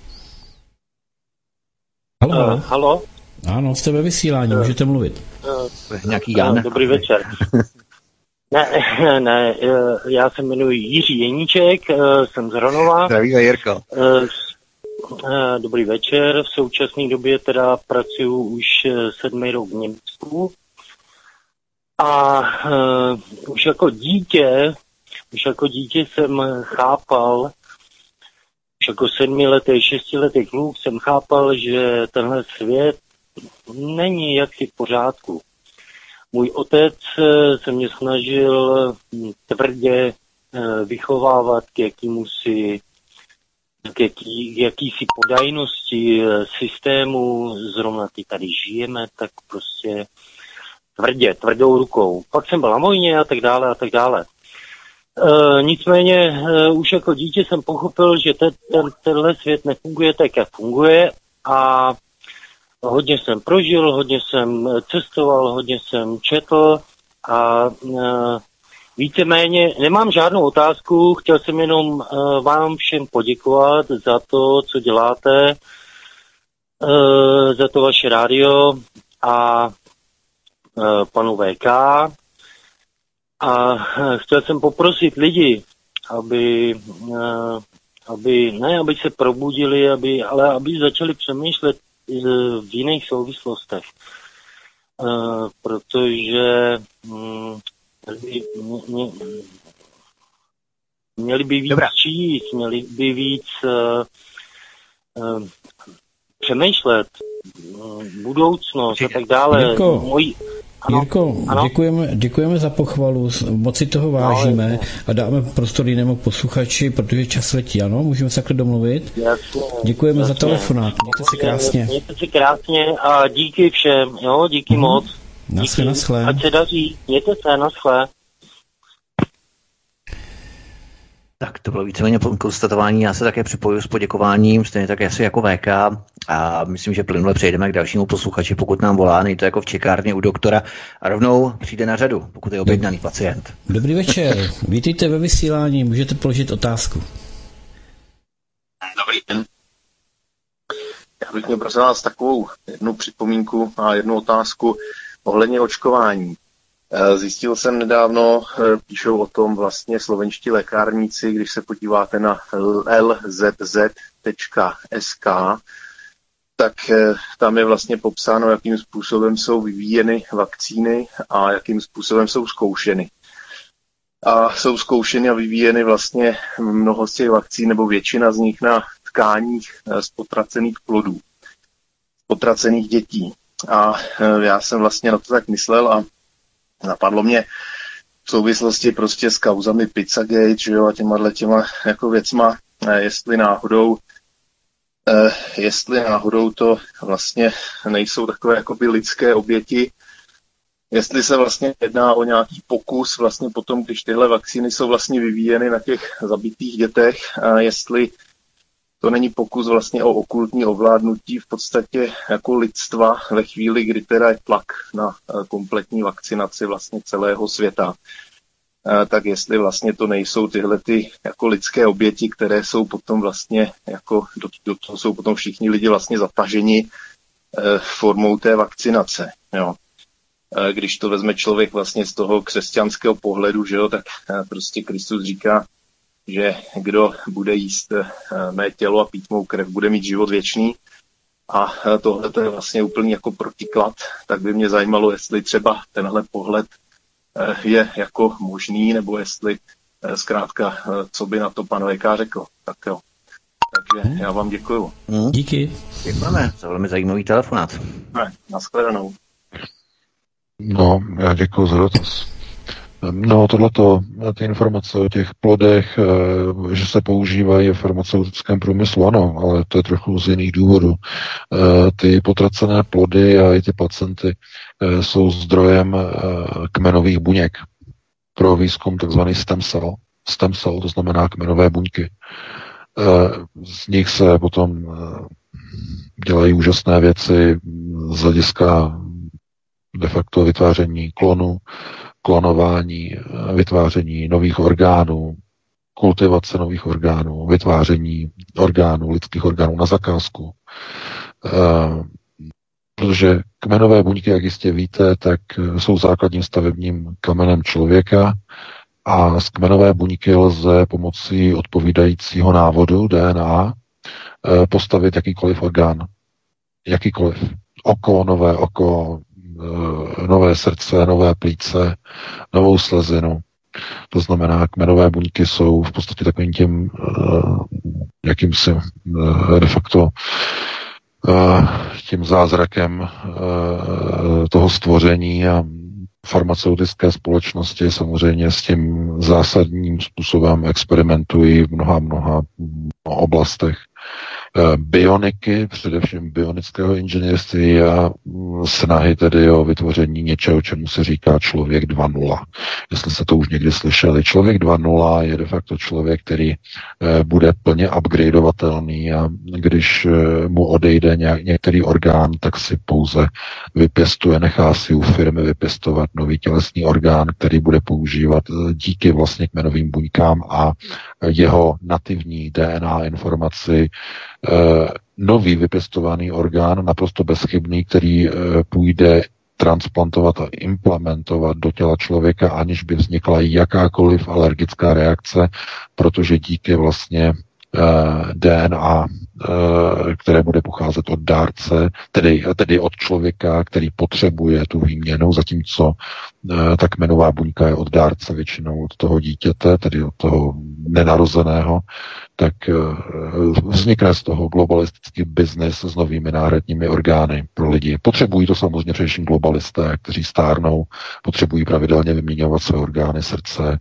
Halo? Uh, halo? Ano, z tebe vysílání, uh, můžete mluvit. Uh, Nějaký Jan. Uh, dobrý večer. ne, ne, já se jmenuji Jiří Jeníček, jsem z Hronova. Zdraví, Jirko. Uh, Dobrý večer. V současné době teda pracuji už sedmý rok v Německu. A uh, už jako dítě, už jako dítě jsem chápal, už jako sedmiletý, šestiletý kluk jsem chápal, že tenhle svět není jaksi v pořádku. Můj otec se mě snažil tvrdě vychovávat k jakýmusi, k jaký, jakýsi podajnosti systému, zrovna ty tady žijeme, tak prostě tvrdě, tvrdou rukou. Pak jsem byl na vojně a tak dále a tak dále. E, nicméně e, už jako dítě jsem pochopil, že te, ten, tenhle svět nefunguje tak, jak funguje a hodně jsem prožil, hodně jsem cestoval, hodně jsem četl a e, víceméně nemám žádnou otázku, chtěl jsem jenom e, vám všem poděkovat za to, co děláte, e, za to vaše rádio a panu V K. A chtěl jsem poprosit lidi, aby, aby ne, aby se probudili, aby, ale aby začali přemýšlet v jiných souvislostech. Protože měli, měli by víc Dobrá. číst, měli by víc přemýšlet budoucnost a tak dále. Jirko, Můj... ano, Jirko ano? Děkujeme, děkujeme za pochvalu, moc si toho vážíme no, a dáme prostor jinému posluchači, protože čas letí, ano? Můžeme se takhle domluvit? Jasně, děkujeme jasně. za telefonát, mějte si krásně. Mějte si krásně a díky všem, jo, díky hmm. moc. Naschle, naschle. Ať se daří, mějte se, naschle. Tak to bylo víceméně konstatování, já se také připojuji s poděkováním, stejně tak asi jako V K a myslím, že plynule přejdeme k dalšímu posluchači, pokud nám volá, nejde to jako v čekárně u doktora a rovnou přijde na řadu, pokud je objednaný pacient. Dobrý večer, vítejte ve vysílání, můžete položit otázku. Dobrý den. Já bych měl prosím vás takovou jednu připomínku a jednu otázku ohledně očkování. Zjistil jsem nedávno, píšou o tom vlastně slovenští lékárníci, když se podíváte na el zet zet tečka es ká, tak tam je vlastně popsáno, jakým způsobem jsou vyvíjeny vakcíny a jakým způsobem jsou zkoušeny. A jsou zkoušeny a vyvíjeny vlastně mnoho z těch vakcín, nebo většina z nich na tkáních z potracených plodů, z potracených dětí. A já jsem vlastně na to tak myslel a napadlo mě v souvislosti prostě s kauzami Pizzagate, že jo, a těma těma jako věcma, jestli náhodou, eh, jestli náhodou to vlastně nejsou takové jakoby lidské oběti, jestli se vlastně jedná o nějaký pokus vlastně potom, když tyhle vakcíny jsou vlastně vyvíjeny na těch zabitých dětech, a jestli to není pokus vlastně o okultní ovládnutí v podstatě jako lidstva ve chvíli, kdy teda je tlak na kompletní vakcinaci vlastně celého světa. Tak jestli vlastně to nejsou tyhle ty jako lidské oběti, které jsou potom vlastně jako do, do toho jsou potom všichni lidi vlastně zataženi formou té vakcinace. Jo. Když to vezme člověk vlastně z toho křesťanského pohledu, že jo, tak prostě Kristus říká, že kdo bude jíst mé tělo a pít mou krev, bude mít život věčný. A tohle to je vlastně úplně jako protiklad. Tak by mě zajímalo, jestli třeba tenhle pohled je jako možný, nebo jestli zkrátka, co by na to pan V K řekl. Tak jo. Takže já vám děkuju. Hmm. Díky. Děkujeme za velmi zajímavý telefonát. Ne, nashledanou. No, já děkuju za dotaz. No, tohleto, ty informace o těch plodech, že se používají v farmaceutickém průmyslu, ano, ale to je trochu z jiných důvodů. Ty potracené plody a i ty placenty jsou zdrojem kmenových buněk pro výzkum takzvaný stem cell. Stem cell, to znamená kmenové buňky. Z nich se potom dělají úžasné věci z hlediska de facto vytváření klonu, klonování, vytváření nových orgánů, kultivace nových orgánů, vytváření orgánů, lidských orgánů na zakázku. Protože kmenové buňky, jak jistě víte, tak jsou základním stavebním kamenem člověka a z kmenové buňky lze pomocí odpovídajícího návodu D N A postavit jakýkoliv orgán. Jakýkoliv. Oko, nové oko, nové srdce, nové plíce, novou slezinu. To znamená, kmenové buňky jsou v podstatě takovým tím jakýmsi de facto tím zázrakem toho stvoření a farmaceutické společnosti samozřejmě s tím zásadním způsobem experimentují v mnoha, mnoha oblastech. Bioniky, především bionického inženýrství a snahy tedy o vytvoření něčeho, čemu se říká člověk dva tečka nula. Jestli se to už někdy slyšeli. Člověk dva tečka nula je de facto člověk, který bude plně upgradeovatelný a když mu odejde některý orgán, tak si pouze vypěstuje, nechá si u firmy vypěstovat nový tělesný orgán, který bude používat díky vlastně kmenovým buňkám a jeho nativní D N A informaci nový vypěstovaný orgán, naprosto bezchybný, který půjde transplantovat a implementovat do těla člověka, aniž by vznikla jakákoliv alergická reakce, protože díky vlastně D N A, které bude pocházet od dárce, tedy, tedy od člověka, který potřebuje tu výměnu, zatímco ta kmenová buňka je od dárce většinou od toho dítěte, tedy od toho nenarozeného, tak vznikne z toho globalistický biznis s novými náhradními orgány pro lidi. Potřebují to samozřejmě především globalisté, kteří stárnou, potřebují pravidelně vyměňovat své orgány, srdce.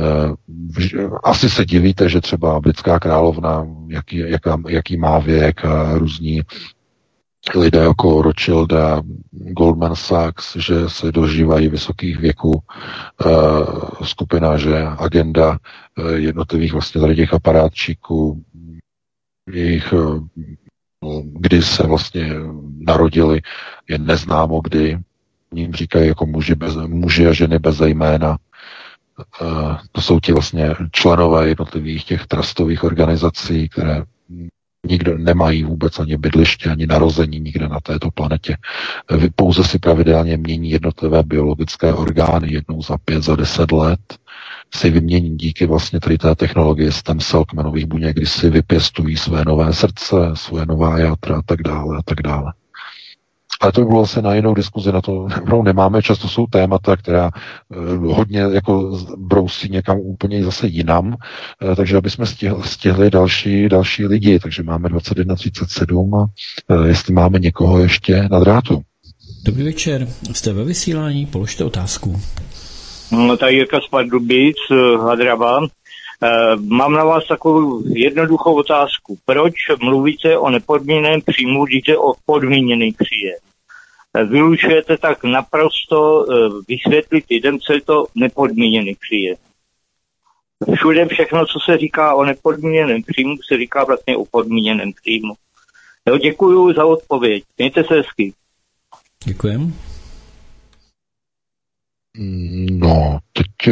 Asi se divíte, že třeba britská královna, jaký, jaká, jaký má věk a různí lidé jako Rothschild a Goldman Sachs, že se dožívají vysokých věků, skupina, že agenda jednotlivých vlastně tady těch aparátčíků, jejich, kdy se vlastně narodili, je neznámo kdy, jim říkají jako muži, bez, muži a ženy bez jména. To jsou ti vlastně členové jednotlivých těch trustových organizací, které nikdo nemají vůbec ani bydliště, ani narození nikde na této planetě. Pouze si pravidelně mění jednotlivé biologické orgány jednou za pět, za deset let. Si vymění díky vlastně tady té technologie stem cell kmenových buněk, kdy si vypěstují své nové srdce, své nová játra a tak dále a tak dále. Ale to by bylo asi na jinou diskuzi, na to no, nemáme čas, to jsou témata, která eh, hodně jako brousí někam úplně zase jinam, eh, takže aby jsme stihli, stihli další, další lidi, takže máme dvacet jedna třicet sedm a eh, jestli máme někoho ještě na drátu. Dobrý večer, jste ve vysílání, položte otázku. No, tady Jirka z Pardubic, Hadraba. Eh, mám na vás takovou jednoduchou otázku. Proč mluvíte o nepodmíněném příjmu, když jde o podmíněný příjem? Vylučujete tak naprosto vysvětlit lidem, co je to nepodmíněný příjem. Všude všechno, co se říká o nepodmíněném příjmu, se říká vlastně o podmíněném příjmu. Jo, děkuju za odpověď. Mějte se hezky. Děkujem. No, teď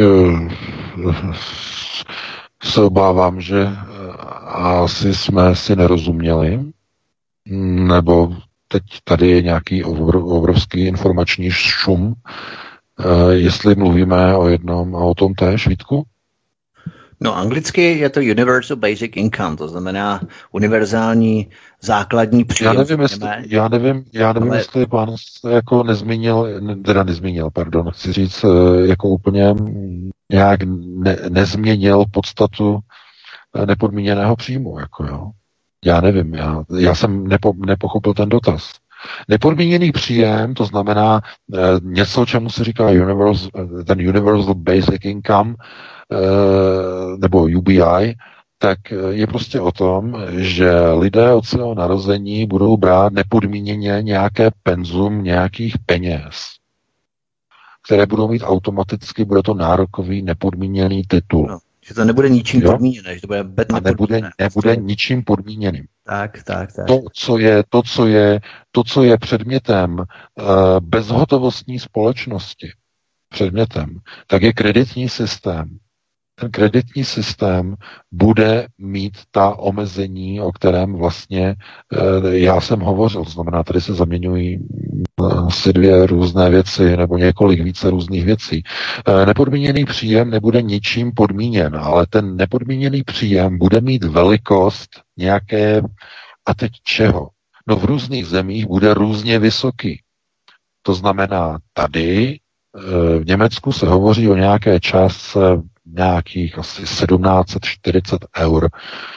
se obávám, že asi jsme si nerozuměli, nebo teď tady je nějaký obrovský informační šum. Jestli mluvíme o jednom a o tom též, Vítku? No, anglicky je to Universal Basic Income, to znamená univerzální základní příjem. Já nevím, jestli, já nevím, já nevím ale... jestli pán se jako nezmínil, teda nezmínil, pardon, chci říct, jako úplně nějak ne, nezměnil podstatu nepodmíněného příjmu, jako jo. Já nevím, já, já jsem nepo, nepochopil ten dotaz. Nepodmíněný příjem, to znamená e, něco, čemu se říká universal, ten Universal Basic Income, e, nebo U B I, tak je prostě o tom, že lidé od svého narození budou brát nepodmíněně nějaké penzum nějakých peněz, které budou mít automaticky, bude to nárokový nepodmíněný titul. No, že to nebude ničím jo? podmíněné, že to bude bez A nebude, nebude ničím podmíněným. Tak, tak, tak. To, co je, to, co je, to, co je předmětem uh, bezhotovostní společnosti, předmětem, tak je kreditní systém. Ten kreditní systém bude mít ta omezení, o kterém vlastně e, já jsem hovořil. To znamená, tady se zaměňují asi dvě různé věci nebo několik více různých věcí. E, nepodmíněný příjem nebude ničím podmíněn, ale ten nepodmíněný příjem bude mít velikost nějaké, a teď čeho? No v různých zemích bude různě vysoký. To znamená, tady e, v Německu se hovoří o nějaké částce nějakých asi sedmnáct set čtyřicet eur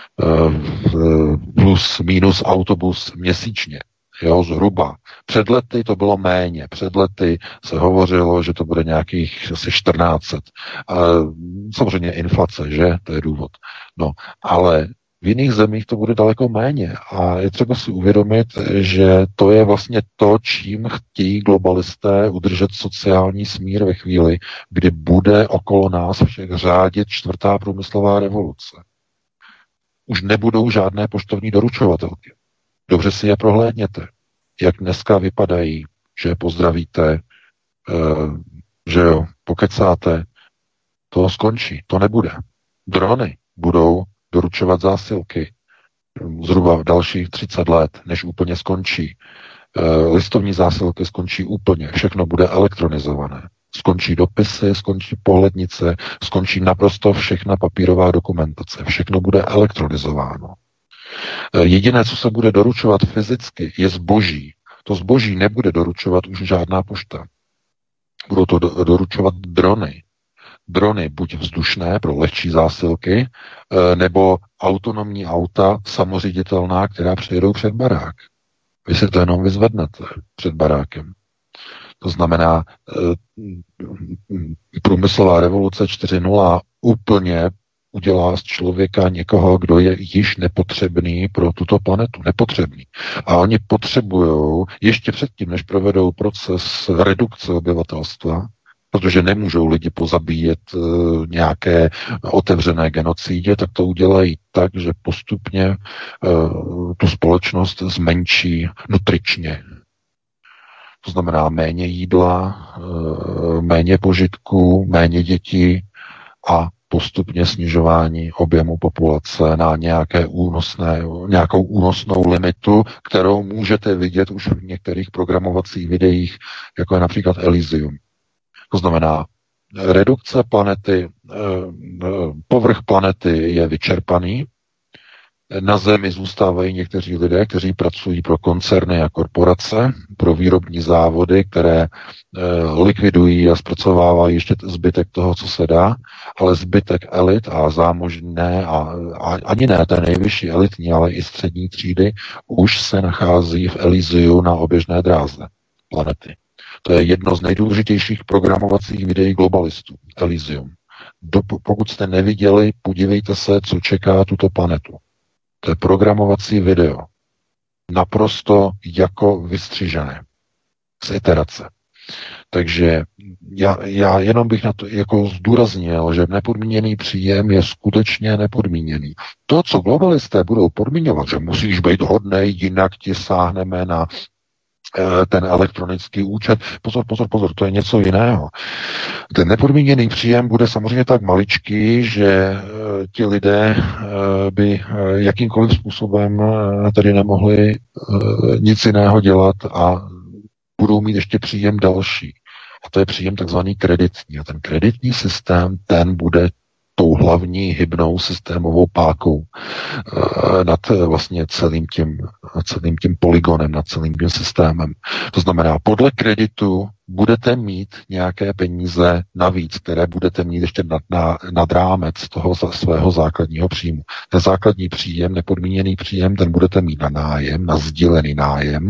plus minus autobus měsíčně. Jo, zhruba. Před lety to bylo méně. Před lety se hovořilo, že to bude nějakých asi čtrnáct set. Samozřejmě inflace, že? To je důvod. No, ale v jiných zemích to bude daleko méně a je třeba si uvědomit, že to je vlastně to, čím chtějí globalisté udržet sociální smír ve chvíli, kdy bude okolo nás všech řádit čtvrtá průmyslová revoluce. Už nebudou žádné poštovní doručovatelky. Dobře si je prohlédněte, jak dneska vypadají, že pozdravíte, že jo, pokecáte, to skončí, to nebude. Drony budou doručovat zásilky zhruba v dalších třicet let, než úplně skončí. Listovní zásilky skončí úplně, všechno bude elektronizované. Skončí dopisy, skončí pohlednice, skončí naprosto všechna papírová dokumentace, všechno bude elektronizováno. Jediné, co se bude doručovat fyzicky, je zboží. To zboží nebude doručovat už žádná pošta. Budou to doručovat drony. Drony buď vzdušné pro lehčí zásilky, nebo autonomní auta samoředitelná, která přejedou před barák. Vy si to jenom vyzvednete před barákem. To znamená, průmyslová revoluce čtyři tečka nula úplně udělá z člověka někoho, kdo je již nepotřebný pro tuto planetu. Nepotřebný. A oni potřebují, ještě předtím, než provedou proces redukce obyvatelstva, protože nemůžou lidi pozabíjet e, nějaké otevřené genocidě, tak to udělají tak, že postupně e, tu společnost zmenší nutričně. To znamená méně jídla, e, méně požitků, méně dětí a postupně snižování objemu populace na nějaké únosné, nějakou únosnou limitu, kterou můžete vidět už v některých programovacích videích, jako je například Elysium. To znamená, redukce planety, povrch planety je vyčerpaný, na Zemi zůstávají někteří lidé, kteří pracují pro koncerny a korporace, pro výrobní závody, které likvidují a zpracovávají ještě zbytek toho, co se dá, ale zbytek elit a zámožné a, a ani ne té nejvyšší elitní, ale i střední třídy už se nachází v Elysiu na oběžné dráze planety. To je jedno z nejdůležitějších programovacích videí globalistů, Elysium. Do, pokud jste neviděli, podívejte se, co čeká tuto planetu. To je programovací video. Naprosto jako vystřižené. Z iterace. Takže já, já jenom bych na to jako zdůraznil, že nepodmíněný příjem je skutečně nepodmíněný. To, co globalisté budou podmiňovat, že musíš být hodnej, jinak ti sáhneme na ten elektronický účet. Pozor, pozor, pozor, to je něco jiného. Ten nepodmíněný příjem bude samozřejmě tak maličký, že ti lidé by jakýmkoliv způsobem tady nemohli nic jiného dělat a budou mít ještě příjem další. A to je příjem takzvaný kreditní. A ten kreditní systém, ten bude tou hlavní hybnou systémovou pákou nad vlastně celým tím, celým tím polygonem, nad celým tím systémem. To znamená, podle kreditu budete mít nějaké peníze navíc, které budete mít ještě nad, na, nad rámec toho svého základního příjmu. Ten základní příjem, nepodmíněný příjem, ten budete mít na nájem, na sdílený nájem,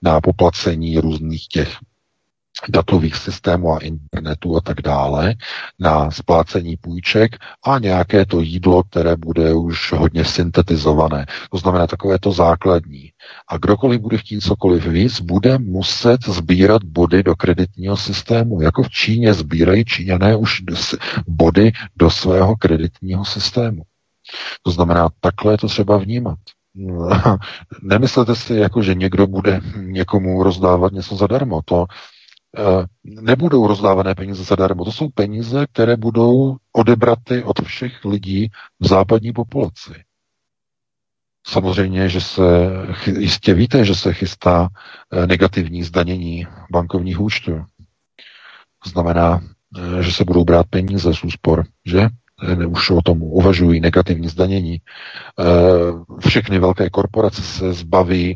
na poplacení různých těch datových systémů a internetu a tak dále, na splácení půjček a nějaké to jídlo, které bude už hodně syntetizované. To znamená takové to základní. A kdokoliv bude chtít cokoliv víc, bude muset sbírat body do kreditního systému. Jako v Číně sbírají Číňané už body do svého kreditního systému. To znamená, takhle je to třeba vnímat. Nemyslete si, jako, že někdo bude někomu rozdávat něco zadarmo. To nebudou rozdávané peníze zadarmo. To jsou peníze, které budou odebraty od všech lidí v západní populaci. Samozřejmě, že se, jistě víte, že se chystá negativní zdanění bankovních účtů. To znamená, že se budou brát peníze z úspor, že? Už o tom uvažují, negativní zdanění. Všechny velké korporace se zbaví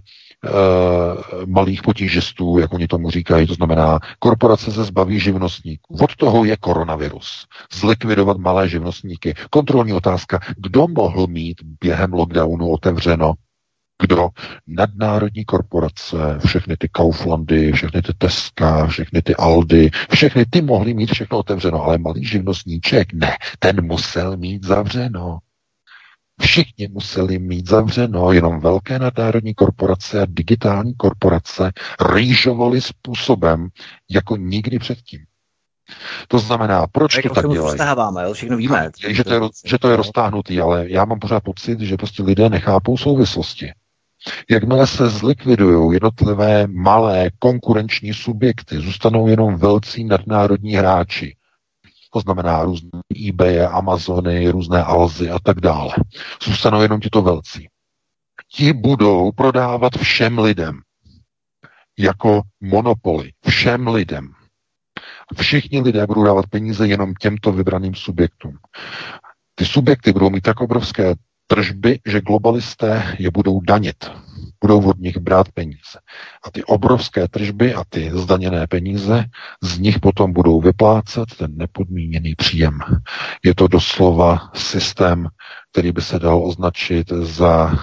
malých potížistů, jak oni tomu říkají, to znamená, korporace se zbaví živnostníků. Od toho je koronavirus. Zlikvidovat malé živnostníky. Kontrolní otázka, kdo mohl mít během lockdownu otevřeno? Kdo? Nadnárodní korporace, všechny ty Kauflandy, všechny ty Teska, všechny ty Aldy, všechny ty mohly mít všechno otevřeno, ale malý živnostníček ne, ten musel mít zavřeno. Všichni museli mít zavřeno, jenom velké nadnárodní korporace a digitální korporace rýžovaly způsobem jako nikdy předtím. To znamená, proč to tak dělají? Jo? Všechno víme. Že to, je, že to je roztáhnutý, ale já mám pořád pocit, že prostě lidé nechápou souvislosti. Jakmile se zlikvidují jednotlivé malé konkurenční subjekty, zůstanou jenom velcí nadnárodní hráči. To znamená různé eBay, Amazony, různé Alzy a tak dále. Zůstanou jenom tito velcí. Ti budou prodávat všem lidem. Jako monopoly. Všem lidem. Všichni lidé budou dávat peníze jenom těmto vybraným subjektům. Ty subjekty budou mít tak obrovské tržby, že globalisté je budou danit. Budou od nich brát peníze. A ty obrovské tržby a ty zdaněné peníze, z nich potom budou vyplácet ten nepodmíněný příjem. Je to doslova systém, který by se dal označit za uh,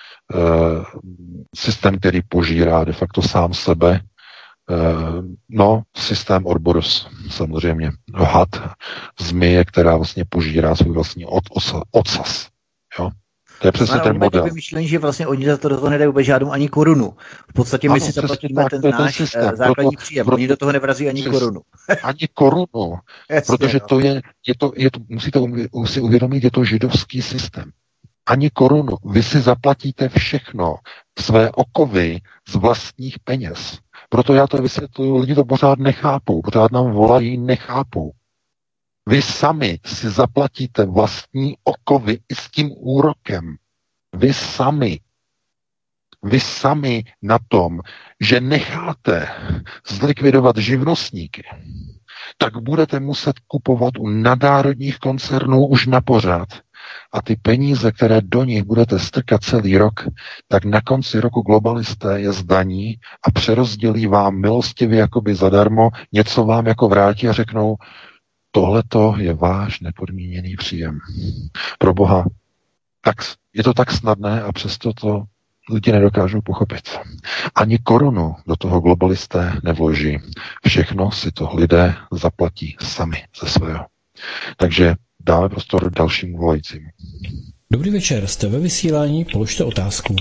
systém, který požírá de facto sám sebe. Uh, no, systém Ouroboros, samozřejmě. Had, zmije, která vlastně požírá svůj vlastní od, osa, ocas. Jo? To je přesně ten model. Vymýšlení, že vlastně oni za to do toho nedají vůbec žádnou ani korunu. V podstatě my ano, si zaplatíme ten náš ten základní proto, příjem. Proto, oni do toho nevrazí ani přes, korunu. Ani korunu. Jasně, protože no. to je, je to, je to, musíte si uvědomit, je to židovský systém. Ani korunu. Vy si zaplatíte všechno, své okovy z vlastních peněz. Proto já to vysvětluju, lidi to pořád nechápou, pořád nám volají, nechápou. Vy sami si zaplatíte vlastní okovy i s tím úrokem. Vy sami. Vy sami na tom, že necháte zlikvidovat živnostníky, tak budete muset kupovat u nadnárodních koncernů už na pořád. A ty peníze, které do nich budete strkat celý rok, tak na konci roku globalisté je zdaní a přerozdělí vám milostivě jakoby zadarmo, něco vám jako vrátí a řeknou, tohleto je váš nepodmíněný příjem. Pro Boha, tak, je to tak snadné a přesto to lidi nedokážou pochopit. Ani korunu do toho globalisté nevloží. Všechno si to lidé zaplatí sami ze svého. Takže dáme prostor dalšímu volajícímu. Dobrý večer, jste ve vysílání, položte otázku.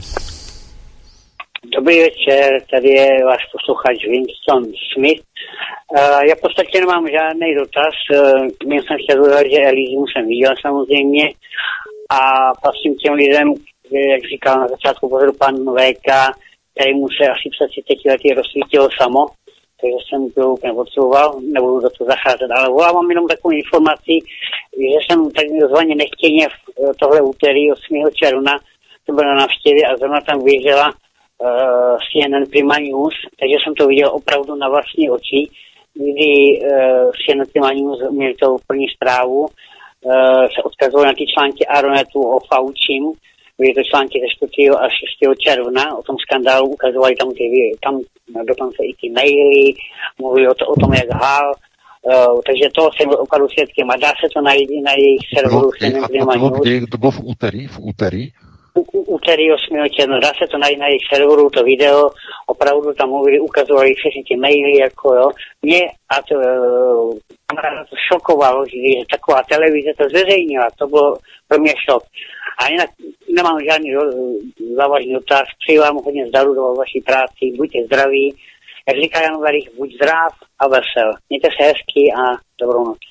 Dobrý večer, tady je váš posluchač Winston Smith. Uh, já v podstatě nemám žádný dotaz, uh, jen jsem chtěl dodat, že Elízimu jsem viděl samozřejmě a patřím těm lidem, jak říkal na začátku pořadu pan V K, který mu se asi před třiceti lety rozsvítilo samo, takže jsem to úplně potřeboval, nebudu do toho zacházet, ale volám jenom takovou informaci, že jsem takzvaně nechtěně tohle úterý osmého června, to bylo na návštěvě a zrovna tam běžela uh, C N N Prima News, takže jsem to viděl opravdu na vlastní oči, kdy uh, C N N Prima News měli to první zprávu, uh, se odkazoval na ty články Aeronetu o Faučím, byly to články ze čtvrtého a šestého června, o tom skandálu, ukazovali tam, ty, tam dokonce i ty maily, mluvili o, to, o tom, jak hál, uh, takže to jsem opravdu svědkem a dá se to najít na jejich serveru C N N Prima News. To bylo v úterý, v úterý? úterý osmého června, dá se to najít na jejich serveru, to video, opravdu tam mluvili, ukazovali všechny ty maily, jako jo. Mě a to, kamaráda to šokovalo, že taková televize to zveřejnila, to bylo pro mě šok. A jinak nemám žádný závažný dotaz, přeji vám hodně zdaru do vaší práci, buďte zdraví, jak říká Jan Verich, buď zdrav a vesel. Mějte se hezky a dobrou noc.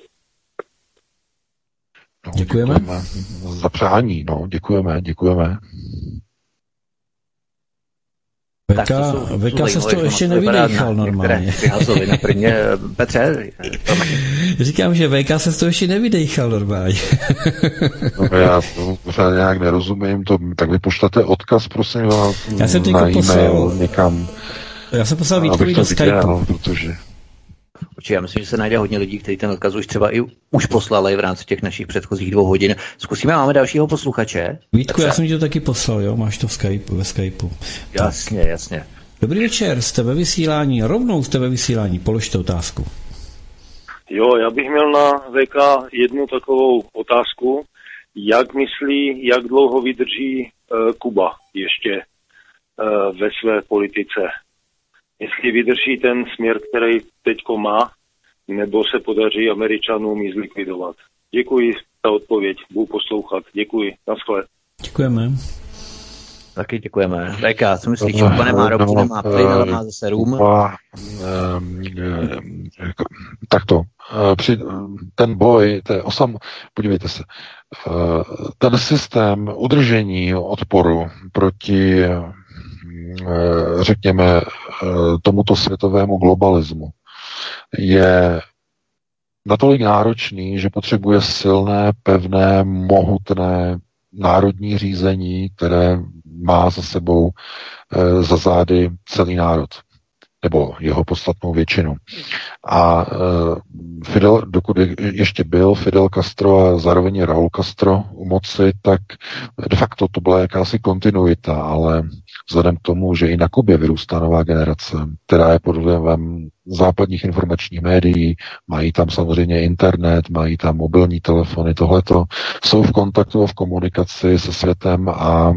No, děkujeme. děkujeme za přání, no, děkujeme, děkujeme. Veka, Veka se z toho ještě nevydejchal normálně. Na prvně, Petře, říkám, že Veka se z toho ještě nevydejchal normálně. No, já to pořád nějak nerozumím, to, tak vy pošlete odkaz, prosím vás, já jsem na e-mail někam. Já jsem poslal Vítkovi do Skypeu. Protože... Určitě, já myslím, že se najde hodně lidí, kteří ten odkaz už třeba i už poslali v rámci těch našich předchozích dvou hodin. Zkusíme, máme dalšího posluchače. Vítku, Petře. Já jsem ti to taky poslal, jo, máš to v Skypeu, ve Skypeu. Jasně, tak. jasně. Dobrý večer, jste ve vysílání, rovnou jste ve vysílání, položte otázku. Jo, já bych měl na V K jednu takovou otázku. Jak myslí, jak dlouho vydrží uh, Kuba ještě uh, ve své politice? Jestli vydrží ten směr, který teďko má, nebo se podaří Američanům ji zlikvidovat. Děkuji za odpověď, budu poslouchat. Děkuji, naschle. Děkujeme. Taky děkujeme. V K, co myslíš, že Kuba nemá ropu, no, nemá plyn, ale má zase rum? Kuba, takto. Při ten boj, to je osam, podívejte se, ten systém udržení odporu proti, řekněme, tomuto světovému globalismu je natolik náročný, že potřebuje silné, pevné, mohutné národní řízení, které má za sebou e, za zády celý národ, nebo jeho podstatnou většinu. A e, Fidel, dokud ještě byl Fidel Castro a zároveň Raúl Castro u moci, tak de facto to byla jakási kontinuita, ale vzhledem k tomu, že i na Kubě vyrůstá nová generace, která je pod vlivem západních informačních médií, mají tam samozřejmě internet, mají tam mobilní telefony, tohleto, jsou v kontaktu a v komunikaci se světem a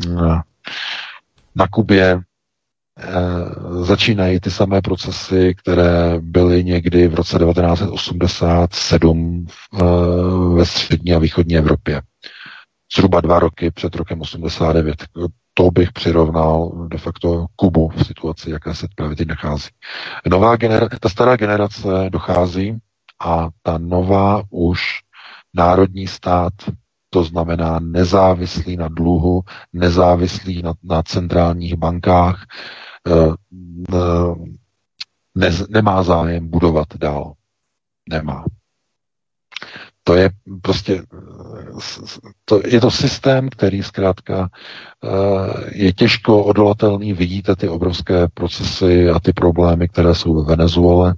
na Kubě začínají ty samé procesy, které byly někdy v roce devatenáct set osmdesát sedm ve střední a východní Evropě. Zhruba dva roky před rokem osmdesát devět. To bych přirovnal de facto Kubu v situaci, jaké se právě teď nachází. Nová genera- ta stará generace dochází a ta nová už národní stát, to znamená nezávislý na dluhu, nezávislý na, na centrálních bankách, ne, nemá zájem budovat dál. Nemá. To je prostě, to, je to systém, který zkrátka je těžko odolatelný. Vidíte ty obrovské procesy a ty problémy, které jsou ve Venezuele.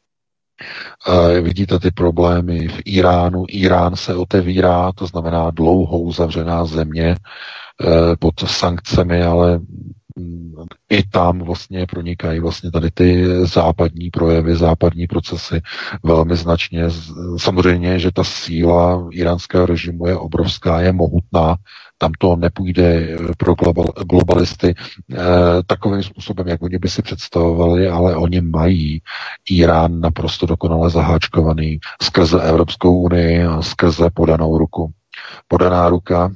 Vidíte ty problémy v Iránu. Irán se otevírá, to znamená dlouho uzavřená země pod sankcemi, ale i tam vlastně pronikají vlastně tady ty západní projevy, západní procesy velmi značně. Samozřejmě, že ta síla iránského režimu je obrovská, je mohutná. Tam to nepůjde pro globalisty eh, takovým způsobem, jak oni by si představovali, ale oni mají Irán naprosto dokonale zaháčkovaný skrze Evropskou unii a skrze podanou ruku. Podaná ruka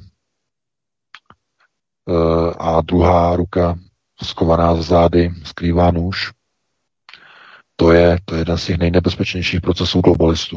eh, a druhá ruka skovaná za zády skrývá nůž. To je, to je jeden z těch nejnebezpečnějších procesů globalistů.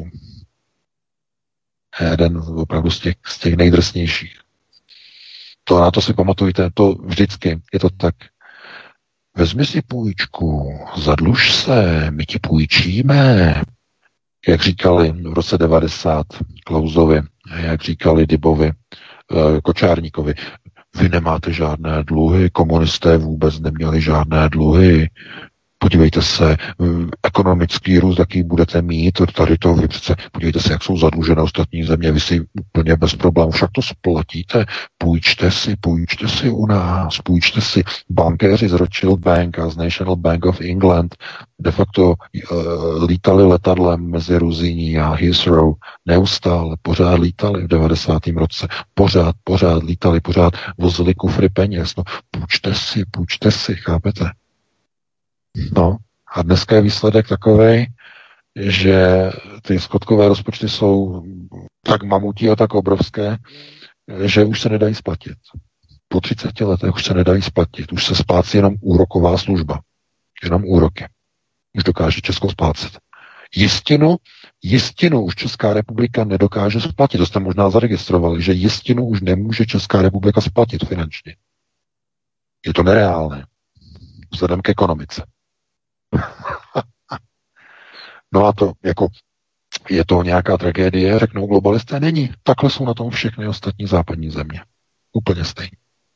Jeden opravdu z těch, z těch nejdrsnějších. To na to si pamatujte, to vždycky je to tak. Vezmi si půjčku, zadluž se, my ti půjčíme. Jak říkali v roce devadesát Klausovi, jak říkali Dybovi, Kočárníkovi, vy nemáte žádné dluhy, komunisté vůbec neměli žádné dluhy, Podívejte se, ekonomický růst, jaký budete mít, tady to vy přece, podívejte se, jak jsou zadlužené ostatní země, vy si úplně bez problémů, však to splatíte, půjčte si, půjčte si u nás, půjčte si. Bankéři z Rothschild Bank a z National Bank of England de facto uh, lítali letadlem mezi Ruzíní a Heathrow, neustále, pořád lítali v devadesátém roce, pořád, pořád lítali, pořád vozili kufry peněz, no půjčte si, půjčte si, chápete? No a dneska je výsledek takovej, že ty skotkové rozpočty jsou tak mamutí a tak obrovské, že už se nedají splatit. Po třiceti letech už se nedají splatit. Už se splácí jenom úroková služba. Jenom úroky. Už dokáže Česko splácet. Jistinu, jistinu už Česká republika nedokáže splatit. To jste možná zaregistrovali, že jistinu už nemůže Česká republika splatit finančně. Je to nereálné. Vzhledem k ekonomice. No a to jako je to nějaká tragédie, řeknou globalisté, není. Takhle jsou na tom všechny ostatní západní země. Úplně stejně.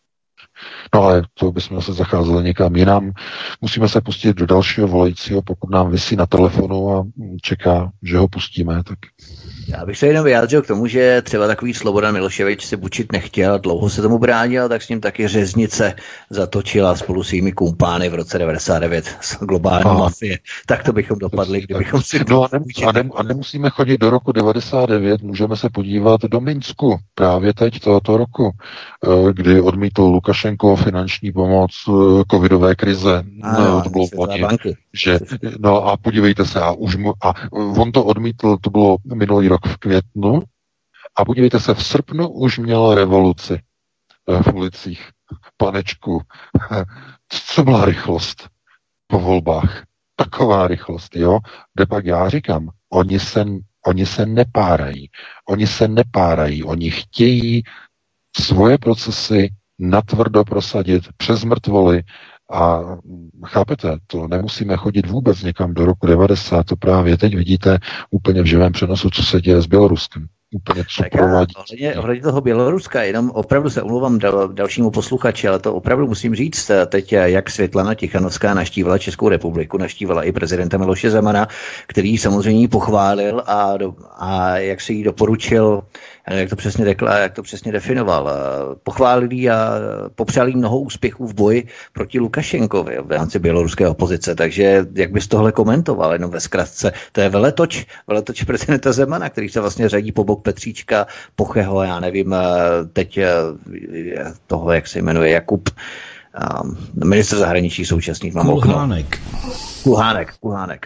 No ale to bychom se zacházeli někam jinam. Musíme se pustit do dalšího volajícího, pokud nám visí na telefonu a čeká, že ho pustíme. Tak... Já bych se jenom vyjádřil k tomu, že třeba takový Slobodan Miloševič se bučit nechtěl, dlouho se tomu bránil, tak s ním taky řeznice zatočila spolu s svými kumpány v roce devadesát devět z globální a. mafie. Tak to bychom dopadli, kdybychom si... No a, ne, a, ne, a nemusíme chodit do roku devadesát devět, můžeme se podívat do Minsku právě teď tohoto roku, kdy odmítl Lukašenko finanční pomoc covidové krize. A, no, to bylo loni, že, no a podívejte se, a už mu, a on to odmítl, to bylo minulý rok v květnu, a podívejte se, v srpnu už měla revoluci v ulicích. Panečku, co byla rychlost po volbách? Taková rychlost, jo? Kde pak já říkám, oni se, oni se nepárají. Oni se nepárají, oni chtějí svoje procesy natvrdo prosadit přes mrtvoly a chápete, to nemusíme chodit vůbec někam do roku devadesát, to právě teď vidíte úplně v živém přenosu, co se děje s Běloruskem. Úplně co provádí. Ohledně toho Běloruska, jenom opravdu se omlouvám dal, dalšímu posluchači, ale to opravdu musím říct teď, jak Světlana Tichanovská naštívila Českou republiku, naštívila i prezidenta Miloše Zemana, který samozřejmě pochválil a, do, a jak se jí doporučil, jak to přesně řekl a jak to přesně definoval. Pochválil jí a popřál jí mnoho úspěchů v boji proti Lukašenkovi v rámci běloruské opozice. Takže jak bys tohle komentoval, jenom ve zkratce, to je veletoč, veletoč prezidenta Zemana, který se vlastně řadí po bok Petříčka, Pocheho, já nevím, teď toho, jak se jmenuje, Jakub, ministr zahraničí současných. Kulhánek. Kulhánek, Kulhánek.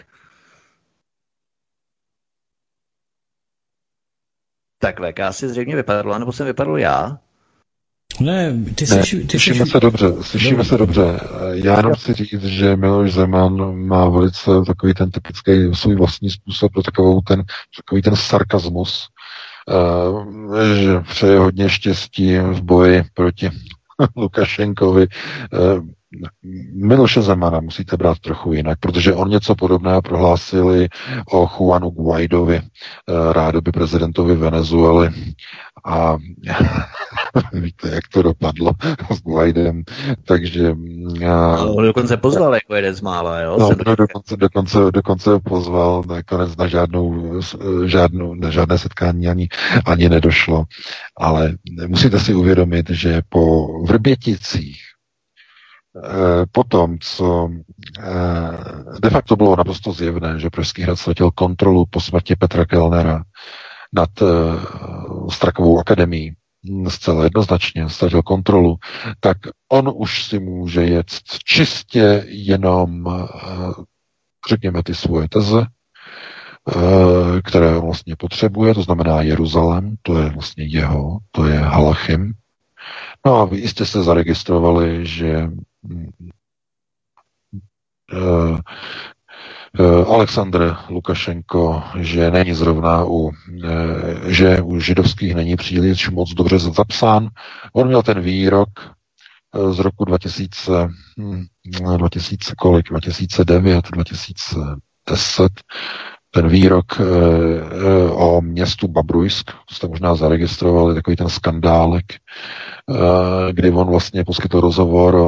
Tak V K si zřejmě vypadlo, nebo jsem vypadl já? Ne, ty ne, jsi... Ty slyšíme jsi... se dobře, slyšíme dobře. se dobře. Já jenom chci říct, že Miloš Zeman má velice takový ten typický svůj vlastní způsob pro takovou ten, takový ten sarkazmus, uh, že přeje hodně štěstí v boji proti Lukašenkovi. Uh, Miloše Zemana musíte brát trochu jinak, protože on něco podobného prohlásili o Juanu Guaidovi, rádoby prezidentovi Venezuely. A víte, jak to dopadlo s Guaidem, takže... Ale on dokonce pozval jako jeden z mála, jo? No, no dokonce, dokonce, dokonce pozval, nakonec na žádnou, žádnou, na žádné setkání ani, ani nedošlo. Ale musíte si uvědomit, že po Vrběticích po tom, co de facto bylo naprosto zjevné, že Pražský hrad ztratil kontrolu po smrti Petra Kellnera nad Strakovou akademií, zcela jednoznačně ztratil kontrolu, tak on už si může jet čistě jenom, řekněme, ty svoje teze, které on vlastně potřebuje, to znamená Jeruzalém, to je vlastně jeho, to je Halachim. No a vy jistě se zaregistrovali, že uh, uh, Alexandr Lukašenko, že není zrovna u, uh, že u židovských není příliš moc dobře zapsán. On měl ten výrok uh, z roku dva tisíce, hm, dva tisíce kolik, dva tisíce devět, dva tisíce deset, ten výrok e, e, o městu Babrujsk, to jste možná zaregistrovali, takový ten skandálek, e, kdy on vlastně poskytl rozhovor o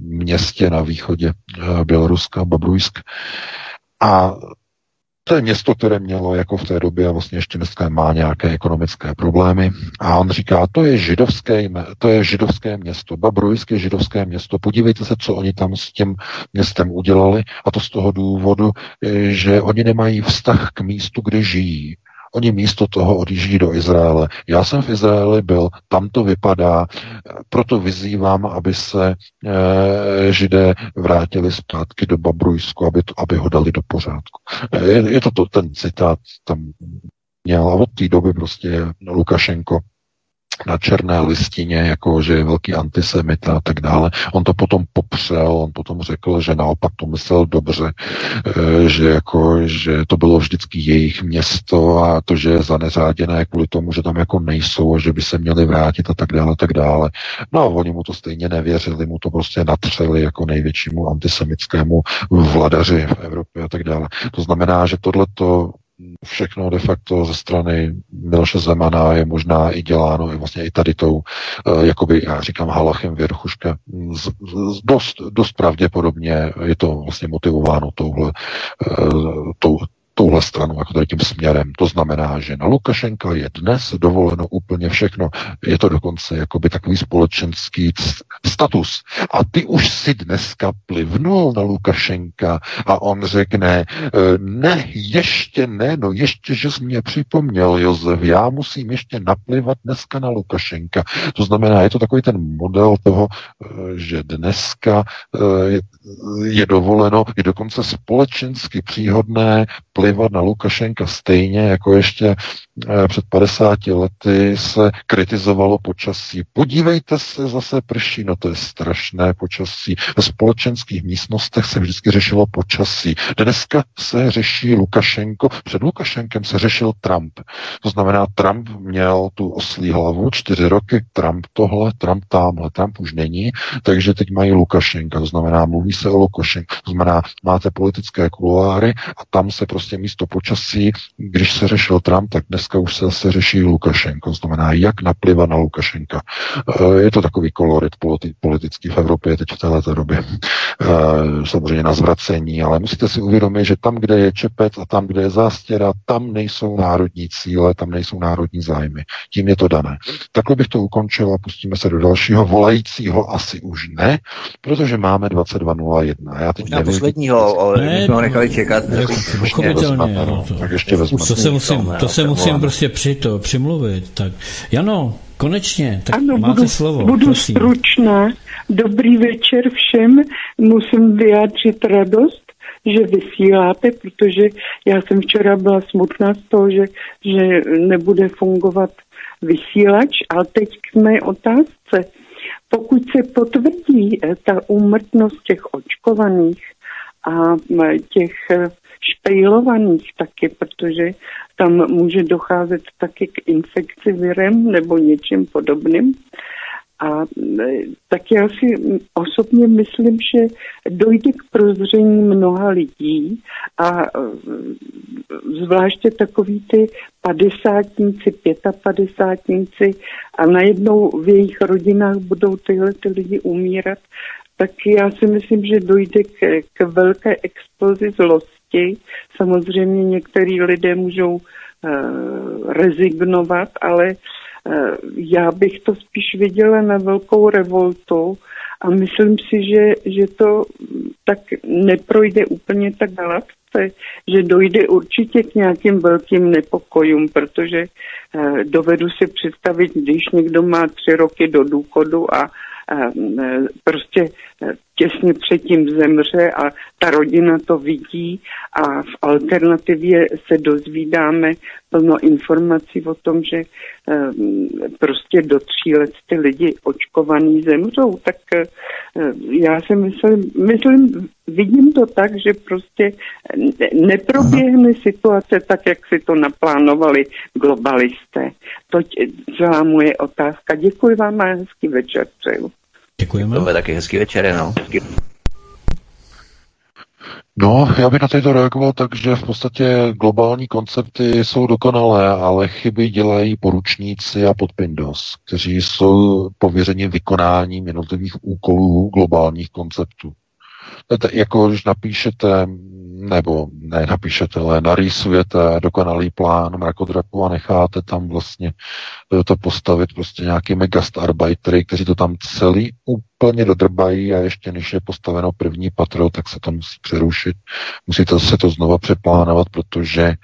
městě na východě Běloruska, Babrujsk. A to je město, které mělo jako v té době a vlastně ještě dneska má nějaké ekonomické problémy. A on říká, to je židovské, to je židovské město, Babrujsk je židovské město. Podívejte se, co oni tam s tím městem udělali. A to z toho důvodu, že oni nemají vztah k místu, kde žijí. Oni místo toho odjíždí do Izraele. Já jsem v Izraeli byl, tam to vypadá, proto vyzývám, aby se e, Židé vrátili zpátky do Babrujsku, aby, to, aby ho dali do pořádku. Je, je to, to ten citát tam měl a od té doby prostě Lukašenko na černé listině, jako že je velký antisemita a tak dále. On to potom popřel, on potom řekl, že naopak to myslel dobře, že, jako, že to bylo vždycky jejich město a to, že je zaneřáděné kvůli tomu, že tam jako nejsou a že by se měli vrátit a tak dále, a tak dále. No a oni mu to stejně nevěřili, mu to prostě natřeli jako největšímu antisemitskému vladaři v Evropě a tak dále. To znamená, že tohleto všechno de facto ze strany Miloše Zemana je možná i děláno i vlastně i tady tou, jakoby já říkám Halachem Věrchuška, dost, dost pravděpodobně je to vlastně motivováno touhle, tou, touhle stranu, jako tady tím směrem. To znamená, že na Lukašenka je dnes dovoleno úplně všechno. Je to dokonce jakoby takový společenský status. A ty už si dneska plivnul na Lukašenka a on řekne, ne, ještě ne, no ještě, že jsi mě připomněl, Josef, já musím ještě naplivat dneska na Lukašenka. To znamená, je to takový ten model toho, že dneska je dovoleno, je dokonce společensky příhodné plivat na Lukašenka stejně, jako ještě před padesáti lety se kritizovalo počasí. Podívejte se, zase prší, no to je strašné počasí. Ve společenských místnostech se vždycky řešilo počasí. Dneska se řeší Lukašenko, před Lukašenkem se řešil Trump. To znamená, Trump měl tu oslí hlavu, čtyři roky, Trump tohle, Trump tamhle, Trump už není, takže teď mají Lukašenka. To znamená, mluví se o Lukašenku. To znamená, máte politické kuloáry a tam se prostě místo počasí, když se řešil Trump, tak dneska už se zase řeší Lukašenko. To znamená, jak napliva na Lukašenka. Je to takový kolorit politi- politický v Evropě teď v této době. Samozřejmě na zvracení, ale musíte si uvědomit, že tam, kde je čepec a tam, kde je zástěra, tam nejsou národní cíle, tam nejsou národní zájmy. Tím je to dané. Takhle bych to ukončil a pustíme se do dalšího volajícího. Asi už ne, protože máme dvacet dva nula jedna. Já teď Možná nevím, posledního, ale my jsme ho nechali čekat. Tak ještě vezme. To se musím, to se musím prostě při to, přimluvit. Tak, Jano, konečně, tak ano, máte budu, slovo. Budu prosím. Stručná. Dobrý večer všem. Musím vyjádřit radost, že vysíláte, protože já jsem včera byla smutná z toho, že, že nebude fungovat vysílač, ale teď k mé otázce. Pokud se potvrdí ta úmrtnost těch očkovaných a těch špejlovaných taky, protože tam může docházet taky k infekci virem nebo něčím podobným. A tak já si osobně myslím, že dojde k prozření mnoha lidí a zvláště takový ty padesátníci, pětapadesátníci a najednou v jejich rodinách budou tyhle ty lidi umírat, tak já si myslím, že dojde k, k velké explozi zlosti. Samozřejmě některý lidé můžou uh, rezignovat, ale uh, já bych to spíš viděla na velkou revoltu a myslím si, že, že to tak neprojde úplně tak hladce, že dojde určitě k nějakým velkým nepokojům, protože uh, dovedu si představit, když někdo má tři roky do důchodu a prostě těsně předtím zemře a ta rodina to vidí a v alternativě se dozvídáme plno informací o tom, že prostě do tří let ty lidi očkovaní zemřou. Tak já si myslím, myslím, vidím to tak, že prostě neproběhne situace tak, jak si to naplánovali globalisté. To celá moje otázka. Děkuji vám a hezký večer přeju. Děkujeme. To je taky hezký večer, no. No, já bych na to reagoval tak, že v podstatě globální koncepty jsou dokonalé, ale chyby dělají poručníci a podpindos, kteří jsou pověřeni vykonáním jednotlivých úkolů globálních konceptů. To je jako když napíšete, nebo ne napíšete, ale narýsujete dokonalý plán mrakodrapu a necháte tam vlastně to postavit prostě nějakými gastarbeitery, kteří to tam celý úplně dodrbají a ještě než je postaveno první patro, tak se to musí přerušit. Musíte se to znova přeplánovat, protože eh,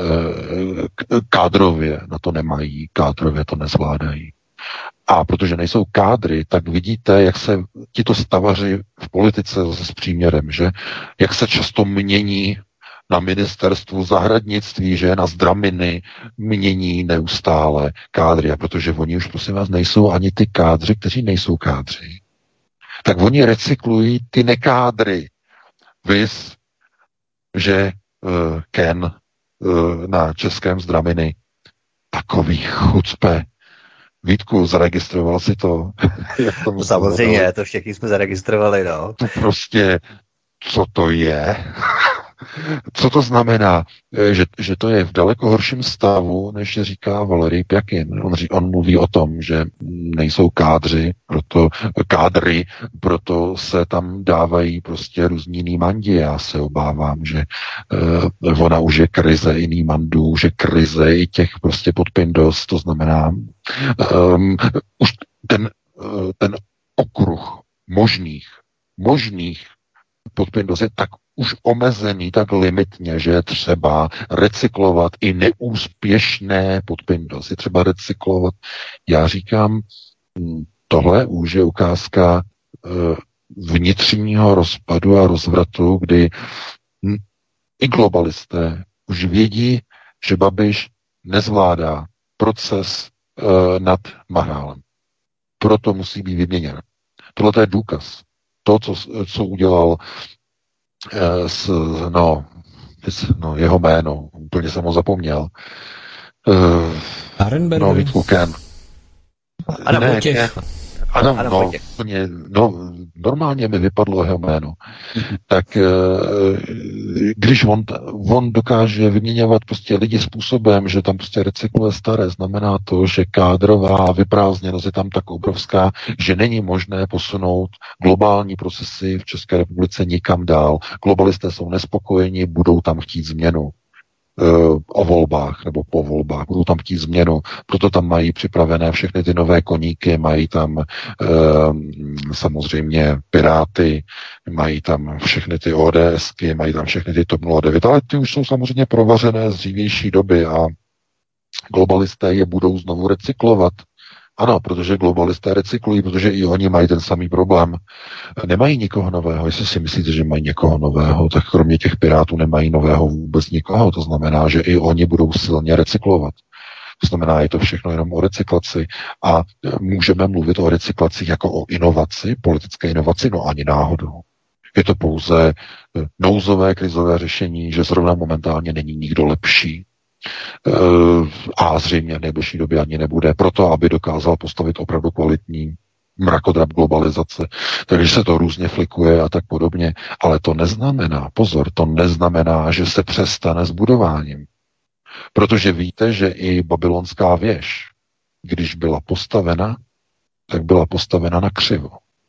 kádrově na to nemají, kádrově to nezvládají. A protože nejsou kádry, tak vidíte, jak se tito stavaři v politice zase s příměrem, že jak se často mění na ministerstvu zahradnictví, že na zdraminy mění neustále kádry. A protože oni už, prosím vás, nejsou ani ty kádři, kteří nejsou kádři, tak oni recyklují ty nekádry. Vys, že uh, Ken uh, na českém zdraminy takový chucpe. Vítku, zaregistroval si to? to samozřejmě, bylo? To všichni jsme zaregistrovali, no. To prostě, co to je? Co to znamená? Že, že to je v daleko horším stavu, než říká Valery Pjakin. On, on mluví o tom, že nejsou kádři, proto, kádry, proto se tam dávají prostě různí nýmandi. Já se obávám, že uh, ona už je krize i nýmandů, už je krize i těch prostě podpindos, to znamená um, už ten, uh, ten okruh možných, možných podpindos je tak už omezený tak limitně, že je třeba recyklovat i neúspěšné podpindosy. Je třeba recyklovat. Já říkám, tohle už je ukázka vnitřního rozpadu a rozvratu, kdy i globalisté už vědí, že Babiš nezvládá proces nad Mahrálem. Proto musí být vyměněn. Tohle je důkaz. To, co, co udělal S, no, no, jeho jméno, úplně jsem ho zapomněl. Uh, Arenberger. No, Vítku Ken. Adam Vojtěch. Adam, Adam no, úplně, no, normálně mi vypadlo jeho jméno. Tak uh, když on, on dokáže vyměňovat prostě lidi způsobem, že tam prostě recykluje staré, znamená to, že kádrová vyprázdněnost je tam tak obrovská, že není možné posunout globální procesy v České republice nikam dál. Globalisté jsou nespokojeni, budou tam chtít změnu o volbách nebo po volbách, budou tam chtít změnu, proto tam mají připravené všechny ty nové koníky, mají tam e, samozřejmě Piráty, mají tam všechny ty ODSky, mají tam všechny ty TOP nula devět, ale ty už jsou samozřejmě provařené z dřívější doby a globalisté je budou znovu recyklovat. Ano, protože globalisté recyklují, protože i oni mají ten samý problém. Nemají nikoho nového. Jestli si myslíte, že mají někoho nového, tak kromě těch Pirátů nemají nového vůbec nikoho. To znamená, že i oni budou silně recyklovat. To znamená, je to všechno jenom o recyklaci. A můžeme mluvit o recyklaci jako o inovaci, politické inovaci, no ani náhodou. Je to pouze nouzové krizové řešení, že zrovna momentálně není nikdo lepší. A zřejmě v nejbližší době ani nebude, proto aby dokázal postavit opravdu kvalitní mrakodrap globalizace. Takže se to různě flikuje a tak podobně, ale to neznamená, pozor, to neznamená, že se přestane s budováním. Protože víte, že i babylonská věž, když byla postavena, tak byla postavena na křivo.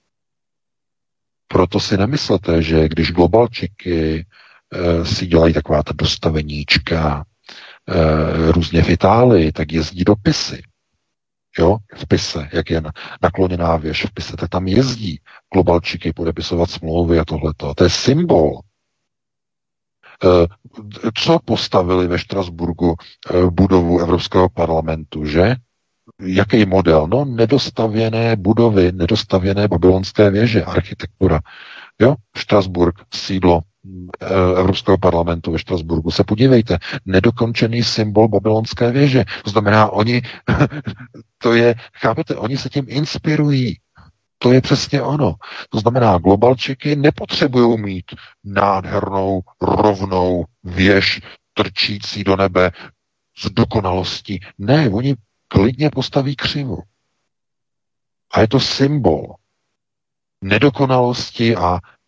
Proto si nemyslete, že když globalčiky e, si dělají taková ta dostaveníčka, e, různě v Itálii, tak jezdí do Pisy. Jo, v Pise, jak je nakloněná věž v Pise, tak tam jezdí globalčiky podepisovat smlouvy a tohleto. To je symbol. E, co postavili ve Štrasburgu e, budovu Evropského parlamentu, že? Jaký model? No, nedostavěné budovy, nedostavěné babylonské věže, architektura. Jo, Štrasburg, sídlo Evropského parlamentu ve Štrasburgu. Se podívejte, nedokončený symbol babylonské věže. To znamená, oni, to je, chápete, oni se tím inspirují. To je přesně ono. To znamená, globalčiky nepotřebují mít nádhernou, rovnou věž trčící do nebe s dokonalostí. Ne, oni klidně postaví křivu. A je to symbol nedokonalosti a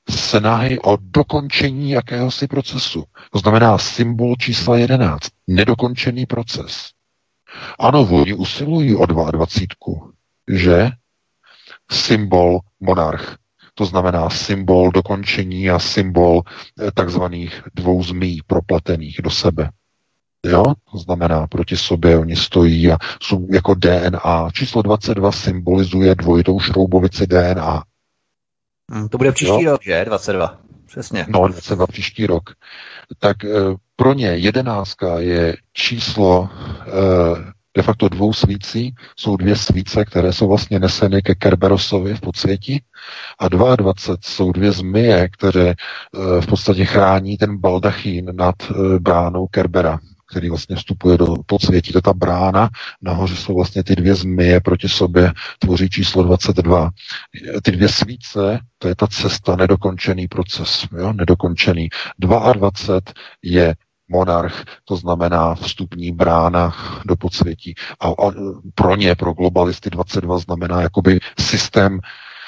snahy o dokončení jakéhosi procesu. To znamená symbol čísla jedenáct. Nedokončený proces. Ano, oni usilují o dvacítku, že? Symbol monarch. To znamená symbol dokončení a symbol takzvaných dvou zmí propletených do sebe. Jo? To znamená, proti sobě oni stojí a jsou jako D N A. Číslo dvacet dva symbolizuje dvojitou šroubovici D N A. Hmm, to bude příští jo? rok, že? dvacet dva. Přesně. No, dvacet dva příští rok. Tak e, pro ně jedenáctka je číslo e, de facto dvou svící. Jsou dvě svíce, které jsou vlastně neseny ke Kerberosovi v podsvětí. A dvacet dva jsou dvě zmije, které e, v podstatě chrání ten baldachín nad e, bránou Kerbera, který vlastně vstupuje do podsvětí. To je ta brána, nahoře jsou vlastně ty dvě zmije proti sobě, tvoří číslo dvacet dva. Ty dvě svíce, to je ta cesta, nedokončený proces, jo? Nedokončený. dvacet dva je monarch, to znamená vstupní brána do podsvětí. A, a pro ně, pro globalisty dvacet dva znamená jakoby systém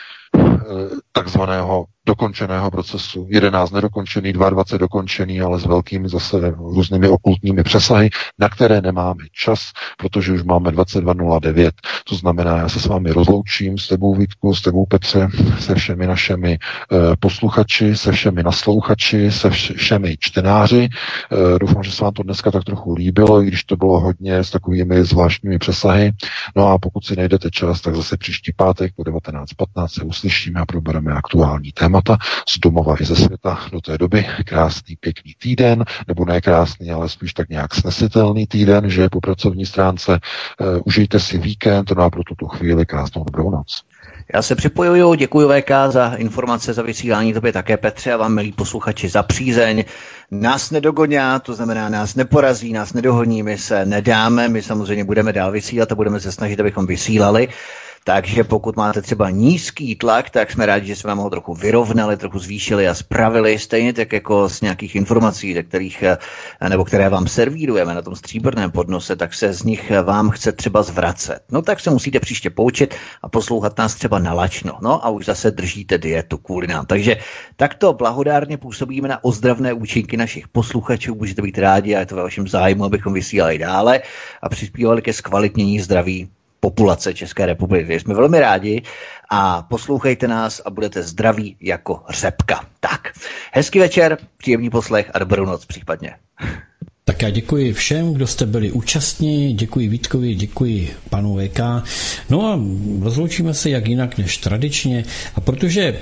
takzvaného dokončeného procesu. jedenáct nedokončený, dvacet dva dokončený, ale s velkými zase různými okultními přesahy, na které nemáme čas, protože už máme dvacet dva nula devět. To znamená, já se s vámi rozloučím, s tebou Vítku, s tebou Petře, se všemi našimi eh, posluchači, se všemi naslouchači, se všemi čtenáři. Eh, doufám, že se vám to dneska tak trochu líbilo, i když to bylo hodně s takovými zvláštními přesahy. No a pokud si najdete čas, tak zase příští pátek po devatenáct patnáct se uslyšíme a probereme aktuální témata z domova i ze světa. Do té doby krásný, pěkný týden, nebo ne krásný, ale spíš tak nějak snesitelný týden, že po pracovní stránce. Uh, užijte si víkend, no a pro tuto chvíli krásnou dobrou noc. Já se připojuju, děkuji V K za informace, za vysílání, tobě také Petře a vám, milí posluchači, za přízeň. Nás nedogoňá, to znamená nás neporazí, nás nedohoní, my se nedáme, my samozřejmě budeme dál vysílat a budeme se snažit, abychom vysílali. Takže pokud máte třeba nízký tlak, tak jsme rádi, že jsme vám ho trochu vyrovnali, trochu zvýšili a spravili, stejně tak jako z nějakých informací, ze kterých, nebo které vám servírujeme na tom stříbrném podnose, tak se z nich vám chce třeba zvracet. No tak se musíte příště poučit a poslouchat nás třeba nalačno. No a už zase držíte dietu kvůli nám. Takže takto blahodárně působíme na ozdravné účinky našich posluchačů. Můžete být rádi a je to ve vašem zájmu, abychom vysílali dále a přispívali ke zkvalitnění zdraví populace České republiky. Jsme velmi rádi a poslouchejte nás a budete zdraví jako řepka. Tak, hezký večer, příjemný poslech a dobrou noc případně. Tak já děkuji všem, kdo jste byli účastní, děkuji Vítkovi, děkuji panu V K. No a rozloučíme se jak jinak než tradičně. A protože e,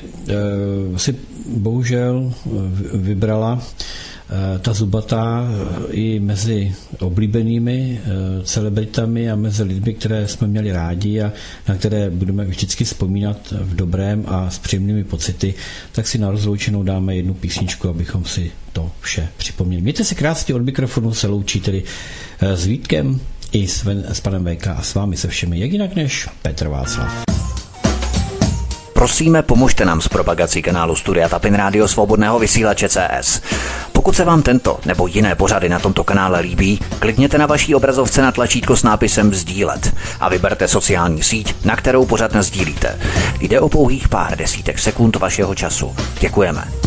si bohužel vybrala ta zubatá i mezi oblíbenými celebritami a mezi lidmi, které jsme měli rádi a na které budeme vždycky vzpomínat v dobrém a s příjemnými pocity, tak si na rozloučenou dáme jednu písničku, abychom si to vše připomněli. Mějte se krásně, od mikrofonu se loučí tedy s Vítkem i s, s panem V K a s vámi se všemi, jak jinak než Petr Václav. Prosíme, pomožte nám s propagací kanálu Studia Tapin Rádio Svobodného vysílače C S. Pokud se vám tento nebo jiné pořady na tomto kanále líbí, klikněte na vaší obrazovce na tlačítko s nápisem sdílet a vyberte sociální síť, na kterou pořad nasdílíte. Jde o pouhých pár desítek sekund vašeho času. Děkujeme.